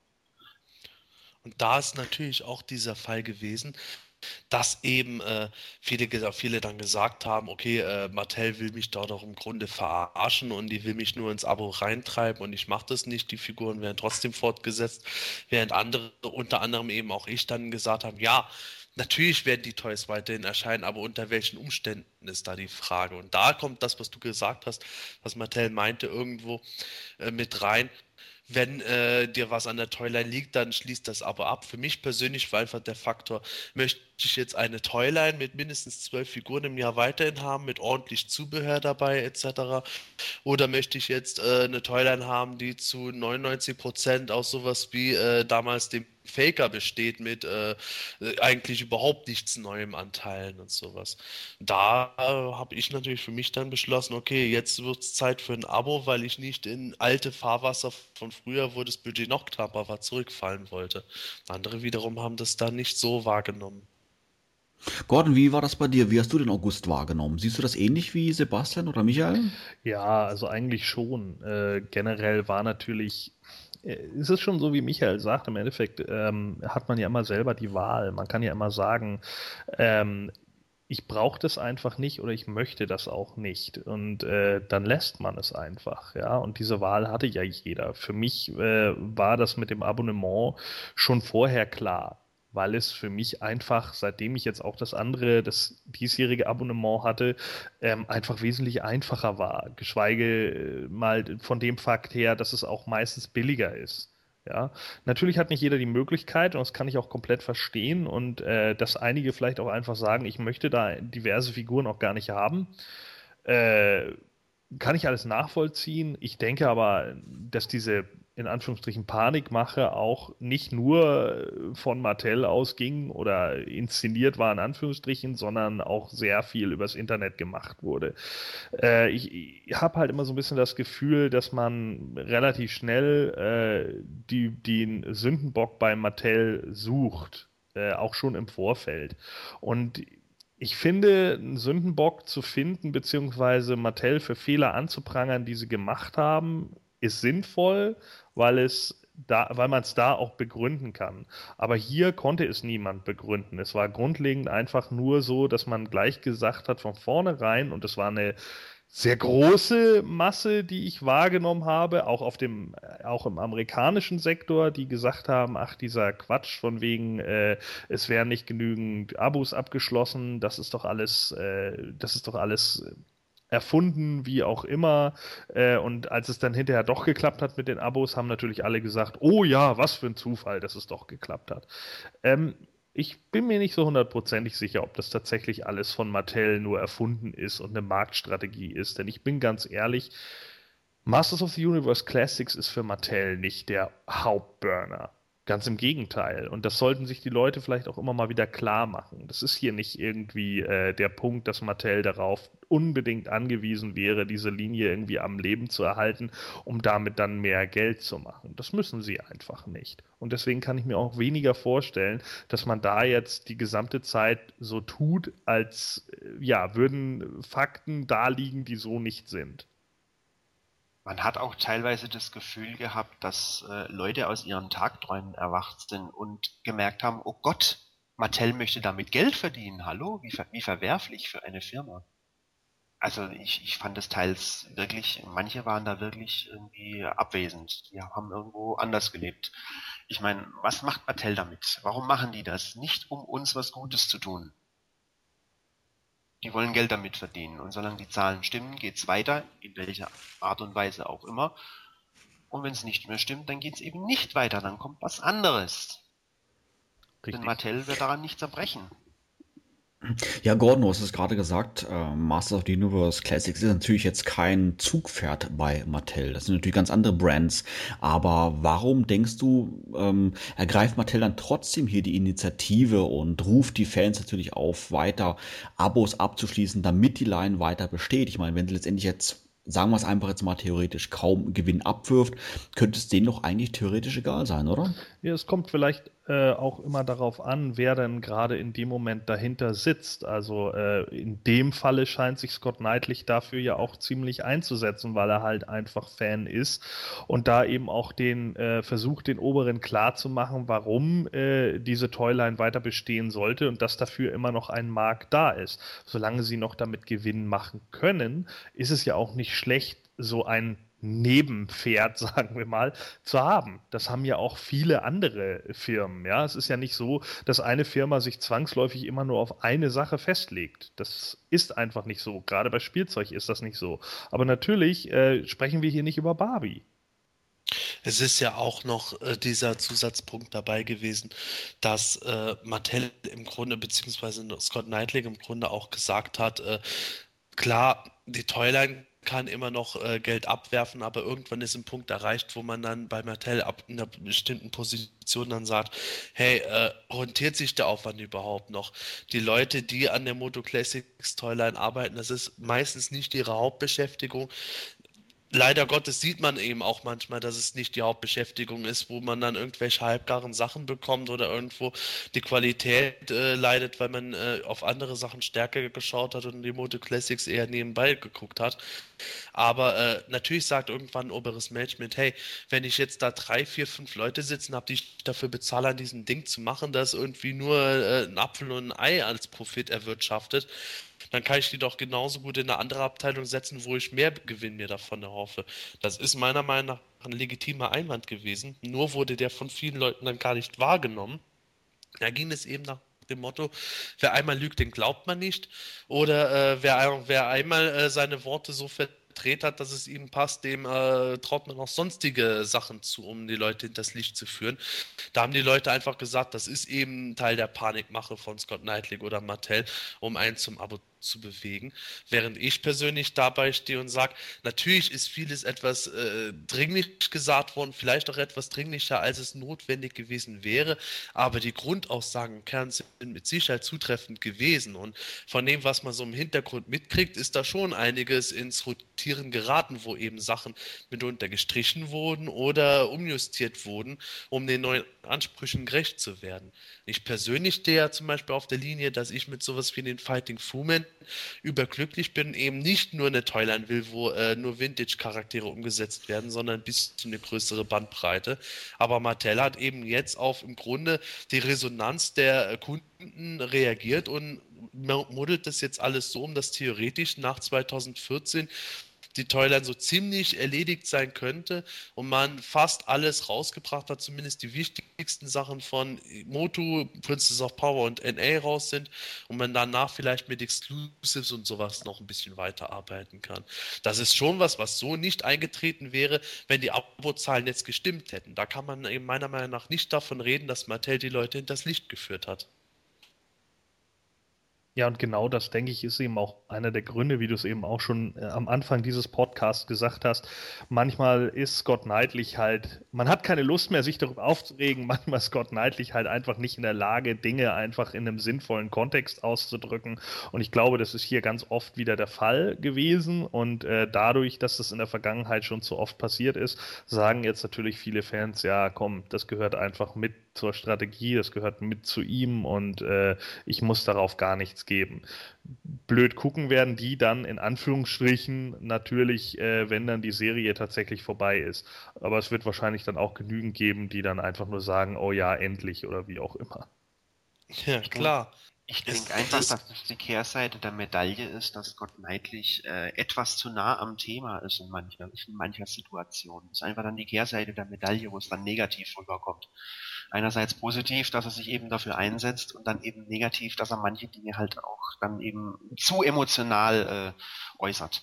C: Und da ist natürlich auch dieser Fall gewesen, dass eben äh, viele, gesa- viele dann gesagt haben, okay, äh, Mattel will mich da doch im Grunde verarschen und die will mich nur ins Abo reintreiben und ich mache das nicht, die Figuren werden trotzdem fortgesetzt, während andere, unter anderem eben auch ich, dann gesagt haben, ja, natürlich werden die Toys weiterhin erscheinen, aber unter welchen Umständen ist da die Frage. Und da kommt das, was du gesagt hast, was Mattel meinte, irgendwo äh, mit rein. Wenn äh, dir was an der Toyline liegt, dann schließt das Abo ab. Für mich persönlich war einfach der Faktor, möchte ich jetzt eine Toyline mit mindestens zwölf Figuren im Jahr weiterhin haben, mit ordentlich Zubehör dabei et cetera. Oder möchte ich jetzt äh, eine Toyline haben, die zu neunundneunzig Prozent aus sowas wie äh, damals dem Faker besteht, mit äh, äh, eigentlich überhaupt nichts Neuem an Teilen und sowas. Da äh, habe ich natürlich für mich dann beschlossen, okay, jetzt wird es Zeit für ein Abo, weil ich nicht in alte Fahrwasser von früher, wo das Budget noch knapper war, zurückfallen wollte. Andere wiederum haben das dann nicht so wahrgenommen.
B: Gordon, wie war das bei dir? Wie hast du den August wahrgenommen? Siehst du das ähnlich wie Sebastian oder Michael?
D: Ja, also eigentlich schon. Äh, generell war natürlich, äh, es ist schon so, wie Michael sagt, im Endeffekt ähm, hat man ja immer selber die Wahl. Man kann ja immer sagen, ähm, ich brauche das einfach nicht oder ich möchte das auch nicht. Und äh, dann lässt man es einfach, ja. Und diese Wahl hatte ja jeder. Für mich äh, war das mit dem Abonnement schon vorher klar, weil es für mich einfach, seitdem ich jetzt auch das andere, das diesjährige Abonnement hatte, ähm, einfach wesentlich einfacher war. Geschweige äh, mal von dem Fakt her, dass es auch meistens billiger ist. Ja, natürlich hat nicht jeder die Möglichkeit und das kann ich auch komplett verstehen und äh, dass einige vielleicht auch einfach sagen, ich möchte da diverse Figuren auch gar nicht haben. Äh, kann ich alles nachvollziehen. Ich denke aber, dass diese in Anführungsstrichen Panikmache auch nicht nur von Mattel ausging oder inszeniert war in Anführungsstrichen, sondern auch sehr viel übers Internet gemacht wurde. Äh, ich ich habe halt immer so ein bisschen das Gefühl, dass man relativ schnell äh, die, den Sündenbock bei Mattel sucht, äh, auch schon im Vorfeld. Und ich finde, einen Sündenbock zu finden, beziehungsweise Mattel für Fehler anzuprangern, die sie gemacht haben, ist sinnvoll, weil es da, weil man es da auch begründen kann. Aber hier konnte es niemand begründen. Es war grundlegend einfach nur so, dass man gleich gesagt hat von vornherein, und es war eine sehr große Masse, die ich wahrgenommen habe, auch auf dem, auch im amerikanischen Sektor, die gesagt haben, ach, dieser Quatsch von wegen, äh, es wären nicht genügend Abos abgeschlossen, das ist doch alles, äh, das ist doch alles erfunden, wie auch immer. Äh, und als es dann hinterher doch geklappt hat mit den Abos, haben natürlich alle gesagt, oh ja, was für ein Zufall, dass es doch geklappt hat. Ähm, Ich bin mir nicht so hundertprozentig sicher, ob das tatsächlich alles von Mattel nur erfunden ist und eine Marktstrategie ist. Denn ich bin ganz ehrlich, Masters of the Universe Classics ist für Mattel nicht der Hauptburner. Ganz im Gegenteil. Und das sollten sich die Leute vielleicht auch immer mal wieder klar machen. Das ist hier nicht irgendwie äh, der Punkt, dass Mattel darauf unbedingt angewiesen wäre, diese Linie irgendwie am Leben zu erhalten, um damit dann mehr Geld zu machen. Das müssen sie einfach nicht. Und deswegen kann ich mir auch weniger vorstellen, dass man da jetzt die gesamte Zeit so tut, als äh, ja, würden Fakten da liegen, die so nicht sind.
E: Man hat auch teilweise das Gefühl gehabt, dass äh, Leute aus ihren Tagträumen erwacht sind und gemerkt haben, oh Gott, Mattel möchte damit Geld verdienen. Hallo, wie, ver wie verwerflich für eine Firma. also ich, ich fand es teils wirklich, manche waren da wirklich irgendwie abwesend. Die haben irgendwo anders gelebt. Ich meine, was macht Mattel damit? Warum machen die das? Nicht um uns was Gutes zu tun. Die wollen Geld damit verdienen. Und solange die Zahlen stimmen, geht's weiter, in welcher Art und Weise auch immer. Und wenn es nicht mehr stimmt, dann geht's eben nicht weiter. Dann kommt was anderes.
D: Richtig.
E: Denn Mattel wird daran nicht zerbrechen.
B: Ja, Gordon, du hast es gerade gesagt, äh, Masters of the Universe Classics ist natürlich jetzt kein Zugpferd bei Mattel. Das sind natürlich ganz andere Brands. Aber warum denkst du, ähm, ergreift Mattel dann trotzdem hier die Initiative und ruft die Fans natürlich auf, weiter Abos abzuschließen, damit die Line weiter besteht? Ich meine, wenn sie letztendlich jetzt, sagen wir es einfach jetzt mal theoretisch, kaum Gewinn abwirft, könnte es denen doch eigentlich theoretisch egal sein, oder?
D: Ja, es kommt vielleicht äh, auch immer darauf an, wer denn gerade in dem Moment dahinter sitzt. Also äh, in dem Falle scheint sich Scott Neidlich dafür ja auch ziemlich einzusetzen, weil er halt einfach Fan ist und da eben auch den äh, versucht, den Oberen klarzumachen, warum äh, diese Toyline weiter bestehen sollte und dass dafür immer noch ein Markt da ist. Solange sie noch damit Gewinn machen können, ist es ja auch nicht schlecht, so ein Nebenpferd, sagen wir mal, zu haben. Das haben ja auch viele andere Firmen. Ja, es ist ja nicht so, dass eine Firma sich zwangsläufig immer nur auf eine Sache festlegt. Das ist einfach nicht so. Gerade bei Spielzeug ist das nicht so. Aber natürlich äh, sprechen wir hier nicht über Barbie.
C: Es ist ja auch noch äh, dieser Zusatzpunkt dabei gewesen, dass äh, Mattel im Grunde, beziehungsweise Scott Neidlich im Grunde auch gesagt hat, äh, klar, die Toyline kann immer noch äh, Geld abwerfen, aber irgendwann ist ein Punkt erreicht, wo man dann bei Mattel ab in einer bestimmten Position dann sagt, hey, äh, rentiert sich der Aufwand überhaupt noch? Die Leute, die an der Moto Classics Toyline arbeiten, das ist meistens nicht ihre Hauptbeschäftigung. Leider Gottes sieht man eben auch manchmal, dass es nicht die Hauptbeschäftigung ist, wo man dann irgendwelche halbgaren Sachen bekommt oder irgendwo die Qualität äh, leidet, weil man äh, auf andere Sachen stärker geschaut hat und die Moto Classics eher nebenbei geguckt hat. Aber äh, natürlich sagt irgendwann ein oberes Management, hey, wenn ich jetzt da drei, vier, fünf Leute sitzen habe, die ich dafür bezahle, an diesem Ding zu machen, das irgendwie nur äh, ein Apfel und ein Ei als Profit erwirtschaftet, dann kann ich die doch genauso gut in eine andere Abteilung setzen, wo ich mehr Gewinn mir davon erhoffe. Das ist meiner Meinung nach ein legitimer Einwand gewesen. Nur wurde der von vielen Leuten dann gar nicht wahrgenommen. Da ging es eben nach dem Motto, wer einmal lügt, den glaubt man nicht. Oder äh, wer, wer einmal äh, seine Worte so verdreht hat, dass es ihm passt, dem äh, traut man auch sonstige Sachen zu, um die Leute hinters Licht zu führen. Da haben die Leute einfach gesagt, das ist eben Teil der Panikmache von Scott Neidlich oder Mattel, um einen zum Abo zu bewegen, während ich persönlich dabei stehe und sage, natürlich ist vieles etwas äh, dringlich gesagt worden, vielleicht auch etwas dringlicher, als es notwendig gewesen wäre, aber die Grundaussagen im Kern sind mit Sicherheit zutreffend gewesen und von dem, was man so im Hintergrund mitkriegt, ist da schon einiges ins Rotieren geraten, wo eben Sachen mitunter gestrichen wurden oder umjustiert wurden, um den neuen Ansprüchen gerecht zu werden. Ich persönlich stehe ja zum Beispiel auf der Linie, dass ich mit sowas wie den Fighting Fu-Man überglücklich bin, eben nicht nur eine Toyline will, wo äh, nur Vintage-Charaktere umgesetzt werden, sondern bis zu eine größere Bandbreite. Aber Mattel hat eben jetzt auf im Grunde die Resonanz der äh, Kunden reagiert und modelt das jetzt alles so um, dass theoretisch nach zweitausendvierzehn die Toyline so ziemlich erledigt sein könnte und man fast alles rausgebracht hat, zumindest die wichtigsten Sachen von Motu, Princess of Power und N A raus sind und man danach vielleicht mit Exclusives und sowas noch ein bisschen weiterarbeiten kann. Das ist schon was, was so nicht eingetreten wäre, wenn die Abozahlen jetzt gestimmt hätten. Da kann man eben meiner Meinung nach nicht davon reden, dass Mattel die Leute hinters Licht geführt hat.
D: Ja, und genau das, denke ich, ist eben auch einer der Gründe, wie du es eben auch schon äh, am Anfang dieses Podcasts gesagt hast. Manchmal ist Scott Neidlich halt, man hat keine Lust mehr, sich darüber aufzuregen. Manchmal ist Scott Neidlich halt einfach nicht in der Lage, Dinge einfach in einem sinnvollen Kontext auszudrücken. Und ich glaube, das ist hier ganz oft wieder der Fall gewesen. Und äh, dadurch, dass das in der Vergangenheit schon zu oft passiert ist, sagen jetzt natürlich viele Fans, ja komm, das gehört einfach mit zur Strategie, das gehört mit zu ihm und äh, ich muss darauf gar nichts geben. Blöd gucken werden die dann in Anführungsstrichen natürlich, äh, wenn dann die Serie tatsächlich vorbei ist. Aber es wird wahrscheinlich dann auch genügend geben, die dann einfach nur sagen, oh ja, endlich oder wie auch immer.
C: Ja, klar.
E: Ich denke einfach, dass das die Kehrseite der Medaille ist, dass Scott Knightley äh, etwas zu nah am Thema ist in mancher, in mancher Situation. Das ist einfach dann die Kehrseite der Medaille, wo es dann negativ rüberkommt. Einerseits positiv, dass er sich eben dafür einsetzt und dann eben negativ, dass er manche Dinge halt auch dann eben zu emotional äh, äußert.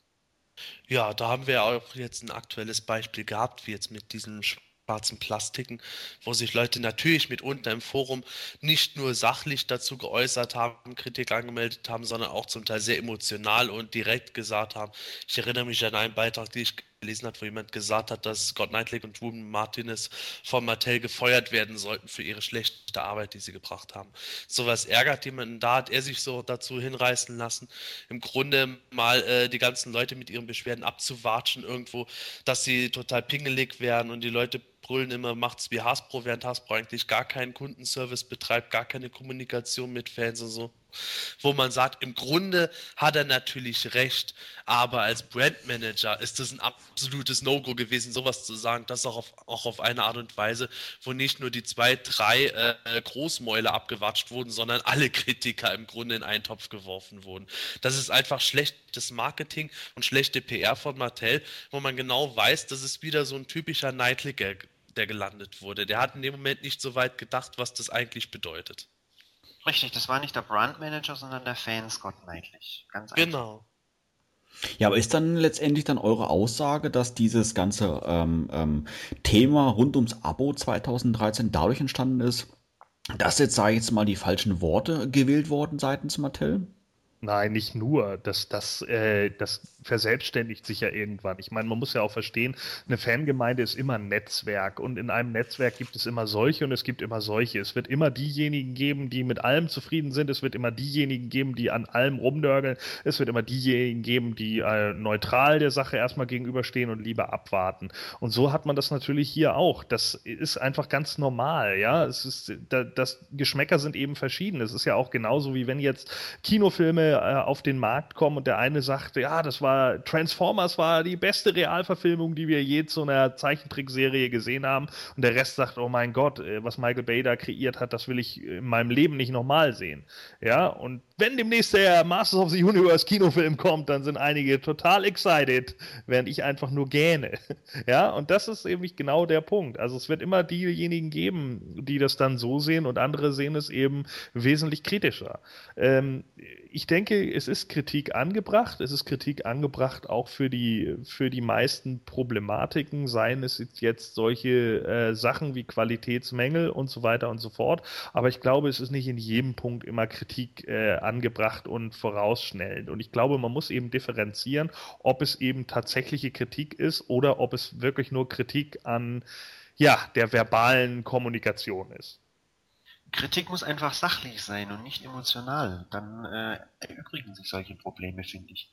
C: Ja, da haben wir auch jetzt ein aktuelles Beispiel gehabt, wie jetzt mit diesen schwarzen Plastiken, wo sich Leute natürlich mitunter im Forum nicht nur sachlich dazu geäußert haben, Kritik angemeldet haben, sondern auch zum Teil sehr emotional und direkt gesagt haben. Ich erinnere mich an einen Beitrag, den ich gelesen habe, wo jemand gesagt hat, dass Scott Knightley und Ruben Martinez von Mattel gefeuert werden sollten für ihre schlechte Arbeit, die sie gebracht haben. Sowas ärgert jemanden, da hat er sich so dazu hinreißen lassen, im Grunde mal äh, die ganzen Leute mit ihren Beschwerden abzuwatschen irgendwo, dass sie total pingelig werden und die Leute brüllen immer, macht's wie Hasbro, während Hasbro eigentlich gar keinen Kundenservice betreibt, gar keine Kommunikation mit Fans und so. Wo man sagt, im Grunde hat er natürlich recht, aber als Brandmanager ist das ein absolutes No-Go gewesen, sowas zu sagen, das auch auf, auch auf eine Art und Weise, wo nicht nur die zwei, drei äh, Großmäuler abgewatscht wurden, sondern alle Kritiker im Grunde in einen Topf geworfen wurden. Das ist einfach schlechtes Marketing und schlechte P R von Mattel, wo man genau weiß, das ist wieder so ein typischer Knightley-Gag, der gelandet wurde. Der hat in dem Moment nicht so weit gedacht, was das eigentlich bedeutet.
E: Richtig, das war nicht der Brandmanager, sondern der Fan Scott Knightley. Ganz einfach.
C: Genau.
B: Ja, aber ist dann letztendlich dann eure Aussage, dass dieses ganze ähm, ähm, Thema rund ums Abo zweitausenddreizehn dadurch entstanden ist, dass jetzt, sage ich jetzt mal, die falschen Worte gewählt wurden seitens Mattel?
D: Nein, nicht nur. Das, das, äh, das verselbstständigt sich ja irgendwann. Ich meine, man muss ja auch verstehen, eine Fangemeinde ist immer ein Netzwerk und in einem Netzwerk gibt es immer solche und es gibt immer solche. Es wird immer diejenigen geben, die mit allem zufrieden sind. Es wird immer diejenigen geben, die an allem rumnörgeln. Es wird immer diejenigen geben, die äh, neutral der Sache erstmal gegenüberstehen und lieber abwarten. Und so hat man das natürlich hier auch. Das ist einfach ganz normal, ja. Es ist, da, das Geschmäcker sind eben verschieden. Es ist ja auch genauso, wie wenn jetzt Kinofilme auf den Markt kommen und der eine sagt, ja, das war Transformers war die beste Realverfilmung, die wir je zu einer Zeichentrickserie gesehen haben und der Rest sagt, oh mein Gott, was Michael Bay da kreiert hat, das will ich in meinem Leben nicht nochmal sehen. Ja, und wenn demnächst der Masters of the Universe Kinofilm kommt, dann sind einige total excited, während ich einfach nur gähne. Ja, und das ist eben genau der Punkt. Also es wird immer diejenigen geben, die das dann so sehen und andere sehen es eben wesentlich kritischer. Ähm, ich denke, es ist Kritik angebracht. Es ist Kritik angebracht auch für die, für die meisten Problematiken, seien es jetzt solche äh, Sachen wie Qualitätsmängel und so weiter und so fort. Aber ich glaube, es ist nicht in jedem Punkt immer Kritik äh, angebracht und vorausschnellend. Und ich glaube, man muss eben differenzieren, ob es eben tatsächliche Kritik ist oder ob es wirklich nur Kritik an, ja, der verbalen Kommunikation ist.
E: Kritik muss einfach sachlich sein und nicht emotional. Dann äh, erübrigen sich solche Probleme, finde ich.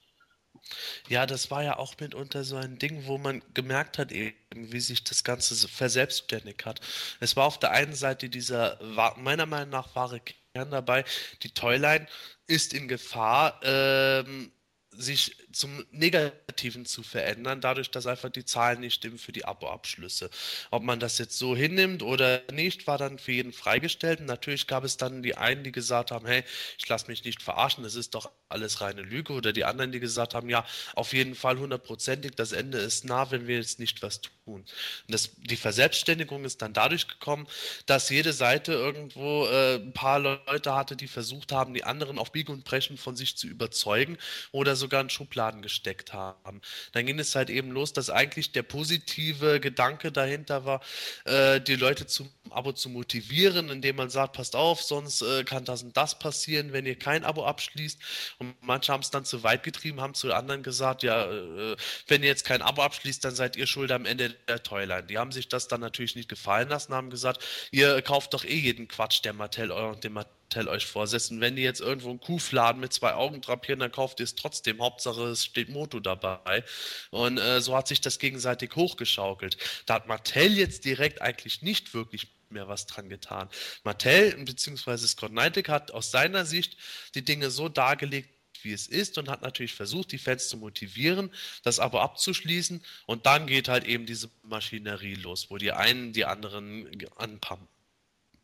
C: Ja, das war ja auch mitunter so ein Ding, wo man gemerkt hat, eben, wie sich das Ganze so verselbstständigt hat. Es war auf der einen Seite dieser, meiner Meinung nach, wahre Kern dabei. Die Toyline ist in Gefahr, ähm, sich zum Negativen zu verändern, dadurch, dass einfach die Zahlen nicht stimmen für die Abo-Abschlüsse. Ob man das jetzt so hinnimmt oder nicht, war dann für jeden freigestellt. Und natürlich gab es dann die einen, die gesagt haben, hey, ich lasse mich nicht verarschen, das ist doch alles reine Lüge. Oder die anderen, die gesagt haben, ja, auf jeden Fall hundertprozentig, das Ende ist nah, wenn wir jetzt nicht was tun. Und das, die Verselbstständigung ist dann dadurch gekommen, dass jede Seite irgendwo äh, ein paar Leute hatte, die versucht haben, die anderen auf Biegen und Brechen von sich zu überzeugen oder sogar in Schubladen gesteckt haben. Dann ging es halt eben los, dass eigentlich der positive Gedanke dahinter war, äh, die Leute zum Abo zu motivieren, indem man sagt, passt auf, sonst äh, kann das und das passieren, wenn ihr kein Abo abschließt. Und manche haben es dann zu weit getrieben, haben zu anderen gesagt, ja, äh, wenn ihr jetzt kein Abo abschließt, dann seid ihr schuld am Ende der Toyline. Die haben sich das dann natürlich nicht gefallen lassen, haben gesagt, ihr kauft doch eh jeden Quatsch, der Mattel und dem Mattel euch vorsetzt. Und wenn die jetzt irgendwo einen Kuhfladen mit zwei Augen drapieren, dann kauft ihr es trotzdem. Hauptsache, es steht Moto dabei. Und äh, so hat sich das gegenseitig hochgeschaukelt. Da hat Mattel jetzt direkt eigentlich nicht wirklich mehr was dran getan. Mattel bzw. Scott Knightley hat aus seiner Sicht die Dinge so dargelegt, wie es ist und hat natürlich versucht, die Fans zu motivieren, das Abo abzuschließen und dann geht halt eben diese Maschinerie los, wo die einen die anderen anpumpen.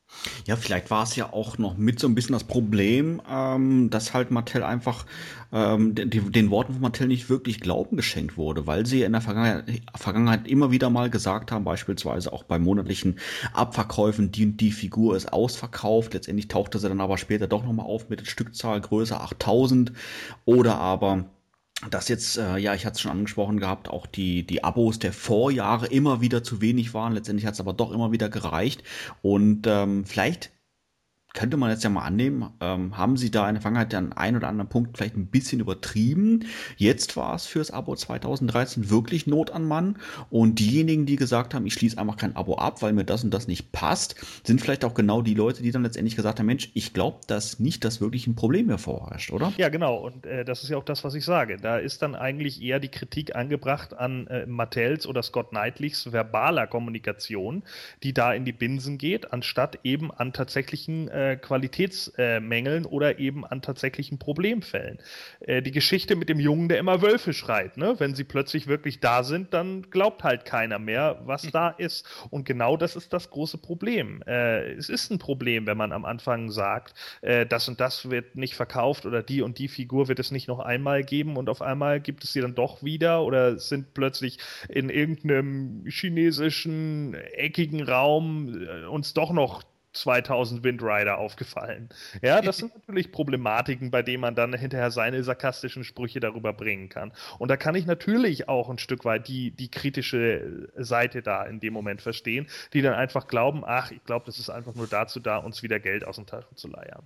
B: Ja, vielleicht war es ja auch noch mit so ein bisschen das Problem, ähm, dass halt Mattel einfach ähm, den, den Worten von Mattel nicht wirklich Glauben geschenkt wurde, weil sie in der Vergangenheit, Vergangenheit immer wieder mal gesagt haben, beispielsweise auch bei monatlichen Abverkäufen, die und die Figur ist ausverkauft. Letztendlich tauchte sie dann aber später doch nochmal auf mit der Stückzahl größer achttausend oder aber dass jetzt, äh, ja, ich hatte es schon angesprochen gehabt, auch die, die Abos der Vorjahre immer wieder zu wenig waren. Letztendlich hat es aber doch immer wieder gereicht. Und ähm, vielleicht könnte man jetzt ja mal annehmen, ähm, haben sie da in der Vergangenheit an einen oder anderen Punkt vielleicht ein bisschen übertrieben. Jetzt war es fürs Abo zweitausenddreizehn wirklich Not an Mann. Und diejenigen, die gesagt haben, ich schließe einfach kein Abo ab, weil mir das und das nicht passt, sind vielleicht auch genau die Leute, die dann letztendlich gesagt haben, Mensch, ich glaube, dass nicht das wirklich ein Problem mehr vorherrscht, oder?
D: Ja, genau. Und äh, das ist ja auch das, was ich sage. Da ist dann eigentlich eher die Kritik angebracht an äh, Mattels oder Scott Knightleys verbaler Kommunikation, die da in die Binsen geht, anstatt eben an tatsächlichen äh, Qualitätsmängeln äh, oder eben an tatsächlichen Problemfällen. Äh, die Geschichte mit dem Jungen, der immer Wölfe schreit, ne? Wenn sie plötzlich wirklich da sind, dann glaubt halt keiner mehr, was da ist. Und genau das ist das große Problem. Äh, es ist ein Problem, wenn man am Anfang sagt, äh, das und das wird nicht verkauft oder die und die Figur wird es nicht noch einmal geben und auf einmal gibt es sie dann doch wieder oder sind plötzlich in irgendeinem chinesischen eckigen Raum äh, uns doch noch zweitausend Windrider aufgefallen. Ja, das sind natürlich Problematiken, bei denen man dann hinterher seine sarkastischen Sprüche darüber bringen kann. Und da kann ich natürlich auch ein Stück weit die, die kritische Seite da in dem Moment verstehen, die dann einfach glauben, ach, ich glaube, das ist einfach nur dazu da, uns wieder Geld aus den Taschen zu leiern.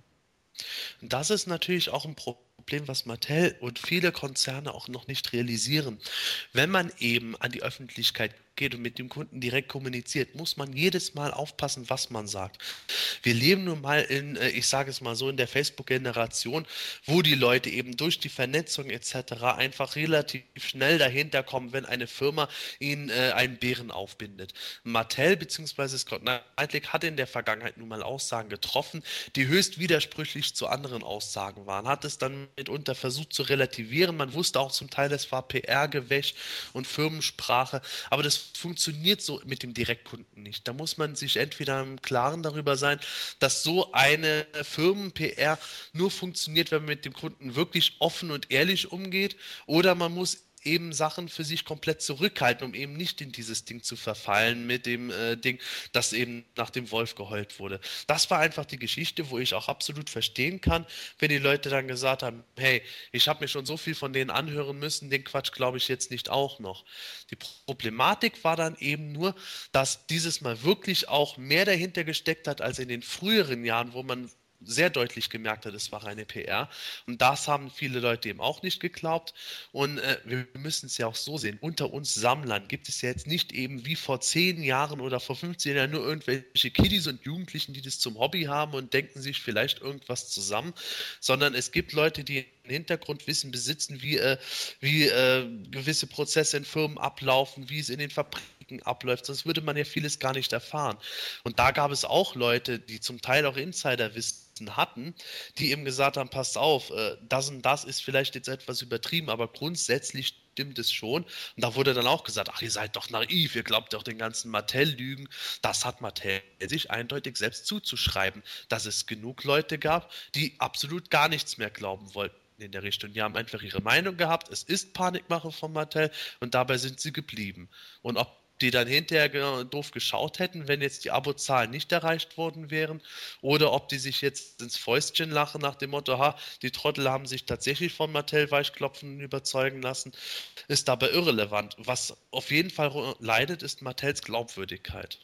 C: Das ist natürlich auch ein Problem, was Mattel und viele Konzerne auch noch nicht realisieren. Wenn man eben an die Öffentlichkeit geht und mit dem Kunden direkt kommuniziert, muss man jedes Mal aufpassen, was man sagt. Wir leben nun mal in, ich sage es mal so, in der Facebook-Generation, wo die Leute eben durch die Vernetzung et cetera einfach relativ schnell dahinter kommen, wenn eine Firma ihnen äh, einen Bären aufbindet. Mattel bzw. Scott Knightly hat in der Vergangenheit nun mal Aussagen getroffen, die höchst widersprüchlich zu anderen Aussagen waren, hat es dann mitunter versucht zu relativieren. Man wusste auch zum Teil, es war P R-Gewäsch und Firmensprache, aber das funktioniert so mit dem Direktkunden nicht. Da muss man sich entweder im Klaren darüber sein, dass so eine Firmen-P R nur funktioniert, wenn man mit dem Kunden wirklich offen und ehrlich umgeht, oder man muss eben Sachen für sich komplett zurückhalten, um eben nicht in dieses Ding zu verfallen mit dem äh, Ding, das eben nach dem Wolf geheult wurde. Das war einfach die Geschichte, wo ich auch absolut verstehen kann, wenn die Leute dann gesagt haben, hey, ich habe mir schon so viel von denen anhören müssen, den Quatsch glaube ich jetzt nicht auch noch. Die Problematik war dann eben nur, dass dieses Mal wirklich auch mehr dahinter gesteckt hat, als in den früheren Jahren, wo man sehr deutlich gemerkt hat, es war reine P R. Und das haben viele Leute eben auch nicht geglaubt. Und äh, wir müssen es ja auch so sehen. Unter uns Sammlern gibt es ja jetzt nicht eben wie vor zehn Jahren oder vor fünfzehn Jahren nur irgendwelche Kiddies und Jugendlichen, die das zum Hobby haben und denken sich vielleicht irgendwas zusammen, sondern es gibt Leute, die im Hintergrundwissen besitzen, wie, äh, wie äh, gewisse Prozesse in Firmen ablaufen, wie es in den Fabriken abläuft, sonst würde man ja vieles gar nicht erfahren. Und da gab es auch Leute, die zum Teil auch Insiderwissen hatten, die eben gesagt haben, passt auf, äh, das und das ist vielleicht jetzt etwas übertrieben, aber grundsätzlich stimmt es schon. Und da wurde dann auch gesagt, ach, ihr seid doch naiv, ihr glaubt doch den ganzen Mattel-Lügen. Das hat Mattel sich eindeutig selbst zuzuschreiben, dass es genug Leute gab, die absolut gar nichts mehr glauben wollten in der Richtung. Die haben einfach ihre Meinung gehabt, es ist Panikmache von Mattel und dabei sind sie geblieben. Und ob die dann hinterher doof geschaut hätten, wenn jetzt die Abozahlen nicht erreicht worden wären, oder ob die sich jetzt ins Fäustchen lachen nach dem Motto, ha, die Trottel haben sich tatsächlich von Mattel Weichklopfen überzeugen lassen, ist dabei irrelevant. Was auf jeden Fall leidet, ist Mattels Glaubwürdigkeit.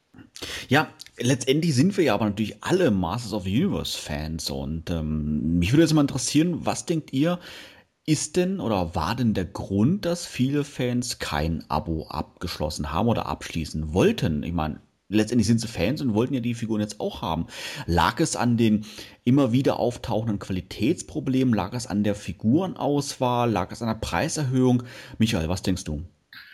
B: Ja, letztendlich sind wir ja aber natürlich alle Masters of the Universe Fans und ähm, mich würde jetzt mal interessieren, was denkt ihr, ist denn oder war denn der Grund, dass viele Fans kein Abo abgeschlossen haben oder abschließen wollten? Ich meine, letztendlich sind sie Fans und wollten ja die Figuren jetzt auch haben. Lag es an den immer wieder auftauchenden Qualitätsproblemen? Lag es an der Figurenauswahl? Lag es an der Preiserhöhung? Michael, was denkst du?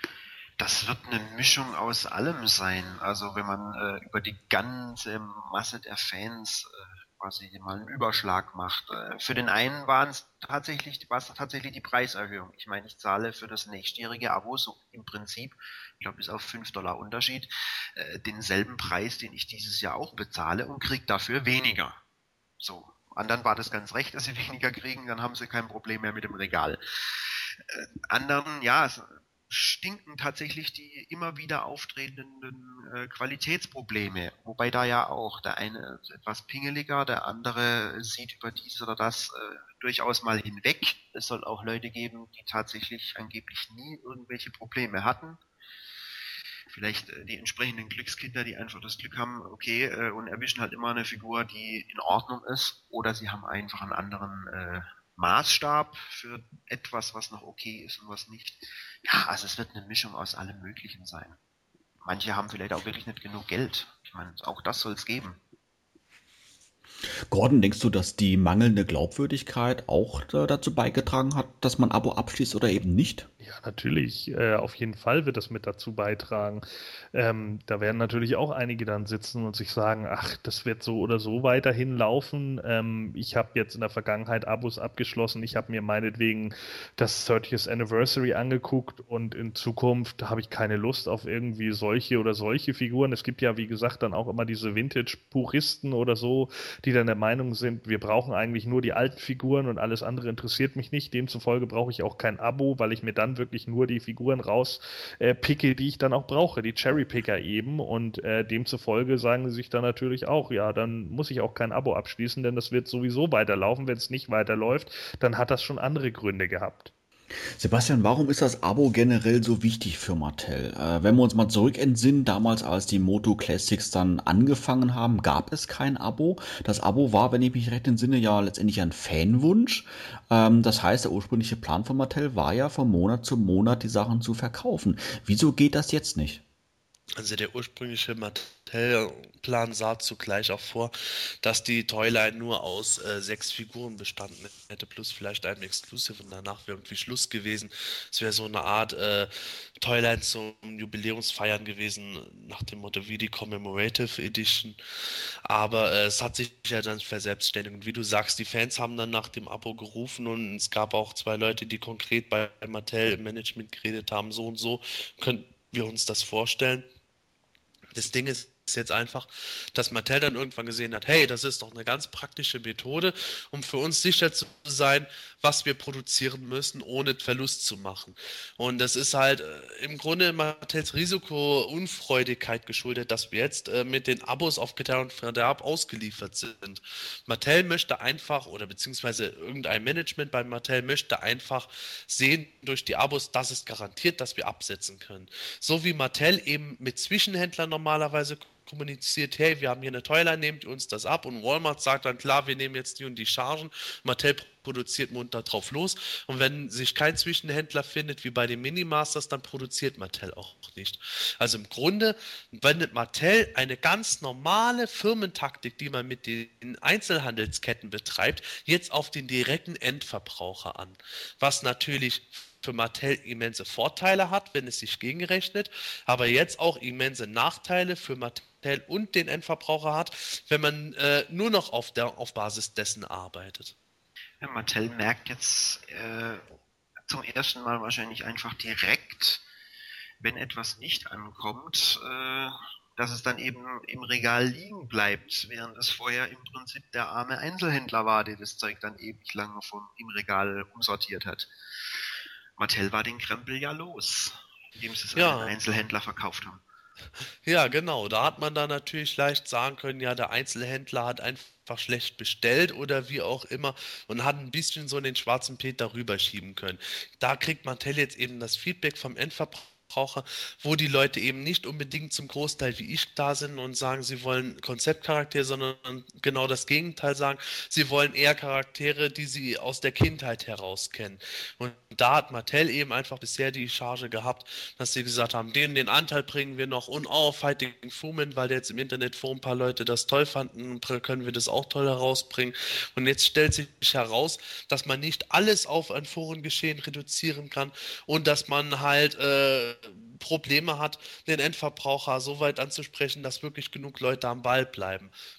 E: Das wird eine Mischung aus allem sein. Also wenn man äh, über die ganze Masse der Fans äh, quasi mal einen Überschlag macht. Äh, für den einen waren es tatsächlich, war es tatsächlich die Preiserhöhung. Ich meine, ich zahle für das nächstjährige Abo so im Prinzip, ich glaube bis auf fünf Dollar Unterschied, äh, denselben Preis, den ich dieses Jahr auch bezahle und kriege dafür weniger. So, anderen war das ganz recht, dass sie weniger kriegen, dann haben sie kein Problem mehr mit dem Regal. Äh, anderen, ja, es stinken tatsächlich die immer wieder auftretenden äh, Qualitätsprobleme, wobei da ja auch der eine ist etwas pingeliger, der andere sieht über dies oder das äh, durchaus mal hinweg. Es soll auch Leute geben, die tatsächlich angeblich nie irgendwelche Probleme hatten. Vielleicht äh, die entsprechenden Glückskinder, die einfach das Glück haben, okay, äh, und erwischen halt immer eine Figur, die in Ordnung ist, oder sie haben einfach einen anderen äh, Maßstab für etwas, was noch okay ist und was nicht. Ja, also es wird eine Mischung aus allem Möglichen sein. Manche haben vielleicht auch wirklich nicht genug Geld. Ich meine, auch das soll es geben.
B: Gordon, denkst du, dass die mangelnde Glaubwürdigkeit auch äh, dazu beigetragen hat, dass man ein Abo abschließt oder eben nicht?
D: Ja, natürlich. Äh, auf jeden Fall wird das mit dazu beitragen. Ähm, da werden natürlich auch einige dann sitzen und sich sagen, ach, das wird so oder so weiterhin laufen. Ähm, ich habe jetzt in der Vergangenheit Abos abgeschlossen. Ich habe mir meinetwegen das thirtieth Anniversary angeguckt und in Zukunft habe ich keine Lust auf irgendwie solche oder solche Figuren. Es gibt ja, wie gesagt, dann auch immer diese Vintage-Puristen oder so, die dann der Meinung sind, wir brauchen eigentlich nur die alten Figuren und alles andere interessiert mich nicht. Demzufolge brauche ich auch kein Abo, weil ich mir dann wirklich nur die Figuren rauspicke, äh, die ich dann auch brauche, die Cherrypicker eben. Und äh, demzufolge sagen sie sich dann natürlich auch, ja, dann muss ich auch kein Abo abschließen, denn das wird sowieso weiterlaufen. Wenn es nicht weiterläuft, dann hat das schon andere Gründe gehabt.
B: Sebastian, warum ist das Abo generell so wichtig für Mattel? Äh, wenn wir uns mal zurückentsinnen, damals als die Moto Classics dann angefangen haben, gab es kein Abo. Das Abo war, wenn ich mich recht entsinne, ja letztendlich ein Fanwunsch. Ähm, das heißt, der ursprüngliche Plan von Mattel war ja von Monat zu Monat die Sachen zu verkaufen. Wieso geht das jetzt nicht?
C: Also der ursprüngliche Mattel-Plan sah zugleich auch vor, dass die Toyline nur aus äh, sechs Figuren bestanden hätte, plus vielleicht einem Exclusive und danach wäre irgendwie Schluss gewesen. Es wäre so eine Art äh, Toyline zum Jubiläumsfeiern gewesen, nach dem Motto wie die Commemorative Edition. Aber äh, es hat sich ja dann verselbstständigt. Und wie du sagst, die Fans haben dann nach dem Abo gerufen und es gab auch zwei Leute, die konkret bei Mattel im Management geredet haben, so und so können wir uns das vorstellen. Das Ding ist jetzt einfach, dass Mattel dann irgendwann gesehen hat, hey, das ist doch eine ganz praktische Methode, um für uns sicher zu sein, was wir produzieren müssen, ohne Verlust zu machen. Und das ist halt äh, im Grunde Mattels Risikounfreudigkeit geschuldet, dass wir jetzt äh, mit den Abos auf Gedeih und Verderb ausgeliefert sind. Mattel möchte einfach, oder beziehungsweise irgendein Management bei Mattel möchte einfach sehen durch die Abos, dass es garantiert, dass wir absetzen können. So wie Mattel eben mit Zwischenhändlern normalerweise kommuniziert, hey, wir haben hier eine Toyline, nehmt ihr uns das ab, und Walmart sagt dann, klar, wir nehmen jetzt die und die Chargen, Mattel produziert munter drauf los, und wenn sich kein Zwischenhändler findet, wie bei den Minimasters, dann produziert Mattel auch nicht. Also im Grunde wendet Mattel eine ganz normale Firmentaktik, die man mit den Einzelhandelsketten betreibt, jetzt auf den direkten Endverbraucher an, was natürlich für Mattel immense Vorteile hat, wenn es sich gegenrechnet, aber jetzt auch immense Nachteile für Mattel und den Endverbraucher hat, wenn man äh, nur noch auf, der, auf Basis dessen arbeitet.
E: Ja, Mattel merkt jetzt äh, zum ersten Mal wahrscheinlich einfach direkt, wenn etwas nicht ankommt, äh, dass es dann eben im Regal liegen bleibt, während es vorher im Prinzip der arme Einzelhändler war, der das Zeug dann ewig lange vom, im Regal umsortiert hat. Mattel war den Krempel ja los, indem sie es
C: Ja.
E: an den Einzelhändler verkauft haben.
C: Ja, genau. Da hat man dann natürlich leicht sagen können, ja, der Einzelhändler hat einfach schlecht bestellt oder wie auch immer und hat ein bisschen so den schwarzen Peter rüberschieben können. Da kriegt Mattel jetzt eben das Feedback vom Endverbraucher, wo die Leute eben nicht unbedingt zum Großteil wie ich da sind und sagen, sie wollen Konzeptcharaktere, sondern genau das Gegenteil sagen. Sie wollen eher Charaktere, die sie aus der Kindheit heraus kennen. Und da hat Mattel eben einfach bisher die Charge gehabt, dass sie gesagt haben, den, den Anteil bringen wir noch, und oh, Fighting Foreman, weil jetzt im Internet vor ein paar Leute das toll fanden, können wir das auch toll herausbringen. Und jetzt stellt sich heraus, dass man nicht alles auf ein Forengeschehen reduzieren kann und dass man halt äh, Probleme hat, den Endverbraucher so weit anzusprechen, dass wirklich genug Leute am Ball bleiben. Wo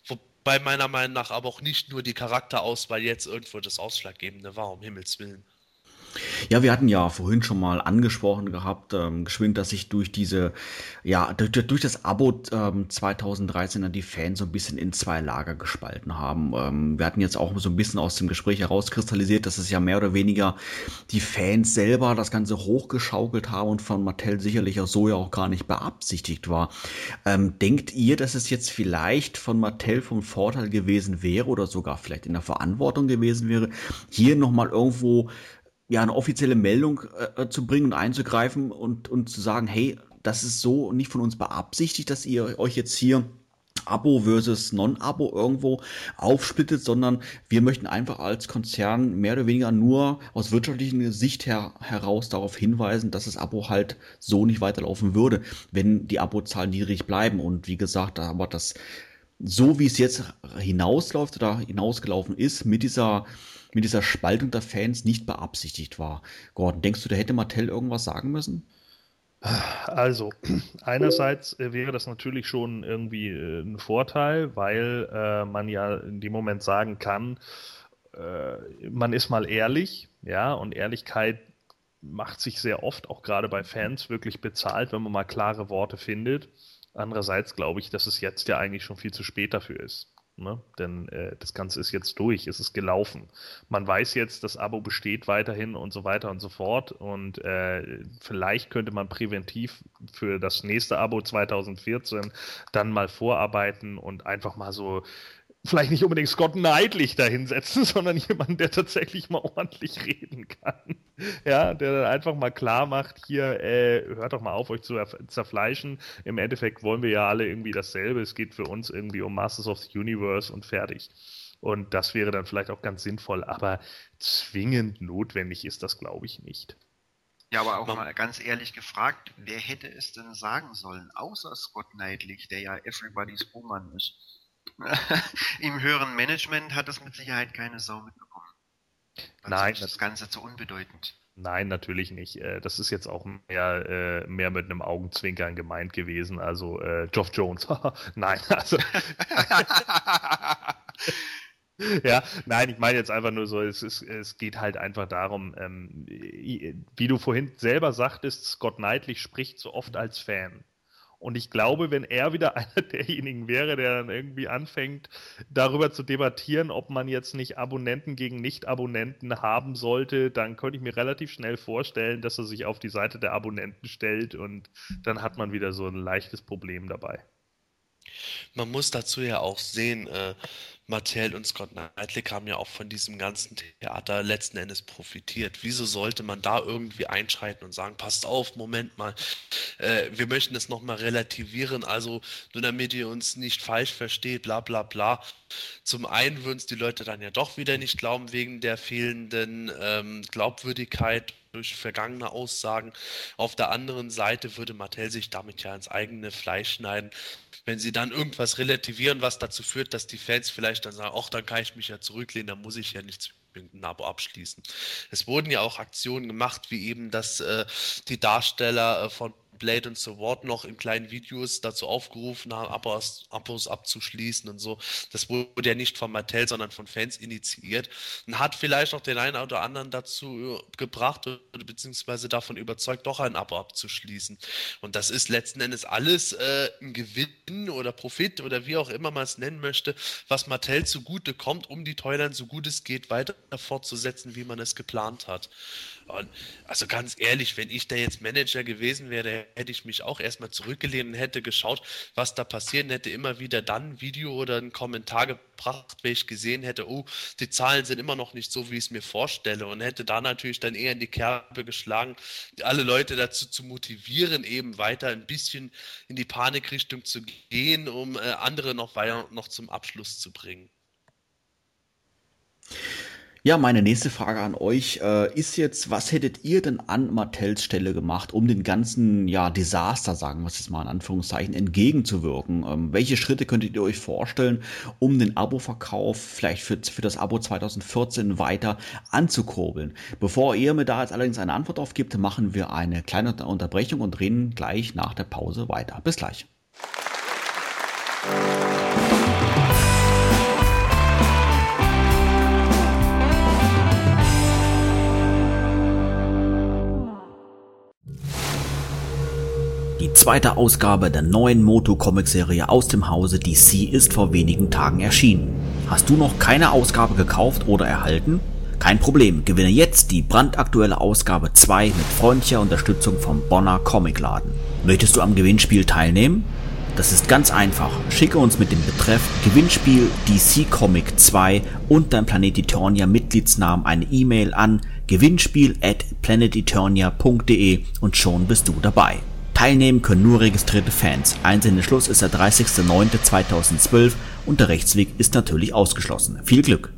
C: Wobei meiner Meinung nach aber auch nicht nur die Charakterauswahl jetzt irgendwo das Ausschlaggebende war, um Himmels Willen.
B: Ja, wir hatten ja vorhin schon mal angesprochen gehabt, ähm, geschwind, dass sich durch diese, ja, durch, durch das Abo ähm, zwanzig dreizehn dann die Fans so ein bisschen in zwei Lager gespalten haben. Ähm, wir hatten jetzt auch so ein bisschen aus dem Gespräch herauskristallisiert, dass es ja mehr oder weniger die Fans selber das Ganze hochgeschaukelt haben und von Mattel sicherlich auch so ja auch gar nicht beabsichtigt war. Ähm, denkt ihr, dass es jetzt vielleicht von Mattel vom Vorteil gewesen wäre oder sogar vielleicht in der Verantwortung gewesen wäre, hier nochmal irgendwo ja, eine offizielle Meldung äh, zu bringen und einzugreifen und, und zu sagen, hey, das ist so nicht von uns beabsichtigt, dass ihr euch jetzt hier Abo versus Non-Abo irgendwo aufsplittet, sondern wir möchten einfach als Konzern mehr oder weniger nur aus wirtschaftlicher Sicht her, heraus darauf hinweisen, dass das Abo halt so nicht weiterlaufen würde, wenn die Abozahlen niedrig bleiben. Und wie gesagt, aber das, so wie es jetzt hinausläuft oder hinausgelaufen ist, mit dieser mit dieser Spaltung der Fans nicht beabsichtigt war. Gordon, denkst du, da hätte Mattel irgendwas sagen müssen?
D: Also, einerseits äh, wäre das natürlich schon irgendwie äh, ein Vorteil, weil äh, man ja in dem Moment sagen kann, äh, man ist mal ehrlich, ja, und Ehrlichkeit macht sich sehr oft, auch gerade bei Fans, wirklich bezahlt, wenn man mal klare Worte findet. Andererseits glaube ich, dass es jetzt ja eigentlich schon viel zu spät dafür ist. Ne? Denn äh, das Ganze ist jetzt durch, es ist gelaufen. Man weiß jetzt, das Abo besteht weiterhin und so weiter und so fort und äh, vielleicht könnte man präventiv für das nächste Abo zwanzig vierzehn dann mal vorarbeiten und einfach mal so vielleicht nicht unbedingt Scott Knightley da hinsetzen, sondern jemanden, der tatsächlich mal ordentlich reden kann. Ja, der dann einfach mal klar macht, hier, äh, hört doch mal auf, euch zu zerfleischen. Im Endeffekt wollen wir ja alle irgendwie dasselbe. Es geht für uns irgendwie um Masters of the Universe und fertig. Und das wäre dann vielleicht auch ganz sinnvoll, aber zwingend notwendig ist das, glaube ich, nicht.
E: Ja, aber auch mal ganz ehrlich gefragt, wer hätte es denn sagen sollen, außer Scott Knightley, der ja everybody's Buhmann ist? Im höheren Management hat es mit Sicherheit keine Sau mitbekommen. Also
D: Nein,
E: ist das Ganze zu unbedeutend.
D: Nein, natürlich nicht. Das ist jetzt auch mehr, mehr mit einem Augenzwinkern gemeint gewesen. Also äh, Geoff Jones. Nein, also ja, nein, ich meine jetzt einfach nur so, es, ist, es geht halt einfach darum, ähm, wie du vorhin selber sagtest, Scott Knightley spricht so oft als Fan. Und ich glaube, wenn er wieder einer derjenigen wäre, der dann irgendwie anfängt, darüber zu debattieren, ob man jetzt nicht Abonnenten gegen Nicht-Abonnenten haben sollte, dann könnte ich mir relativ schnell vorstellen, dass er sich auf die Seite der Abonnenten stellt und dann hat man wieder so ein leichtes Problem dabei.
C: Man muss dazu ja auch sehen, äh, Mattel und Scott Knightley haben ja auch von diesem ganzen Theater letzten Endes profitiert. Wieso sollte man da irgendwie einschreiten und sagen, passt auf, Moment mal, äh, wir möchten das nochmal relativieren, also nur damit ihr uns nicht falsch versteht, bla bla bla. Zum einen würden es die Leute dann ja doch wieder nicht glauben, wegen der fehlenden ähm, Glaubwürdigkeit durch vergangene Aussagen. Auf der anderen Seite würde Mattel sich damit ja ins eigene Fleisch schneiden, wenn sie dann irgendwas relativieren, was dazu führt, dass die Fans vielleicht dann sagen, ach, dann kann ich mich ja zurücklehnen, dann muss ich ja nicht zwingend ein Abo abschließen. Es wurden ja auch Aktionen gemacht, wie eben, dass äh, die Darsteller äh, von Blade und Sword noch in kleinen Videos dazu aufgerufen haben, Abos, Abos abzuschließen und so. Das wurde ja nicht von Mattel, sondern von Fans initiiert und hat vielleicht auch den einen oder anderen dazu gebracht, beziehungsweise davon überzeugt, doch ein Abo abzuschließen. Und das ist letzten Endes alles äh, ein Gewinn oder Profit oder wie auch immer man es nennen möchte, was Mattel zugute kommt, um die Toyline so gut es geht weiter fortzusetzen, wie man es geplant hat. Und also ganz ehrlich, wenn ich da jetzt Manager gewesen wäre, hätte ich mich auch erstmal zurückgelehnt und hätte geschaut, was da passiert, hätte immer wieder dann ein Video oder einen Kommentar gebracht, wenn ich gesehen hätte, oh, die Zahlen sind immer noch nicht so, wie ich es mir vorstelle, und hätte da natürlich dann eher in die Kerbe geschlagen, alle Leute dazu zu motivieren, eben weiter ein bisschen in die Panikrichtung zu gehen, um äh, andere noch weiter noch zum Abschluss zu bringen.
B: Ja, meine nächste Frage an euch äh, ist jetzt, was hättet ihr denn an Mattels Stelle gemacht, um den ganzen, ja, Desaster, sagen wir es jetzt mal in Anführungszeichen, entgegenzuwirken? Ähm, welche Schritte könntet ihr euch vorstellen, um den Abo-Verkauf vielleicht für, für das Abo zwanzig vierzehn weiter anzukurbeln? Bevor ihr mir da jetzt allerdings eine Antwort drauf gibt, machen wir eine kleine Unterbrechung und reden gleich nach der Pause weiter. Bis gleich.
G: Die zweite Ausgabe der neuen Moto-Comic-Serie aus dem Hause D C ist vor wenigen Tagen erschienen. Hast du noch keine Ausgabe gekauft oder erhalten? Kein Problem, gewinne jetzt die brandaktuelle Ausgabe zwei mit freundlicher Unterstützung vom Bonner Comicladen. Möchtest du am Gewinnspiel teilnehmen? Das ist ganz einfach. Schicke uns mit dem Betreff Gewinnspiel D C Comic zwei und dein Planet Eternia Mitgliedsnamen eine E-Mail an gewinnspiel at planeteternia punkt de und schon bist du dabei. Teilnehmen können nur registrierte Fans. Einsendeschluss ist der dreißigster neunter zweitausendzwölf und der Rechtsweg ist natürlich ausgeschlossen. Viel Glück!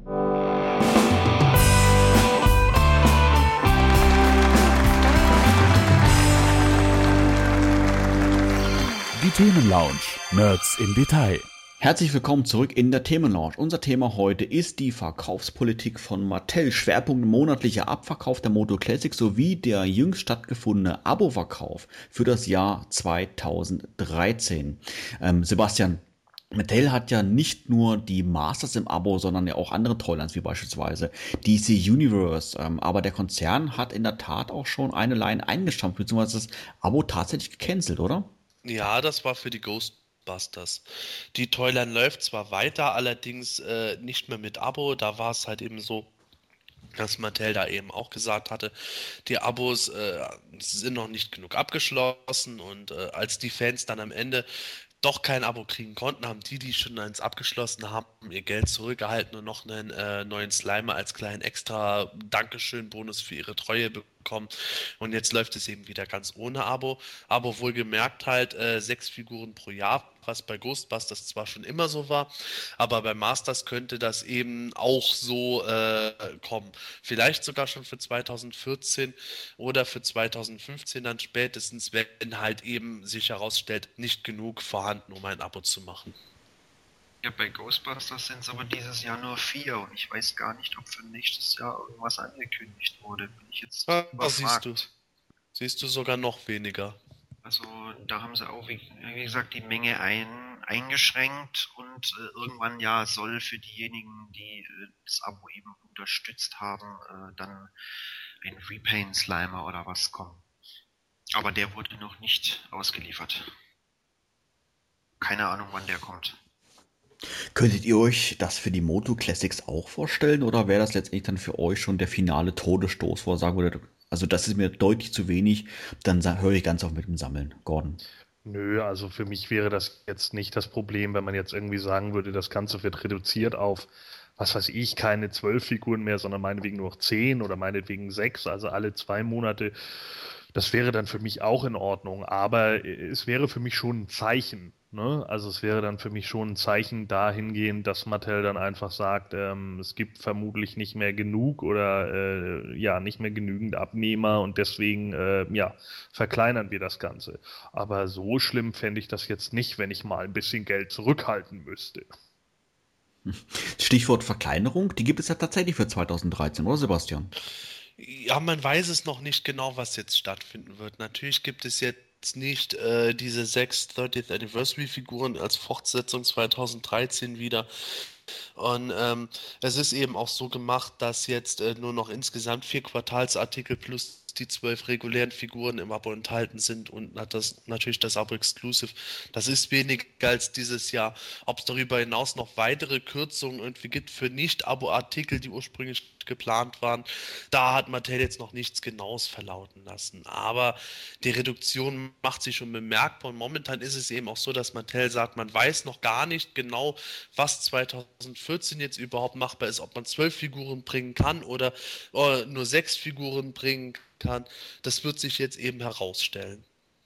F: Die Themenlounge. Nerds im Detail.
B: Herzlich willkommen zurück in der Themenlounge. Unser Thema heute ist die Verkaufspolitik von Mattel. Schwerpunkt monatlicher Abverkauf der Moto Classic sowie der jüngst stattgefundene Abo-Verkauf für das Jahr zweitausenddreizehn. Ähm, Sebastian, Mattel hat ja nicht nur die Masters im Abo, sondern ja auch andere Toylands, wie beispielsweise D C Universe. Ähm, aber der Konzern hat in der Tat auch schon eine Line eingestampft, beziehungsweise das Abo tatsächlich gecancelt, oder?
C: Ja, das war für die Ghostbusters. Die Toyland läuft zwar weiter, allerdings äh, nicht mehr mit Abo. Da war es halt eben so, dass Mattel da eben auch gesagt hatte, die Abos äh, sind noch nicht genug abgeschlossen und äh, als die Fans dann am Ende doch kein Abo kriegen konnten, haben die, die schon eins abgeschlossen haben, ihr Geld zurückgehalten und noch einen äh, neuen Slimer als kleinen extra Dankeschön-Bonus für ihre Treue bekommen. Und jetzt läuft es eben wieder ganz ohne Abo. Aber wohlgemerkt halt äh, sechs Figuren pro Jahr, was bei Ghostbusters zwar schon immer so war, aber bei Masters könnte das eben auch so äh, kommen. Vielleicht sogar schon für zweitausendvierzehn oder für zweitausendfünfzehn dann spätestens, wenn halt eben sich herausstellt, nicht genug vorhanden, um ein Abo zu machen.
E: Ja, bei Ghostbusters sind es aber dieses Jahr nur vier und ich weiß gar nicht, ob für nächstes Jahr irgendwas angekündigt wurde. Bin ich jetzt
C: ah,
E: überfragt.
C: Siehst du, siehst du sogar noch weniger.
E: Also da haben sie auch, wie, wie gesagt, die Menge ein, eingeschränkt und äh, irgendwann ja soll für diejenigen, die äh, das Abo eben unterstützt haben, äh, dann ein Repaint Slimer oder was kommen. Aber der wurde noch nicht ausgeliefert. Keine Ahnung, wann der kommt.
B: Könntet ihr euch das für die Moto Classics auch vorstellen oder wäre das letztendlich dann für euch schon der finale Todesstoß, wo ihr sagen würdet, also das ist mir deutlich zu wenig, dann höre ich ganz auf mit dem Sammeln. Gordon?
D: Nö, also für mich wäre das jetzt nicht das Problem, wenn man jetzt irgendwie sagen würde, das Ganze wird reduziert auf, was weiß ich, keine zwölf Figuren mehr, sondern meinetwegen nur noch zehn oder meinetwegen sechs, also alle zwei Monate. Das wäre dann für mich auch in Ordnung, aber es wäre für mich schon ein Zeichen. Ne? Also es wäre dann für mich schon ein Zeichen dahingehend, dass Mattel dann einfach sagt, ähm, es gibt vermutlich nicht mehr genug oder äh, ja nicht mehr genügend Abnehmer und deswegen äh, ja verkleinern wir das Ganze. Aber so schlimm fände ich das jetzt nicht, wenn ich mal ein bisschen Geld zurückhalten müsste.
B: Stichwort Verkleinerung, die gibt es ja tatsächlich für zweitausenddreizehn, oder Sebastian?
C: Ja, man weiß es noch nicht genau, was jetzt stattfinden wird. Natürlich gibt es jetzt nicht äh, diese sechs thirtieth Anniversary Figuren als Fortsetzung zweitausenddreizehn wieder. Und ähm, es ist eben auch so gemacht, dass jetzt äh, nur noch insgesamt vier Quartalsartikel plus die zwölf regulären Figuren im Abo enthalten sind und hat das natürlich das Abo Exclusive. Das ist weniger als dieses Jahr. Ob es darüber hinaus noch weitere Kürzungen irgendwie gibt für Nicht-Abo-Artikel, die ursprünglich geplant waren, da hat Mattel jetzt noch nichts Genaues verlauten lassen. Aber die Reduktion macht sich schon bemerkbar und momentan ist es eben auch so, dass Mattel sagt, man weiß noch gar nicht genau, was zweitausendvierzehn jetzt überhaupt machbar ist, ob man zwölf Figuren bringen kann oder, oder nur sechs Figuren bringen kann. Das wird sich jetzt eben herausstellen.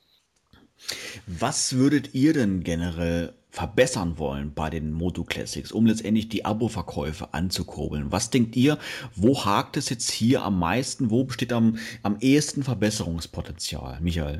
B: Was würdet ihr denn generell verbessern wollen bei den Moto Classics, um letztendlich die Abo-Verkäufe anzukurbeln? Was denkt ihr, wo hakt es jetzt hier am meisten, wo besteht am, am ehesten Verbesserungspotenzial? Michael?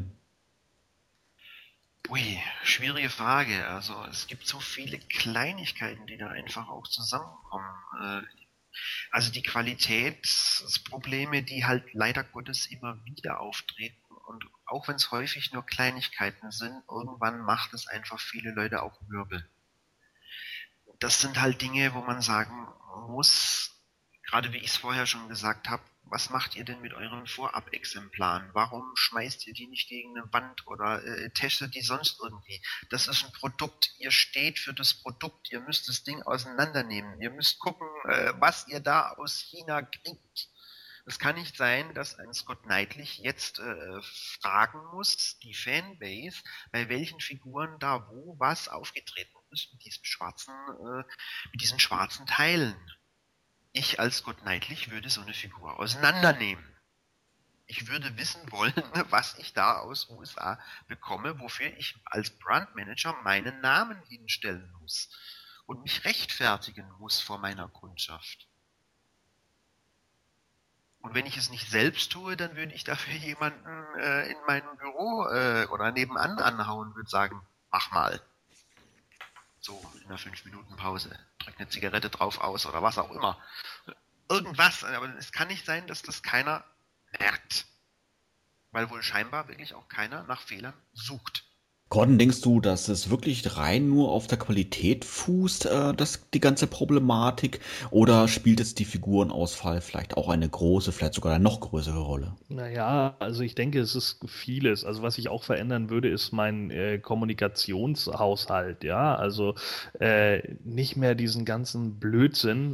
E: Ui, schwierige Frage. Also es gibt so viele Kleinigkeiten, die da einfach auch zusammenkommen. Also die Qualitätsprobleme, die halt leider Gottes immer wieder auftreten und auch wenn es häufig nur Kleinigkeiten sind, irgendwann macht es einfach viele Leute auch Wirbel. Das sind halt Dinge, wo man sagen muss, gerade wie ich es vorher schon gesagt habe, was macht ihr denn mit euren Vorab-Exemplaren? Warum schmeißt ihr die nicht gegen eine Wand oder äh, testet die sonst irgendwie? Das ist ein Produkt, ihr steht für das Produkt, ihr müsst das Ding auseinandernehmen. Ihr müsst gucken, äh, was ihr da aus China kriegt. Es kann nicht sein, dass ein Scott Neidlich jetzt äh, fragen muss, die Fanbase, bei welchen Figuren da wo was aufgetreten ist mit diesem schwarzen, äh, mit diesen schwarzen Teilen. Ich als Scott Neidlich würde so eine Figur auseinandernehmen. Ich würde wissen wollen, was ich da aus U S A bekomme, wofür ich als Brandmanager meinen Namen hinstellen muss und mich rechtfertigen muss vor meiner Kundschaft. Und wenn ich es nicht selbst tue, dann würde ich dafür jemanden äh, in meinem Büro äh, oder nebenan anhauen, würde sagen, mach mal. So, in einer fünf Minuten Pause. Drück eine Zigarette drauf aus oder was auch immer. Irgendwas. Aber es kann nicht sein, dass das keiner merkt. Weil wohl scheinbar wirklich auch keiner nach Fehlern sucht.
B: Gordon, denkst du, dass es wirklich rein nur auf der Qualität fußt, äh, das, die ganze Problematik? Oder spielt jetzt die Figurenauswahl vielleicht auch eine große, vielleicht sogar eine noch größere Rolle?
D: Naja, also ich denke, es ist vieles. Also was ich auch verändern würde, ist mein äh, Kommunikationshaushalt, ja. Also äh, nicht mehr diesen ganzen Blödsinn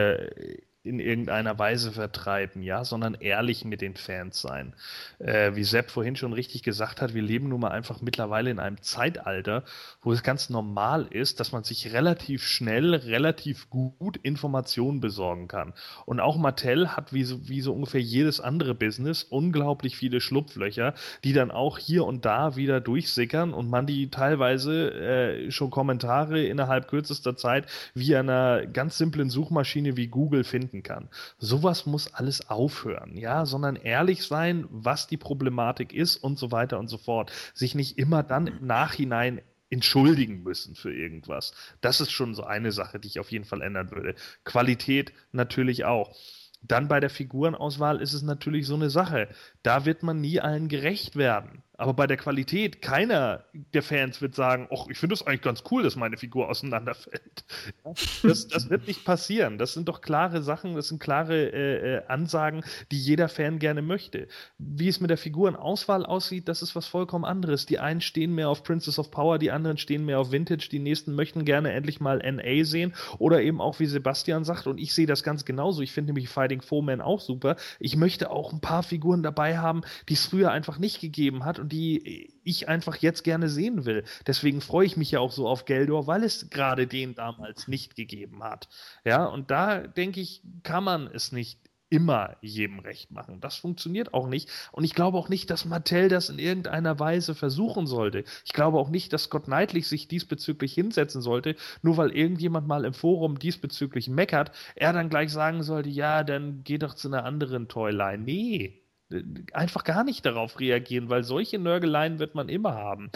D: äh, in irgendeiner Weise vertreiben, ja, sondern ehrlich mit den Fans sein. Äh, wie Sepp vorhin schon richtig gesagt hat, wir leben nun mal einfach mittlerweile in einem Zeitalter, wo es ganz normal ist, dass man sich relativ schnell, relativ gut Informationen besorgen kann. Und auch Mattel hat wie so, wie so ungefähr jedes andere Business unglaublich viele Schlupflöcher, die dann auch hier und da wieder durchsickern und man die teilweise äh, schon Kommentare innerhalb kürzester Zeit via einer ganz simplen Suchmaschine wie Google finden kann. Sowas muss alles aufhören, ja, sondern ehrlich sein, was die Problematik ist und so weiter und so fort. Sich nicht immer dann im Nachhinein entschuldigen müssen für irgendwas. Das ist schon so eine Sache, die ich auf jeden Fall ändern würde. Qualität natürlich auch. Dann bei der Figurenauswahl ist es natürlich so eine Sache. Da wird man nie allen gerecht werden. Aber bei der Qualität, keiner der Fans wird sagen, ach, ich finde es eigentlich ganz cool, dass meine Figur auseinanderfällt. Das, das wird nicht passieren. Das sind doch klare Sachen, das sind klare äh, Ansagen, die jeder Fan gerne möchte. Wie es mit der Figurenauswahl aussieht, das ist was vollkommen anderes. Die einen stehen mehr auf Princess of Power, die anderen stehen mehr auf Vintage, die nächsten möchten gerne endlich mal N A sehen oder eben auch, wie Sebastian sagt, und ich sehe das ganz genauso. Ich finde nämlich Fighting Foeman auch super. Ich möchte auch ein paar Figuren dabei haben, die es früher einfach nicht gegeben hat und die ich einfach jetzt gerne sehen will. Deswegen freue ich mich ja auch so auf Geldor, weil es gerade den damals nicht gegeben hat. Ja, und da denke ich, kann man es nicht immer jedem recht machen. Das funktioniert auch nicht. Und ich glaube auch nicht, dass Mattel das in irgendeiner Weise versuchen sollte. Ich glaube auch nicht, dass Scott Neidlich sich diesbezüglich hinsetzen sollte, nur weil irgendjemand mal im Forum diesbezüglich meckert, er dann gleich sagen sollte, ja, dann geh doch zu einer anderen Toyline. Nee, einfach gar nicht darauf reagieren, weil solche Nörgeleien wird man immer haben.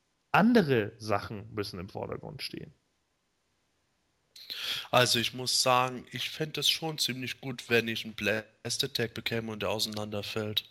D: Andere Sachen müssen im Vordergrund stehen.
C: Also ich muss sagen, ich fände es schon ziemlich gut, wenn ich einen Blast Attack bekäme und der auseinanderfällt.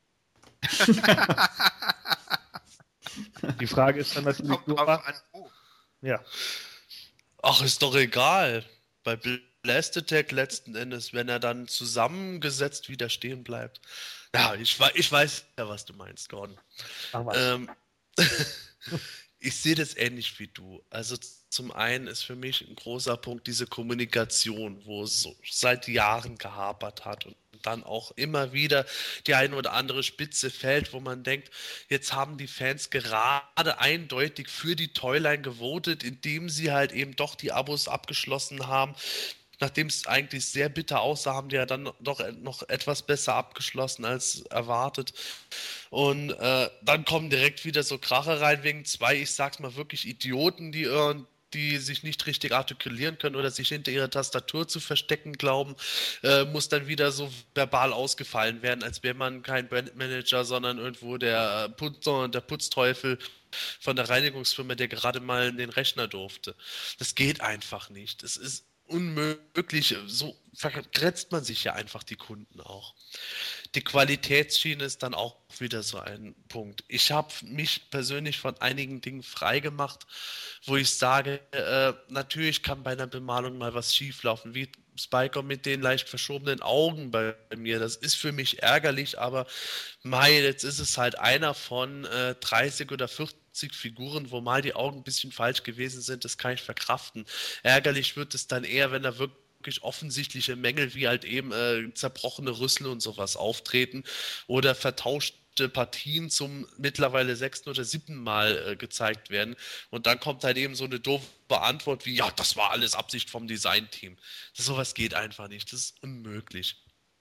D: Die Frage ist dann natürlich
E: Kommt
D: nur,
E: drauf an, wo.
D: ja.
C: Ach, ist doch egal. Bei Blast Attack letzten Endes, wenn er dann zusammengesetzt wieder stehen bleibt. Ja, ich, ich weiß ja, was du meinst, Gordon.
D: Ach was.
C: Ähm, ich sehe das ähnlich wie du. Also zum einen ist für mich ein großer Punkt diese Kommunikation, wo es so seit Jahren gehapert hat und dann auch immer wieder die eine oder andere Spitze fällt, wo man denkt, jetzt haben die Fans gerade eindeutig für die Toyline gewotet, indem sie halt eben doch die Abos abgeschlossen haben. Nachdem es eigentlich sehr bitter aussah, haben die ja dann doch noch etwas besser abgeschlossen als erwartet. Und äh, dann kommen direkt wieder so Krache rein wegen zwei, ich sag's mal wirklich Idioten, die äh, die sich nicht richtig artikulieren können oder sich hinter ihrer Tastatur zu verstecken glauben, äh, muss dann wieder so verbal ausgefallen werden, als wäre man kein Brandmanager, sondern irgendwo der, Putz- der Putzteufel von der Reinigungsfirma, der gerade mal in den Rechner durfte. Das geht einfach nicht. Es ist unmöglich, so vergrätzt man sich ja einfach die Kunden auch. Die Qualitätsschiene ist dann auch wieder so ein Punkt. Ich habe mich persönlich von einigen Dingen freigemacht, wo ich sage, äh, natürlich kann bei einer Bemalung mal was schieflaufen, wie Spiker mit den leicht verschobenen Augen bei mir. Das ist für mich ärgerlich, aber mei, jetzt ist es halt einer von äh, dreißig oder vierzig Figuren, wo mal die Augen ein bisschen falsch gewesen sind. Das kann ich verkraften. Ärgerlich wird es dann eher, wenn da wirklich offensichtliche Mängel wie halt eben äh, zerbrochene Rüssel und sowas auftreten oder vertauscht Partien zum mittlerweile sechsten oder siebten Mal äh, gezeigt werden. Und dann kommt halt eben so eine doofe Antwort wie, ja, das war alles Absicht vom Designteam. Das, sowas geht einfach nicht. Das ist unmöglich.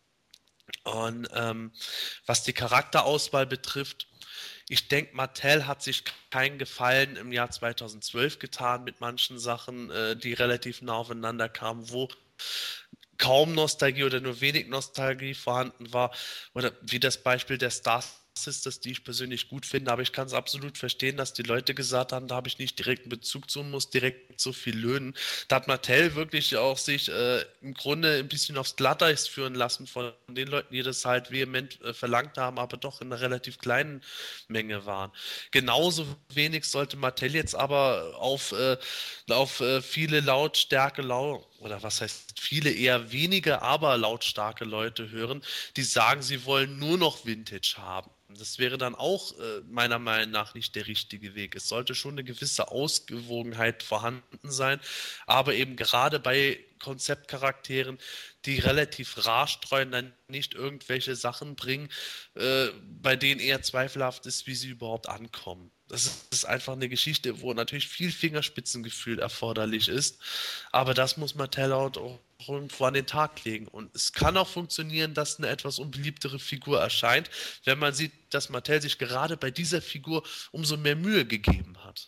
C: Und ähm, was die Charakterauswahl betrifft, ich denke, Mattel hat sich keinen Gefallen im Jahr zweitausendzwölf getan mit manchen Sachen, äh, die relativ nah aufeinander kamen, wo kaum Nostalgie oder nur wenig Nostalgie vorhanden war. Oder wie das Beispiel der Star Sisters, die ich persönlich gut finde, aber ich kann es absolut verstehen, dass die Leute gesagt haben, da habe ich nicht direkt einen Bezug zu und muss direkt so viel löhnen. Da hat Mattel wirklich auch sich äh, im Grunde ein bisschen aufs Glatteis führen lassen von den Leuten, die das halt vehement äh, verlangt haben, aber doch in einer relativ kleinen Menge waren. Genauso wenig sollte Mattel jetzt aber auf, äh, auf äh, viele Lautstärke lau oder was heißt viele, eher wenige, aber lautstarke Leute hören, die sagen, sie wollen nur noch Vintage haben. Das wäre dann auch äh, meiner Meinung nach nicht der richtige Weg. Es sollte schon eine gewisse Ausgewogenheit vorhanden sein, aber eben gerade bei Konzeptcharakteren, die relativ rar streuen, dann nicht irgendwelche Sachen bringen, äh, bei denen eher zweifelhaft ist, wie sie überhaupt ankommen. Das ist einfach eine Geschichte, wo natürlich viel Fingerspitzengefühl erforderlich ist, aber das muss Mattel auch irgendwo an den Tag legen. Und es kann auch funktionieren, dass eine etwas unbeliebtere Figur erscheint, wenn man sieht, dass Mattel sich gerade bei dieser Figur umso mehr Mühe gegeben hat.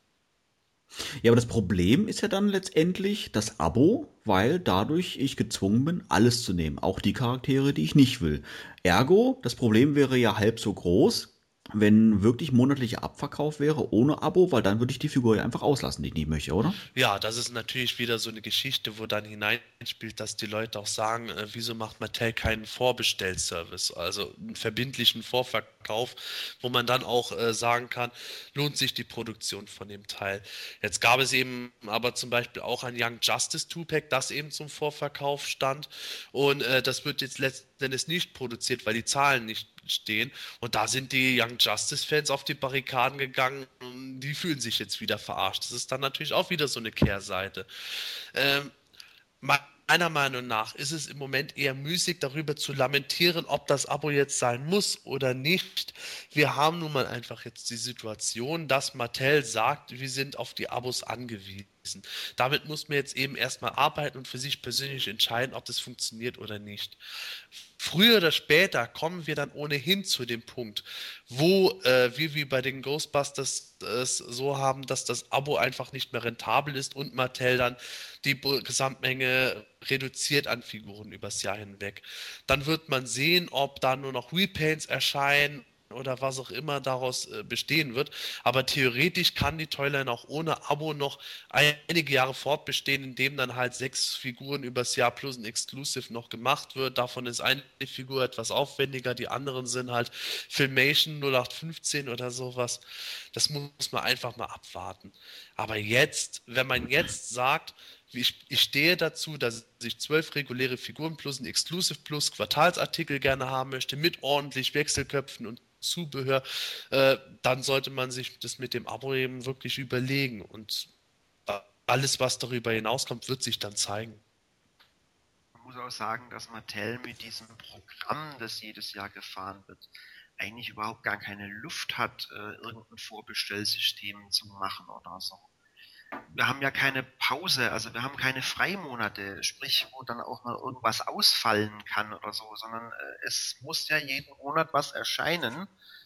B: Ja, aber das Problem ist ja dann letztendlich das Abo, weil dadurch ich gezwungen bin, alles zu nehmen, auch die Charaktere, die ich nicht will. Ergo, das Problem wäre ja halb so groß, wenn wirklich monatlicher Abverkauf wäre ohne Abo, weil dann würde ich die Figur ja einfach auslassen, die ich nicht möchte, oder?
C: Ja, das ist natürlich wieder so eine Geschichte, wo dann hineinspielt, dass die Leute auch sagen, äh, wieso macht Mattel keinen Vorbestellservice, also einen verbindlichen Vorverkauf, wo man dann auch äh, sagen kann, lohnt sich die Produktion von dem Teil. Jetzt gab es eben aber zum Beispiel auch ein Young Justice Two-Pack, das eben zum Vorverkauf stand und äh, das wird jetzt letztendlich nicht produziert, weil die Zahlen nicht stehen. Und da sind die Young Justice-Fans auf die Barrikaden gegangen und die fühlen sich jetzt wieder verarscht. Das ist dann natürlich auch wieder so eine Kehrseite. Ähm, meiner Meinung nach ist es im Moment eher müßig, darüber zu lamentieren, ob das Abo jetzt sein muss oder nicht. Wir haben nun mal einfach jetzt die Situation, dass Mattel sagt, wir sind auf die Abos angewiesen. Damit muss man jetzt eben erstmal arbeiten und für sich persönlich entscheiden, ob das funktioniert oder nicht. Früher oder später kommen wir dann ohnehin zu dem Punkt, wo äh, wir wie bei den Ghostbusters es so haben, dass das Abo einfach nicht mehr rentabel ist und Mattel dann die Gesamtmenge reduziert an Figuren übers Jahr hinweg. Dann wird man sehen, ob da nur noch Repaints erscheinen oder was auch immer daraus äh, bestehen wird. Aber theoretisch kann die Toyline auch ohne Abo noch einige Jahre fortbestehen, indem dann halt sechs Figuren übers Jahr plus ein Exclusive noch gemacht wird. Davon ist eine Figur etwas aufwendiger, die anderen sind halt Filmation null acht fünfzehn oder sowas. Das muss man einfach mal abwarten. Aber jetzt, wenn man jetzt sagt, Ich, ich stehe dazu, dass ich zwölf reguläre Figuren plus ein Exclusive plus Quartalsartikel gerne haben möchte, mit ordentlich Wechselköpfen und Zubehör, äh, dann sollte man sich das mit dem Abo eben wirklich überlegen. Und alles, was darüber hinauskommt, wird sich dann zeigen.
E: Man muss auch sagen, dass Mattel mit diesem Programm, das jedes Jahr gefahren wird, eigentlich überhaupt gar keine Luft hat, äh, irgendein Vorbestellsystem zu machen oder so. Wir haben ja keine Pause, also wir haben keine Freimonate, sprich, wo dann auch mal irgendwas ausfallen kann oder so, sondern äh, es muss ja jeden Monat was erscheinen.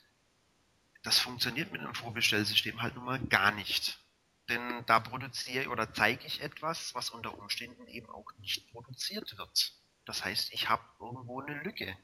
E: Das funktioniert mit einem Vorbestellsystem halt nun mal gar nicht. Denn da produziere oder zeige ich etwas, was unter Umständen eben auch nicht produziert wird. Das heißt, ich habe irgendwo eine Lücke.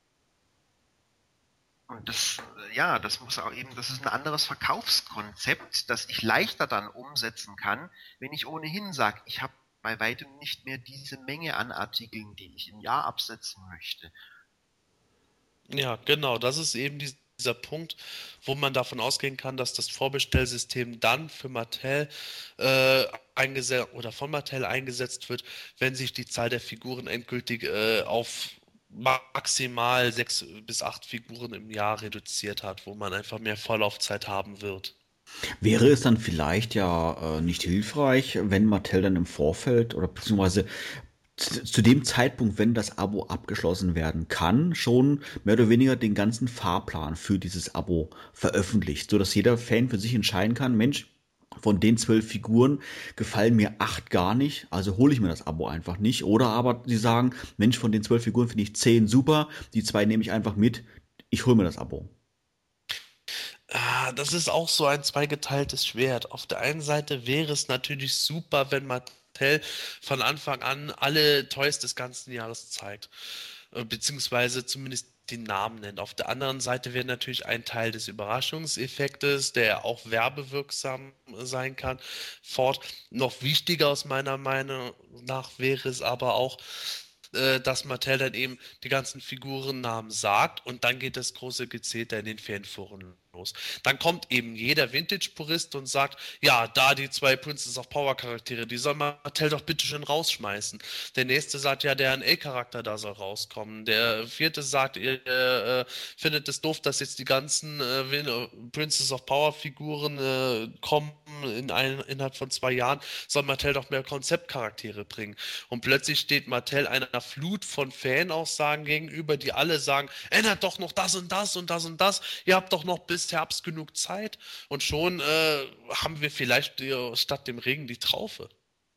E: Und das, ja, das muss auch eben, das ist ein anderes Verkaufskonzept, das ich leichter dann umsetzen kann, wenn ich ohnehin sage, ich habe bei weitem nicht mehr diese Menge an Artikeln, die ich im Jahr absetzen möchte.
C: Ja, genau, das ist eben die dieser Punkt, wo man davon ausgehen kann, dass das Vorbestellsystem dann für Mattel äh, eingesetzt oder von Mattel eingesetzt wird, wenn sich die Zahl der Figuren endgültig äh, auf maximal sechs bis acht Figuren im Jahr reduziert hat, wo man einfach mehr Vorlaufzeit haben wird.
B: Wäre es dann vielleicht ja äh, nicht hilfreich, wenn Mattel dann im Vorfeld oder beziehungsweise zu zu dem Zeitpunkt, wenn das Abo abgeschlossen werden kann, schon mehr oder weniger den ganzen Fahrplan für dieses Abo veröffentlicht, sodass jeder Fan für sich entscheiden kann, Mensch, von den zwölf Figuren gefallen mir acht gar nicht, also hole ich mir das Abo einfach nicht. Oder aber sie sagen, Mensch, von den zwölf Figuren finde ich zehn super, die zwei nehme ich einfach mit, ich hole mir das Abo.
C: Ah, das ist auch so ein zweigeteiltes Schwert. Auf der einen Seite wäre es natürlich super, wenn Mattel von Anfang an alle Toys des ganzen Jahres zeigt, äh, beziehungsweise zumindest die Namen nennt. Auf der anderen Seite wäre natürlich ein Teil des Überraschungseffektes, der auch werbewirksam sein kann, fort. Noch wichtiger aus meiner Meinung nach wäre es aber auch, äh, dass Mattel dann eben die ganzen Figurennamen sagt und dann geht das große Gezeter in den Fanforen los. Dann kommt eben jeder Vintage-Purist und sagt, ja, da die zwei Princess of Power Charaktere, die soll Mattel doch bitte schön rausschmeißen. Der nächste sagt, ja, der N A-Charakter da soll rauskommen. Der vierte sagt, ihr äh, findet es doof, dass jetzt die ganzen äh, Princess of Power Figuren äh, kommen in ein, innerhalb von zwei Jahren, soll Mattel doch mehr Konzeptcharaktere bringen. Und plötzlich steht Mattel einer Flut von Fanaussagen gegenüber, die alle sagen, ändert doch noch das und das und das und das, ihr habt doch noch bis Herbst genug Zeit und schon äh, haben wir vielleicht äh, statt dem Regen die Traufe.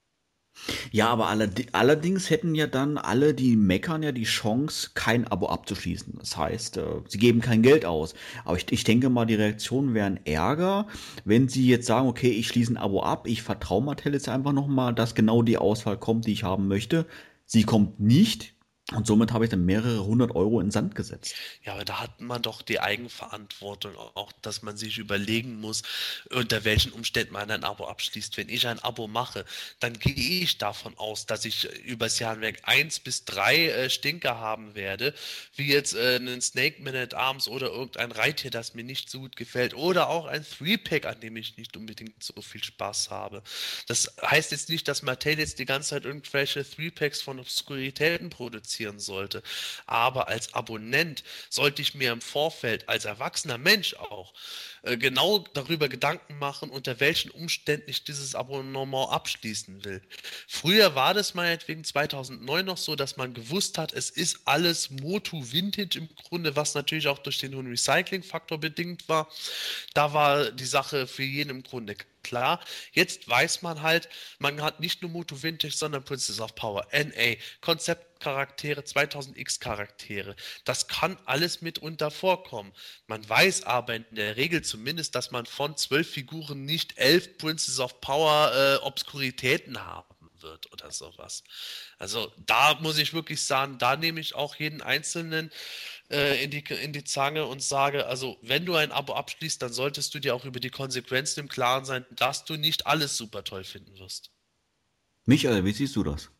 B: Ja, aber allerde allerdings hätten ja dann alle, die meckern, ja die Chance, kein Abo abzuschließen. Das heißt, äh, sie geben kein Geld aus. Aber ich, ich denke mal, die Reaktionen wären ärger, wenn sie jetzt sagen, okay, ich schließe ein Abo ab, ich vertraue Mattel jetzt einfach nochmal, dass genau die Auswahl kommt, die ich haben möchte. Sie kommt nicht. Und somit habe ich dann mehrere hundert Euro in den Sand gesetzt.
C: Ja, aber da hat man doch die Eigenverantwortung auch, dass man sich überlegen muss, unter welchen Umständen man ein Abo abschließt. Wenn ich ein Abo mache, dann gehe ich davon aus, dass ich übers Jahr hinweg eins bis drei äh, Stinker haben werde, wie jetzt äh, einen Snake Man at Arms oder irgendein Reittier, das mir nicht so gut gefällt, oder auch ein Three-Pack, an dem ich nicht unbedingt so viel Spaß habe. Das heißt jetzt nicht, dass Mattel jetzt die ganze Zeit irgendwelche Three-Packs von Obskuritäten produziert sollte. Aber als Abonnent sollte ich mir im Vorfeld, als erwachsener Mensch auch, äh, genau darüber Gedanken machen, unter welchen Umständen ich dieses Abonnement abschließen will. Früher war das meinetwegen zweitausendneun noch so, dass man gewusst hat, es ist alles Motu Vintage im Grunde, was natürlich auch durch den hohen Recycling-Faktor bedingt war. Da war die Sache für jeden im Grunde klar. Jetzt weiß man halt, man hat nicht nur Motu Vintage, sondern Princess of Power, N A, Konzeptcharaktere, zweitausend X Charaktere. Das kann alles mitunter vorkommen. Man weiß aber in der Regel zumindest, dass man von zwölf Figuren nicht elf Princess of Power äh, Obskuritäten haben wird oder sowas. Also da muss ich wirklich sagen, da nehme ich auch jeden Einzelnen äh, in die, in die Zange und sage, also wenn du ein Abo abschließt, dann solltest du dir auch über die Konsequenzen im Klaren sein, dass du nicht alles super toll finden wirst.
B: Michael, wie siehst du das?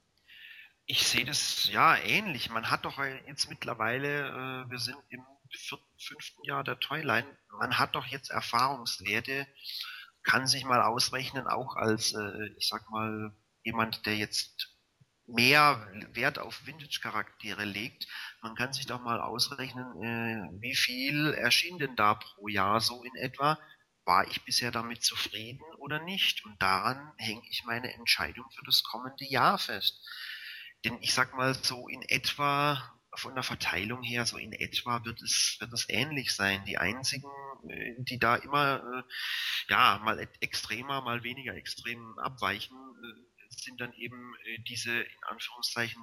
E: Ich sehe das ja ähnlich. Man hat doch jetzt mittlerweile, äh, wir sind im vierten, fünften Jahr der Toyline, man hat doch jetzt Erfahrungswerte, kann sich mal ausrechnen, auch als, äh, ich sag mal, jemand, der jetzt mehr Wert auf Vintage-Charaktere legt. Man kann sich doch mal ausrechnen, äh, wie viel erschien denn da pro Jahr so in etwa. War ich bisher damit zufrieden oder nicht? Und daran hänge ich meine Entscheidung für das kommende Jahr fest. Denn ich sag mal so in etwa, von der Verteilung her, so in etwa wird es, wird es ähnlich sein. Die einzigen, die da immer, ja, mal extremer, mal weniger extrem abweichen, sind dann eben diese, in Anführungszeichen,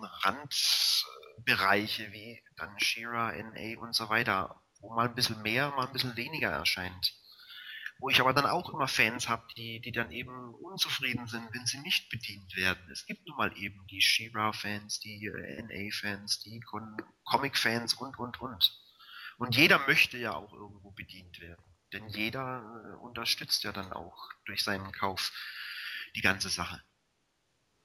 E: Randbereiche, wie dann She-Ra, N A und so weiter, wo mal ein bisschen mehr, mal ein bisschen weniger erscheint. Wo ich aber dann auch immer Fans habe, die, die dann eben unzufrieden sind, wenn sie nicht bedient werden. Es gibt nun mal eben die She-Ra-Fans, die N A-Fans, die Comic-Fans und, und, und. Und jeder möchte ja auch irgendwo bedient werden. Denn jeder äh, unterstützt ja dann auch durch seinen Kauf die ganze Sache.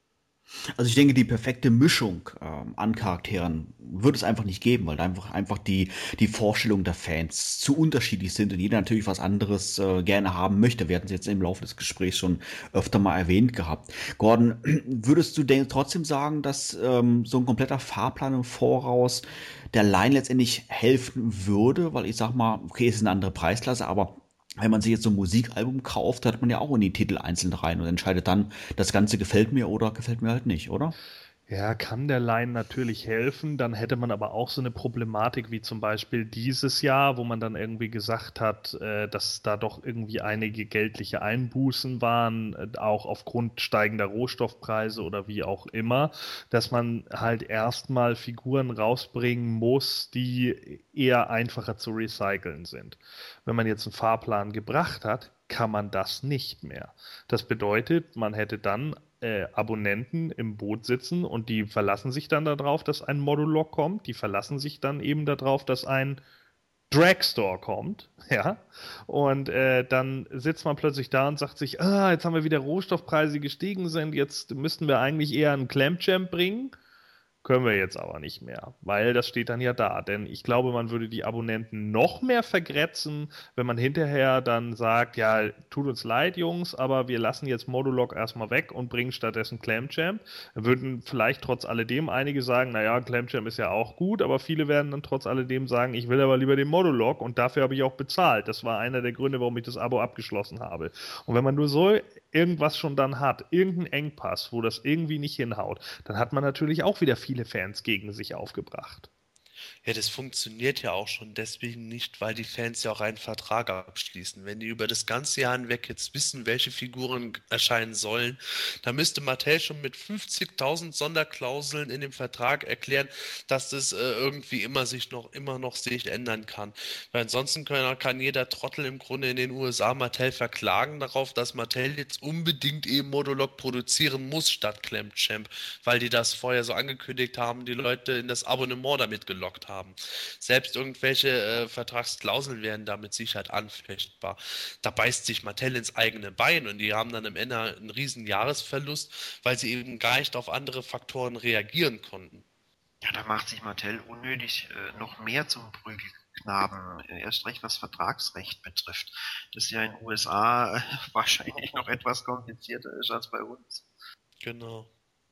B: Also ich denke, die perfekte Mischung ähm, an Charakteren wird es einfach nicht geben, weil einfach, einfach die, die Vorstellungen der Fans zu unterschiedlich sind und jeder natürlich was anderes äh, gerne haben möchte. Wir hatten es jetzt im Laufe des Gesprächs schon öfter mal erwähnt gehabt. Gordon, würdest du denn trotzdem sagen, dass ähm, so ein kompletter Fahrplan im Voraus der Line letztendlich helfen würde? Weil ich sag mal, okay, es ist eine andere Preisklasse, aber wenn man sich jetzt so ein Musikalbum kauft, hat man ja auch in die Titel einzeln rein und entscheidet dann, das Ganze gefällt mir oder gefällt mir halt nicht, oder?
D: Ja, kann der Line natürlich helfen. Dann hätte man aber auch so eine Problematik wie zum Beispiel dieses Jahr, wo man dann irgendwie gesagt hat, äh, dass da doch irgendwie einige geldliche Einbußen waren, äh, auch aufgrund steigender Rohstoffpreise oder wie auch immer, dass man halt erstmal Figuren rausbringen muss, die eher einfacher zu recyceln sind. Wenn man jetzt einen Fahrplan gebracht hat, kann man das nicht mehr. Das bedeutet, man hätte dann äh, Abonnenten im Boot sitzen und die verlassen sich dann darauf, dass ein Modulog kommt. Die verlassen sich dann eben darauf, dass ein Dragstore kommt, ja, und äh, dann sitzt man plötzlich da und sagt sich, ah, jetzt haben wir wieder Rohstoffpreise gestiegen sind, jetzt müssten wir eigentlich eher einen Clamchamp bringen. Können wir jetzt aber nicht mehr, weil das steht dann ja da. Denn ich glaube, man würde die Abonnenten noch mehr vergrätzen, wenn man hinterher dann sagt, ja, tut uns leid, Jungs, aber wir lassen jetzt Modulog erstmal weg und bringen stattdessen Clamchamp. Dann würden vielleicht trotz alledem einige sagen, naja, Clamchamp ist ja auch gut, aber viele werden dann trotz alledem sagen, ich will aber lieber den Modulog und dafür habe ich auch bezahlt. Das war einer der Gründe, warum ich das Abo abgeschlossen habe. Und wenn man nur so irgendwas schon dann hat, irgendeinen Engpass, wo das irgendwie nicht hinhaut, dann hat man natürlich auch wieder viele Fans gegen sich aufgebracht.
C: Ja, das funktioniert ja auch schon deswegen nicht, weil die Fans ja auch einen Vertrag abschließen. Wenn die über das ganze Jahr hinweg jetzt wissen, welche Figuren erscheinen sollen, dann müsste Mattel schon mit fünfzigtausend Sonderklauseln in dem Vertrag erklären, dass das äh, irgendwie immer sich noch immer noch sich ändern kann. Weil ansonsten kann, kann jeder Trottel im Grunde in den U S A Mattel verklagen darauf, dass Mattel jetzt unbedingt eben Modulog produzieren muss statt Clamchamp, weil die das vorher so angekündigt haben, die Leute in das Abonnement damit gelockt haben. haben. Selbst irgendwelche äh, Vertragsklauseln wären da mit Sicherheit anfechtbar. Da beißt sich Mattel ins eigene Bein und die haben dann am Ende einen riesen Jahresverlust, weil sie eben gar nicht auf andere Faktoren reagieren konnten.
E: Ja, da macht sich Mattel unnötig äh, noch mehr zum Prügelknaben, erst recht was Vertragsrecht betrifft. Das ja in den U S A äh, wahrscheinlich noch etwas komplizierter ist als bei uns.
C: Genau.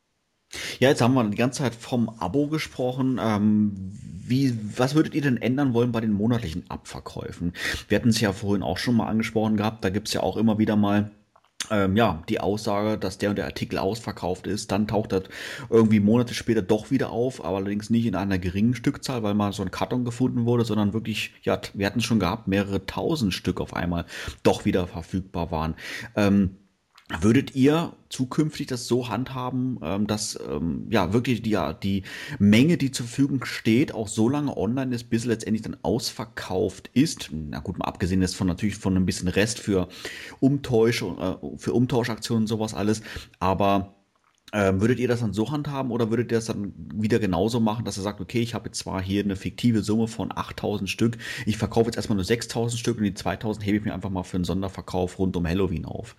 B: Ja, jetzt haben wir die ganze Zeit vom Abo gesprochen. Ähm, wie, was würdet ihr denn ändern wollen bei den monatlichen Abverkäufen? Wir hatten es ja vorhin auch schon mal angesprochen gehabt. Da gibt es ja auch immer wieder mal ähm, ja, die Aussage, dass der und der Artikel ausverkauft ist. Dann taucht das irgendwie Monate später doch wieder auf, aber allerdings nicht in einer geringen Stückzahl, weil mal so ein Karton gefunden wurde, sondern wirklich, ja, wir hatten es schon gehabt, mehrere tausend Stück auf einmal doch wieder verfügbar waren. Ähm, Würdet ihr zukünftig das so handhaben, ähm, dass ähm, ja wirklich die, ja, die Menge, die zur Verfügung steht, auch so lange online ist, bis letztendlich dann ausverkauft ist? Na gut, mal abgesehen jetzt von natürlich von ein bisschen Rest für Umtausch, äh, für Umtauschaktionen und sowas alles, aber Ähm, würdet ihr das dann so handhaben oder würdet ihr das dann wieder genauso machen, dass ihr sagt, okay, ich habe jetzt zwar hier eine fiktive Summe von achttausend Stück, ich verkaufe jetzt erstmal nur sechstausend Stück und die zweitausend hebe ich mir einfach mal für einen Sonderverkauf rund um Halloween auf?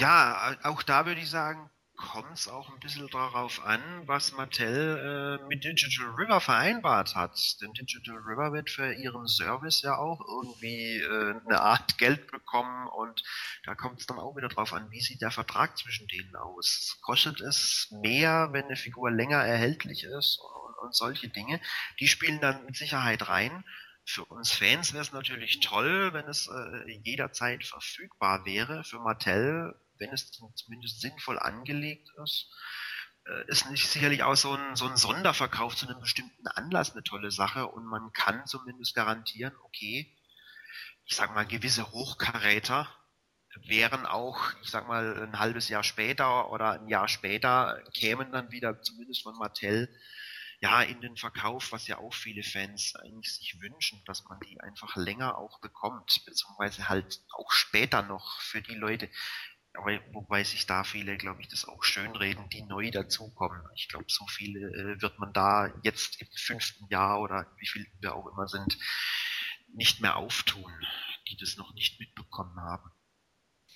E: Ja, auch da würde ich sagen, kommt es auch ein bisschen darauf an, was Mattel äh, mit Digital River vereinbart hat. Denn Digital River wird für ihren Service ja auch irgendwie äh, eine Art Geld bekommen und da kommt es dann auch wieder drauf an, wie sieht der Vertrag zwischen denen aus. Kostet es mehr, wenn eine Figur länger erhältlich ist und, und solche Dinge? Die spielen dann mit Sicherheit rein. Für uns Fans wäre es natürlich toll, wenn es äh, jederzeit verfügbar wäre. Für Mattel, wenn es zumindest sinnvoll angelegt ist, äh, ist nicht sicherlich auch so ein, so ein Sonderverkauf zu einem bestimmten Anlass eine tolle Sache und man kann zumindest garantieren, okay, ich sag mal, gewisse Hochkaräter wären auch, ich sag mal, ein halbes Jahr später oder ein Jahr später kämen dann wieder zumindest von Mattel ja in den Verkauf, was ja auch viele Fans eigentlich sich wünschen, dass man die einfach länger auch bekommt, beziehungsweise halt auch später noch für die Leute. Aber wobei sich da viele, glaube ich, das auch schönreden, die neu dazukommen. Ich glaube, so viele äh, wird man da jetzt im fünften Jahr oder wie viel wir auch immer sind, nicht mehr auftun, die das noch nicht mitbekommen haben.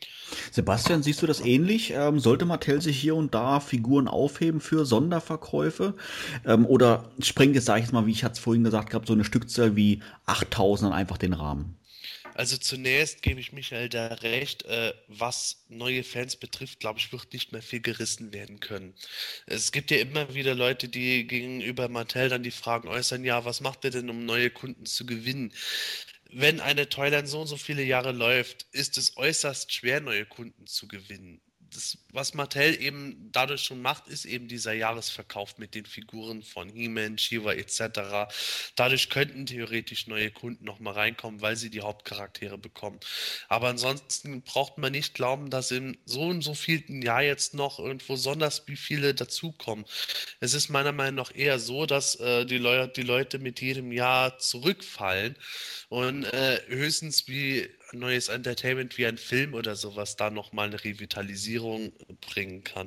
B: Sebastian, siehst du das ähnlich? Ähm, sollte Mattel sich hier und da Figuren aufheben für Sonderverkäufe? Ähm, oder sprengt es, sag ich jetzt mal, wie ich hatte es vorhin gesagt gehabt, so eine Stückzahl wie achttausend einfach den Rahmen?
C: Also zunächst gebe ich Michael da recht, äh, was neue Fans betrifft, glaube ich, wird nicht mehr viel gerissen werden können. Es gibt ja immer wieder Leute, die gegenüber Mattel dann die Fragen äußern, ja, was macht ihr denn, um neue Kunden zu gewinnen? Wenn eine Toyline so und so viele Jahre läuft, ist es äußerst schwer, neue Kunden zu gewinnen. Das, was Mattel eben dadurch schon macht, ist eben dieser Jahresverkauf mit den Figuren von He-Man, She-Ra et cetera. Dadurch könnten theoretisch neue Kunden nochmal reinkommen, weil sie die Hauptcharaktere bekommen. Aber ansonsten braucht man nicht glauben, dass in so und so vielen Jahr jetzt noch irgendwo besonders wie viele dazukommen. Es ist meiner Meinung nach eher so, dass äh, die, Leu die Leute mit jedem Jahr zurückfallen und äh, höchstens wie ein neues Entertainment wie ein Film oder sowas da nochmal eine Revitalisierung bringen kann.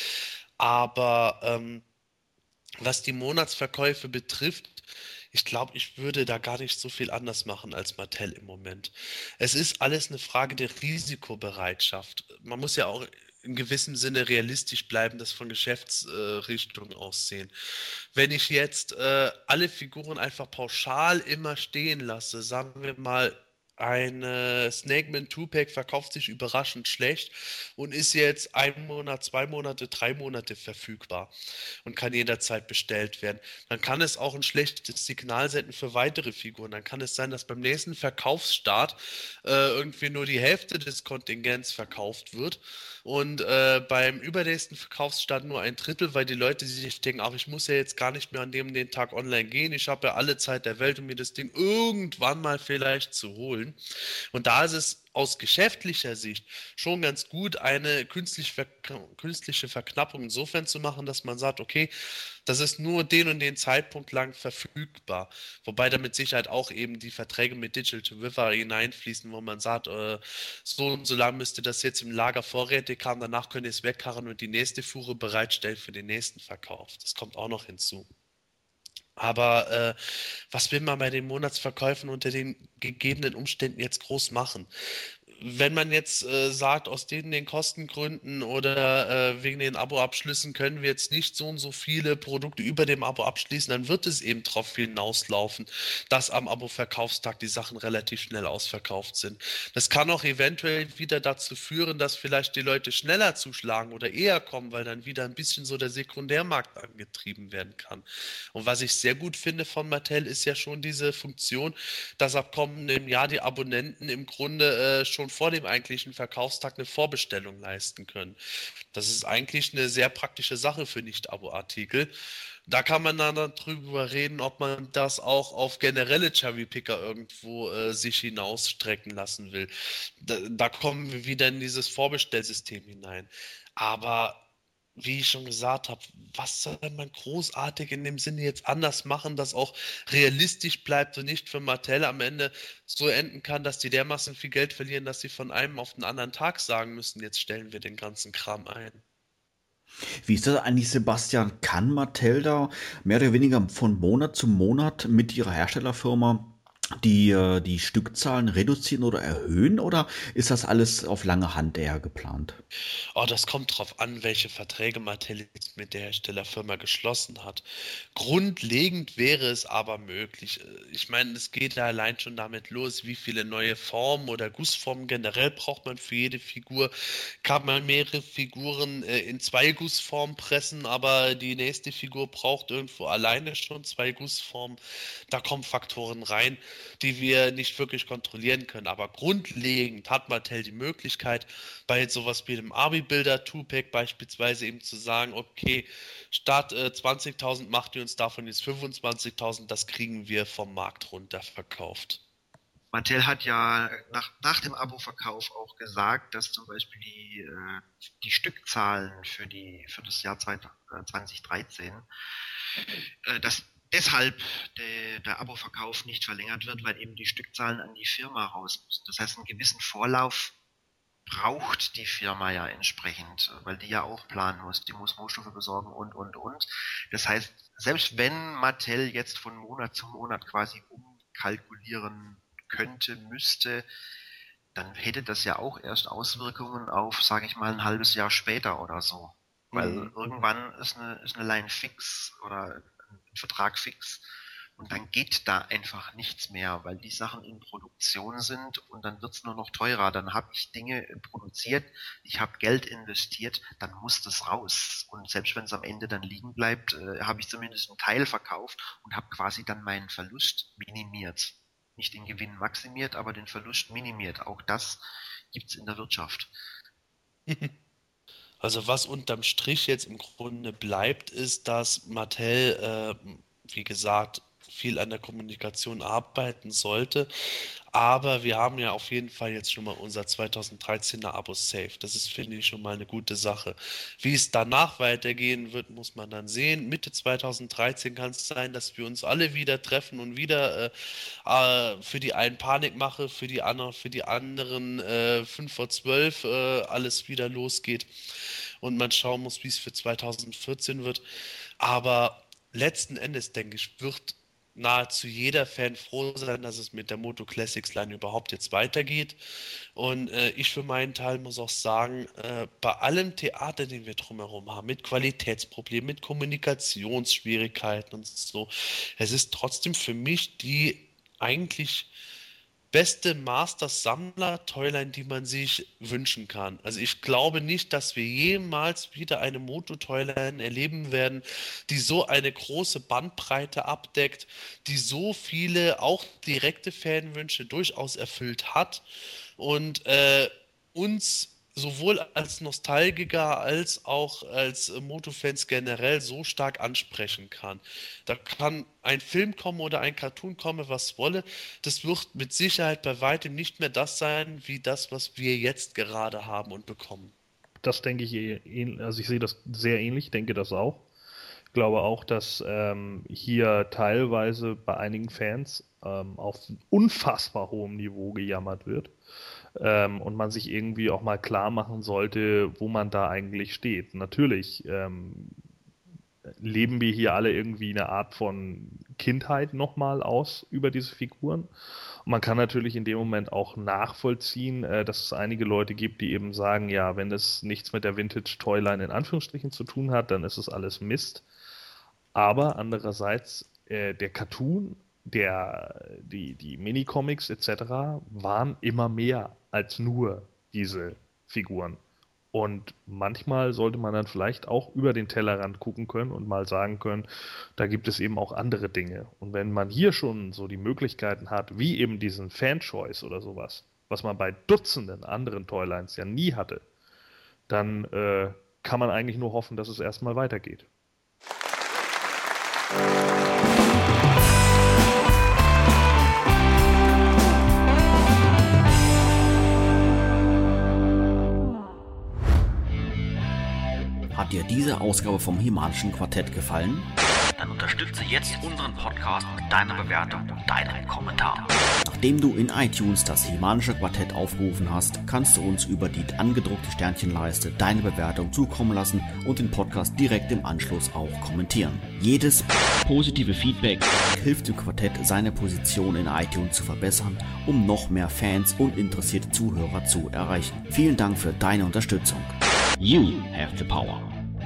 C: Aber ähm, was die Monatsverkäufe betrifft, ich glaube, ich würde da gar nicht so viel anders machen als Mattel im Moment. Es ist alles eine Frage der Risikobereitschaft. Man muss ja auch in gewissem Sinne realistisch bleiben, das von Geschäftsrichtung äh, aussehen. Wenn ich jetzt äh, alle Figuren einfach pauschal immer stehen lasse, sagen wir mal, eine Snakeman Two-Pack verkauft sich überraschend schlecht und ist jetzt ein Monat, zwei Monate, drei Monate verfügbar und kann jederzeit bestellt werden. Dann kann es auch ein schlechtes Signal senden für weitere Figuren. Dann kann es sein, dass beim nächsten Verkaufsstart äh, irgendwie nur die Hälfte des Kontingents verkauft wird und äh, beim übernächsten Verkaufsstart nur ein Drittel, weil die Leute sich denken, ach, ich muss ja jetzt gar nicht mehr an dem den Tag online gehen. Ich habe ja alle Zeit der Welt, um mir das Ding irgendwann mal vielleicht zu holen. Und da ist es aus geschäftlicher Sicht schon ganz gut, eine künstlich ver künstliche Verknappung insofern zu machen, dass man sagt, okay, das ist nur den und den Zeitpunkt lang verfügbar. Wobei da mit Sicherheit auch eben die Verträge mit Digital River hineinfließen, wo man sagt, äh, so und so lange müsst ihr das jetzt im Lager vorrätig haben, danach könnt ihr es wegkarren und die nächste Fuhre bereitstellen für den nächsten Verkauf. Das kommt auch noch hinzu. Aber äh, was will man bei den Monatsverkäufen unter den gegebenen Umständen jetzt groß machen? Wenn man jetzt äh, sagt, aus den, den Kostengründen oder äh, wegen den Abo-Abschlüssen können wir jetzt nicht so und so viele Produkte über dem Abo abschließen, dann wird es eben darauf hinauslaufen, dass am Abo-Verkaufstag die Sachen relativ schnell ausverkauft sind. Das kann auch eventuell wieder dazu führen, dass vielleicht die Leute schneller zuschlagen oder eher kommen, weil dann wieder ein bisschen so der Sekundärmarkt angetrieben werden kann. Und was ich sehr gut finde von Mattel ist ja schon diese Funktion, dass ab kommendem Jahr die Abonnenten im Grunde äh, schon vor dem eigentlichen Verkaufstag eine Vorbestellung leisten können. Das ist eigentlich eine sehr praktische Sache für Nicht-Abo-Artikel. Da kann man dann darüber reden, ob man das auch auf generelle Cherry-Picker irgendwo äh, sich hinausstrecken lassen will. Da, da kommen wir wieder in dieses Vorbestellsystem hinein. Aber wie ich schon gesagt habe, was soll man großartig in dem Sinne jetzt anders machen, dass auch realistisch bleibt und nicht für Mattel am Ende so enden kann, dass die dermaßen viel Geld verlieren, dass sie von einem auf den anderen Tag sagen müssen, jetzt stellen wir den ganzen Kram ein.
B: Wie ist das eigentlich, Sebastian? Kann Mattel da mehr oder weniger von Monat zu Monat mit ihrer Herstellerfirma die, äh, die Stückzahlen reduzieren oder erhöhen, oder ist das alles auf lange Hand eher geplant?
C: Oh, das kommt drauf an, welche Verträge Mattel jetzt mit der Herstellerfirma geschlossen hat. Grundlegend wäre es aber möglich. Ich meine, es geht ja allein schon damit los, wie viele neue Formen oder Gussformen generell braucht man für jede Figur. Kann man mehrere Figuren äh, in zwei Gussformen pressen, aber die nächste Figur braucht irgendwo alleine schon zwei Gussformen. Da kommen Faktoren rein, die wir nicht wirklich kontrollieren können. Aber grundlegend hat Mattel die Möglichkeit, bei sowas wie dem Army-Builder Two-Pack beispielsweise eben zu sagen, okay, statt äh, zwanzigtausend macht ihr uns davon jetzt fünfundzwanzigtausend, das kriegen wir vom Markt runter verkauft.
E: Mattel hat ja nach, nach dem Abo-Verkauf auch gesagt, dass zum Beispiel die, äh, die Stückzahlen für, die, für das Jahr zwanzig dreizehn, äh, dass deshalb der, der Abo-Verkauf nicht verlängert wird, weil eben die Stückzahlen an die Firma raus müssen. Das heißt, einen gewissen Vorlauf braucht die Firma ja entsprechend, weil die ja auch planen muss, die muss Rohstoffe besorgen und, und, und. Das heißt, selbst wenn Mattel jetzt von Monat zu Monat quasi umkalkulieren könnte, müsste, dann hätte das ja auch erst Auswirkungen auf, sage ich mal, ein halbes Jahr später oder so. Weil mhm. irgendwann ist eine, ist eine Line fix oder ein Vertrag fix und dann geht da einfach nichts mehr, weil die Sachen in Produktion sind und dann wird es nur noch teurer. Dann habe ich Dinge produziert, ich habe Geld investiert, dann muss das raus. Und selbst wenn es am Ende dann liegen bleibt, äh, habe ich zumindest einen Teil verkauft und habe quasi dann meinen Verlust minimiert. Nicht den Gewinn maximiert, aber den Verlust minimiert. Auch das gibt es in der Wirtschaft.
C: Also was unterm Strich jetzt im Grunde bleibt, ist, dass Mattel, äh, wie gesagt, viel an der Kommunikation arbeiten sollte. Aber wir haben ja auf jeden Fall jetzt schon mal unser zweitausenddreizehner Abo safe. Das ist, finde ich, schon mal eine gute Sache. Wie es danach weitergehen wird, muss man dann sehen. Mitte zweitausenddreizehn kann es sein, dass wir uns alle wieder treffen und wieder äh, äh, für die einen Panikmache, für die anderen, für die anderen äh, fünf vor zwölf äh, alles wieder losgeht. Und man schauen muss, wie es für zweitausendvierzehn wird. Aber letzten Endes, denke ich, wird nahezu jeder Fan froh sein, dass es mit der Moto Classics Line überhaupt jetzt weitergeht. Und äh, ich für meinen Teil muss auch sagen, äh, bei allem Theater, den wir drumherum haben, mit Qualitätsproblemen, mit Kommunikationsschwierigkeiten und so, es ist trotzdem für mich die eigentlich beste Masters-Sammler-Toyline, die man sich wünschen kann. Also ich glaube nicht, dass wir jemals wieder eine Moto-Toyline erleben werden, die so eine große Bandbreite abdeckt, die so viele auch direkte Fanwünsche durchaus erfüllt hat und äh, uns sowohl als Nostalgiker als auch als Moto-Fans generell so stark ansprechen kann. Da kann ein Film kommen oder ein Cartoon kommen, was wolle. Das wird mit Sicherheit bei weitem nicht mehr das sein, wie das, was wir jetzt gerade haben und bekommen.
D: Das denke ich, also ich sehe das sehr ähnlich, denke das auch. Ich glaube auch, dass ähm, hier teilweise bei einigen Fans ähm, auf unfassbar hohem Niveau gejammert wird. Ähm, und man sich irgendwie auch mal klar machen sollte, wo man da eigentlich steht. Natürlich ähm, leben wir hier alle irgendwie eine Art von Kindheit nochmal aus über diese Figuren. Und man kann natürlich in dem Moment auch nachvollziehen, äh, dass es einige Leute gibt, die eben sagen, ja, wenn es nichts mit der Vintage-Toyline in Anführungsstrichen zu tun hat, dann ist es alles Mist. Aber andererseits, äh, der Cartoon, der, die, die Minicomics et cetera waren immer mehr als nur diese Figuren. Und manchmal sollte man dann vielleicht auch über den Tellerrand gucken können und mal sagen können, da gibt es eben auch andere Dinge. Und wenn man hier schon so die Möglichkeiten hat, wie eben diesen Fan-Choice oder sowas, was man bei Dutzenden anderen Toylines ja nie hatte, dann äh, kann man eigentlich nur hoffen, dass es erstmal weitergeht.
G: Hat dir diese Ausgabe vom He-Manischen Quartett gefallen? Dann unterstütze jetzt unseren Podcast mit deiner Bewertung und deinem Kommentar. Nachdem du in iTunes das He-Manische Quartett aufgerufen hast, kannst du uns über die angedruckte Sternchenleiste deine Bewertung zukommen lassen und den Podcast direkt im Anschluss auch kommentieren. Jedes positive Feedback hilft dem Quartett, seine Position in iTunes zu verbessern, um noch mehr Fans und interessierte Zuhörer zu erreichen. Vielen Dank für deine Unterstützung. You have the power.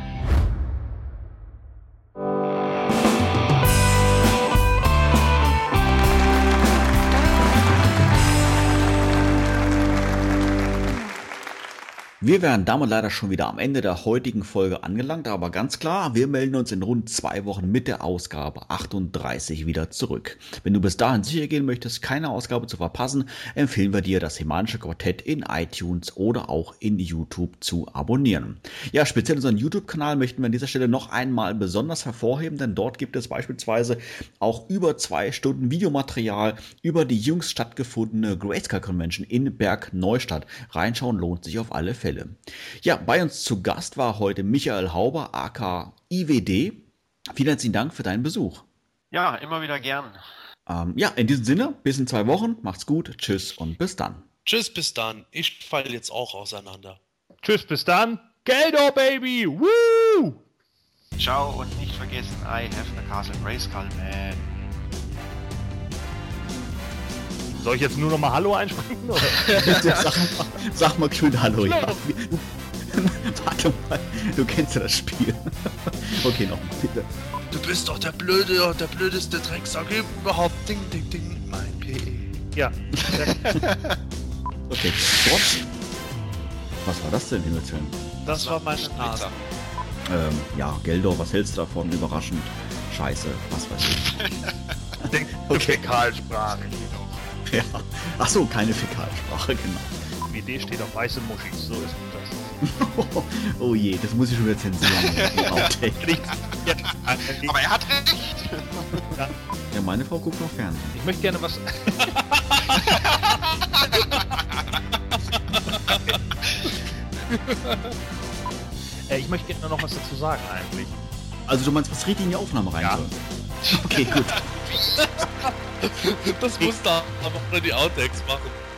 G: Wir wären damit leider schon wieder am Ende der heutigen Folge angelangt, aber ganz klar, wir melden uns in rund zwei Wochen mit der Ausgabe achtunddreißig wieder zurück. Wenn du bis dahin sicher gehen möchtest, keine Ausgabe zu verpassen, empfehlen wir dir, das He-Manische Quartett in iTunes oder auch in YouTube zu abonnieren. Ja, speziell unseren YouTube-Kanal möchten wir an dieser Stelle noch einmal besonders hervorheben, denn dort gibt es beispielsweise auch über zwei Stunden Videomaterial über die jüngst stattgefundene Grayscale Convention in Bergneustadt. Reinschauen lohnt sich auf alle Fälle. Ja, bei uns zu Gast war heute Michael Hauber, aka I W D. Vielen herzlichen Dank für deinen Besuch.
E: Ja, immer wieder gern.
G: Ähm, ja, in diesem Sinne, bis in zwei Wochen. Macht's gut, tschüss und bis dann.
C: Tschüss, bis dann. Ich falle jetzt auch auseinander.
D: Tschüss, bis dann. Geldo, Baby! Woo!
E: Ciao und nicht vergessen, I have the castle Grayskull, man.
D: Soll ich jetzt nur noch mal Hallo einsprechen? Oder?
B: sag, mal, sag mal schön Hallo. Ja. Warte mal, du kennst ja das Spiel. Okay, nochmal bitte.
C: Du bist doch der blöde, der blödeste Drecksack überhaupt. Ding, ding, ding, mein P E.
D: Ja.
B: Okay, Trotz. Was war das denn, Himmelswillen?
C: Das war meine Nase.
B: Ähm, ja, Geldor, was hältst du davon? Überraschend. Scheiße, was weiß ich.
D: Denk, okay, Fäkalsprache.
B: Ja. Ach so, keine Fäkalsprache, genau.
D: W D steht auf weiße Muschis, so ist das.
B: Oh je, das muss ich schon wieder zensieren.
E: Aber er hat recht.
B: Ja, meine Frau guckt noch Fernsehen.
D: Ich möchte gerne was... äh, ich möchte gerne noch was dazu sagen eigentlich.
B: Also du meinst, was richtig in die Aufnahme rein
D: Ja.
B: soll? Okay, gut.
C: Das muss da aber auch in die Outtakes machen.